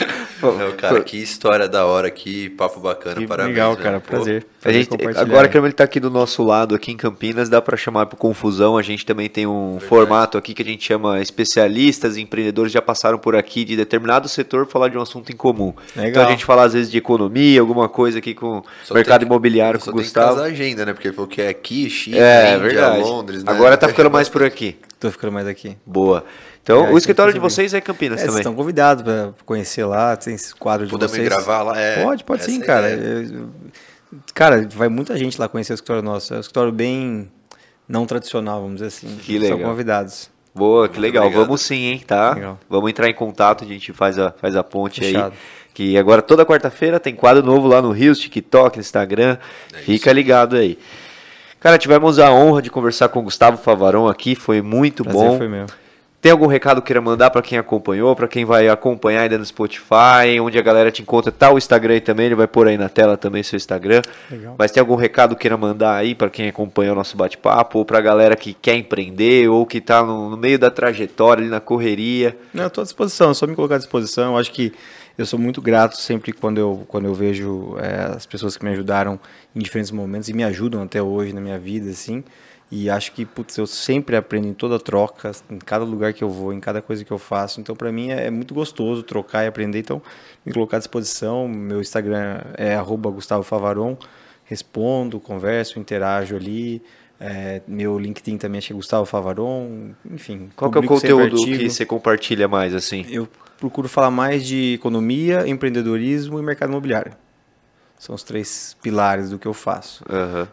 C: Ô,
B: Não, cara, que história da hora aqui, papo bacana,
C: que
B: parabéns.
C: legal,
B: né?
C: cara.
B: Pô,
C: Prazer.
A: A
C: Prazer
A: gente,
C: compartilhar.
A: agora que ele tá aqui do nosso lado, aqui em Campinas, dá para chamar por confusão. A gente também tem um formato aqui que a gente chama especialistas, empreendedores já passaram por aqui de determinado setor falar de um assunto em comum.
C: Legal.
A: Então a gente fala às vezes de economia, alguma coisa aqui com o
B: Só
A: mercado
B: tem que-
A: imobiliário
B: só
A: com o
B: tem que
A: Gustavo.
B: casar a agenda, né? Porque ele falou que é aqui, China,
A: É,
B: Índia,
A: verdade.
B: Londres, né?
A: Agora tá ficando mais por aqui.
C: Tô ficando mais aqui.
A: Boa. Então,
C: É,
A: o escritório de
C: sempre
A: vocês é em Campinas
C: É, vocês
A: também.
C: estão convidados para conhecer lá, tem esse quadro de
B: Podemos
C: vocês.
B: gravar lá? É,
C: Pode, pode
B: essa
C: sim,
B: é a
C: cara.
B: ideia.
C: Eu- cara, vai muita gente lá conhecer o escritório nosso. É um escritório bem não tradicional, vamos dizer assim.
A: Que legal.
C: São convidados.
A: Boa, que
B: Muito
A: legal.
B: obrigado.
A: Vamos sim, hein, tá?
C: Legal.
A: Vamos entrar em contato, a gente faz a, faz a ponte
C: Fechado.
A: aí. Que agora toda quarta-feira tem quadro novo lá no Rios, TikTok, Instagram.
B: É
A: Fica
B: isso.
A: ligado aí. Cara, tivemos a honra de conversar com o Gustavo Favaron aqui, foi muito
C: Prazer
A: bom.
C: foi meu.
A: Tem algum recado que queira mandar para quem acompanhou, para quem vai acompanhar ainda no Spotify, onde a galera te encontra? Tá o Instagram aí também, ele vai pôr aí na tela também seu Instagram.
C: Legal.
A: Mas tem algum recado que queira mandar aí para quem acompanha o nosso bate-papo, ou para a galera que quer empreender, ou que tá no, no meio da trajetória, ali na correria?
C: Não, eu estou à disposição, é só me colocar à disposição. Eu acho que eu sou muito grato sempre quando eu, quando eu vejo é, as pessoas que me ajudaram em diferentes momentos e me ajudam até hoje na minha vida, assim. E acho que, putz, eu sempre aprendo em toda troca, em cada lugar que eu vou, em cada coisa que eu faço. Então, para mim, é, é muito gostoso trocar e aprender. Então, me colocar à disposição. Meu Instagram é arroba Gustavo Favaron. Respondo, converso, interajo ali. É, meu LinkedIn também é Gustavo Favaron. Enfim.
A: Qual que é o
C: publico sempre
A: conteúdo
C: artigo.
A: que você compartilha mais, assim?
C: Eu procuro falar mais de economia, empreendedorismo e mercado imobiliário. São os três pilares do que eu faço.
A: Aham.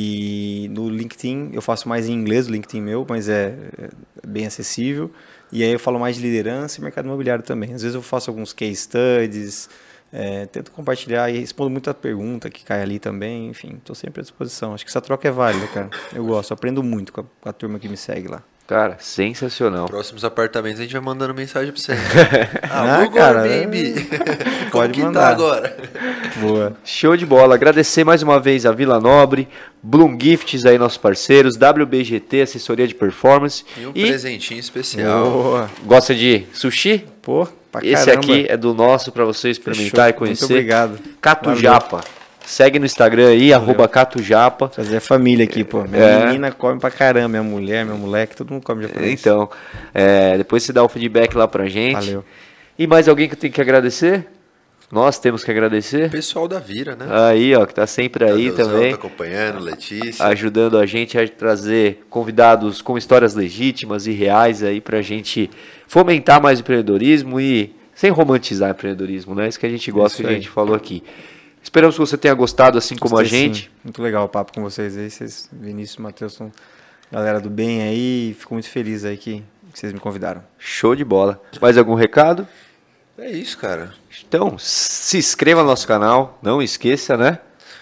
C: E no LinkedIn, eu faço mais em inglês, o LinkedIn meu, mas é, é bem acessível. E aí eu falo mais de liderança e mercado imobiliário também. Às vezes eu faço alguns case studies, é, tento compartilhar e respondo muita pergunta que cai ali também. Enfim, estou sempre à disposição. Acho que essa troca é válida, cara. Eu gosto, aprendo muito com a, com a turma que me segue lá.
A: Cara, sensacional.
B: Próximos apartamentos a gente vai mandando mensagem pra você.
C: Ah,
B: Alô,
C: cara,
B: baby! Como
C: pode
B: que
C: mandar.
B: tá agora?
C: Boa.
A: Show de bola. Agradecer mais uma vez a Vila Nobre, Bloom Gifts aí, nossos parceiros, W B G T, assessoria de performance.
B: E um
A: E
B: presentinho especial.
C: Boa.
A: gosta de sushi?
C: Pô, pra
A: Esse
C: caramba.
A: aqui é do nosso para você experimentar
C: Fechou.
A: e conhecer.
C: Muito obrigado.
A: Catujapa. Segue no Instagram aí, arroba Catujapa.
C: Trazer a família aqui, pô. Minha
A: É.
C: menina come pra caramba, minha mulher, meu moleque, todo mundo come japonês.
A: Então, é, depois você dá o feedback lá pra gente.
C: Valeu.
A: E mais alguém que eu tenho que agradecer? Nós temos que agradecer.
B: Pessoal da Vira, né?
A: Aí, ó, que tá sempre aí
B: Tadeuzão
A: também.
B: Tá acompanhando, Letícia.
A: Ajudando a gente a trazer convidados com histórias legítimas e reais aí pra gente fomentar mais o empreendedorismo e sem romantizar o empreendedorismo, né? Isso que a gente gosta,
C: Isso
A: que a
C: aí.
A: gente falou aqui. Esperamos que você tenha gostado, assim como a
C: Gostei,
A: gente.
C: sim. Muito legal o papo com vocês aí. Vocês, Vinícius e Matheus, são galera do bem aí. Fico muito feliz aí que que vocês me convidaram.
A: Show de bola. Mais algum recado?
B: É isso, cara.
A: Então, se inscreva no nosso canal, não esqueça, né?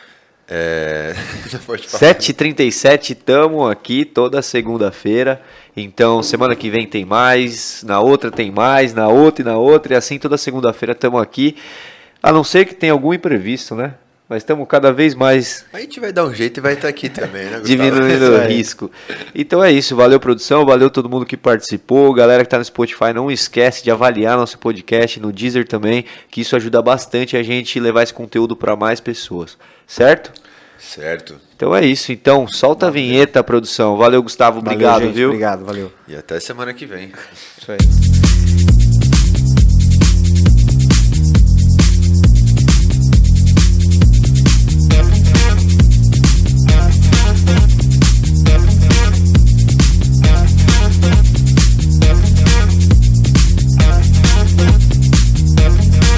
B: É... Pode falar.
A: sete e trinta e sete, tamo aqui toda segunda-feira. Então, semana que vem tem mais, na outra tem mais, na outra e na outra, e assim toda segunda-feira tamo aqui. A não ser que tenha algum imprevisto, né? Mas estamos cada vez mais
B: A gente vai dar um jeito e vai estar aqui também, né, Gustavo?
A: diminuindo o risco. Então é isso, valeu produção, valeu todo mundo que participou, galera que está no Spotify, não esquece de avaliar nosso podcast no Deezer também, que isso ajuda bastante a gente levar esse conteúdo para mais pessoas, certo?
B: Certo.
A: Então é isso, então solta valeu. A vinheta, produção. Valeu, Gustavo,
C: Valeu,
A: obrigado,
C: gente,
A: viu?
C: Obrigado, valeu.
B: E até semana que vem.
C: Isso aí.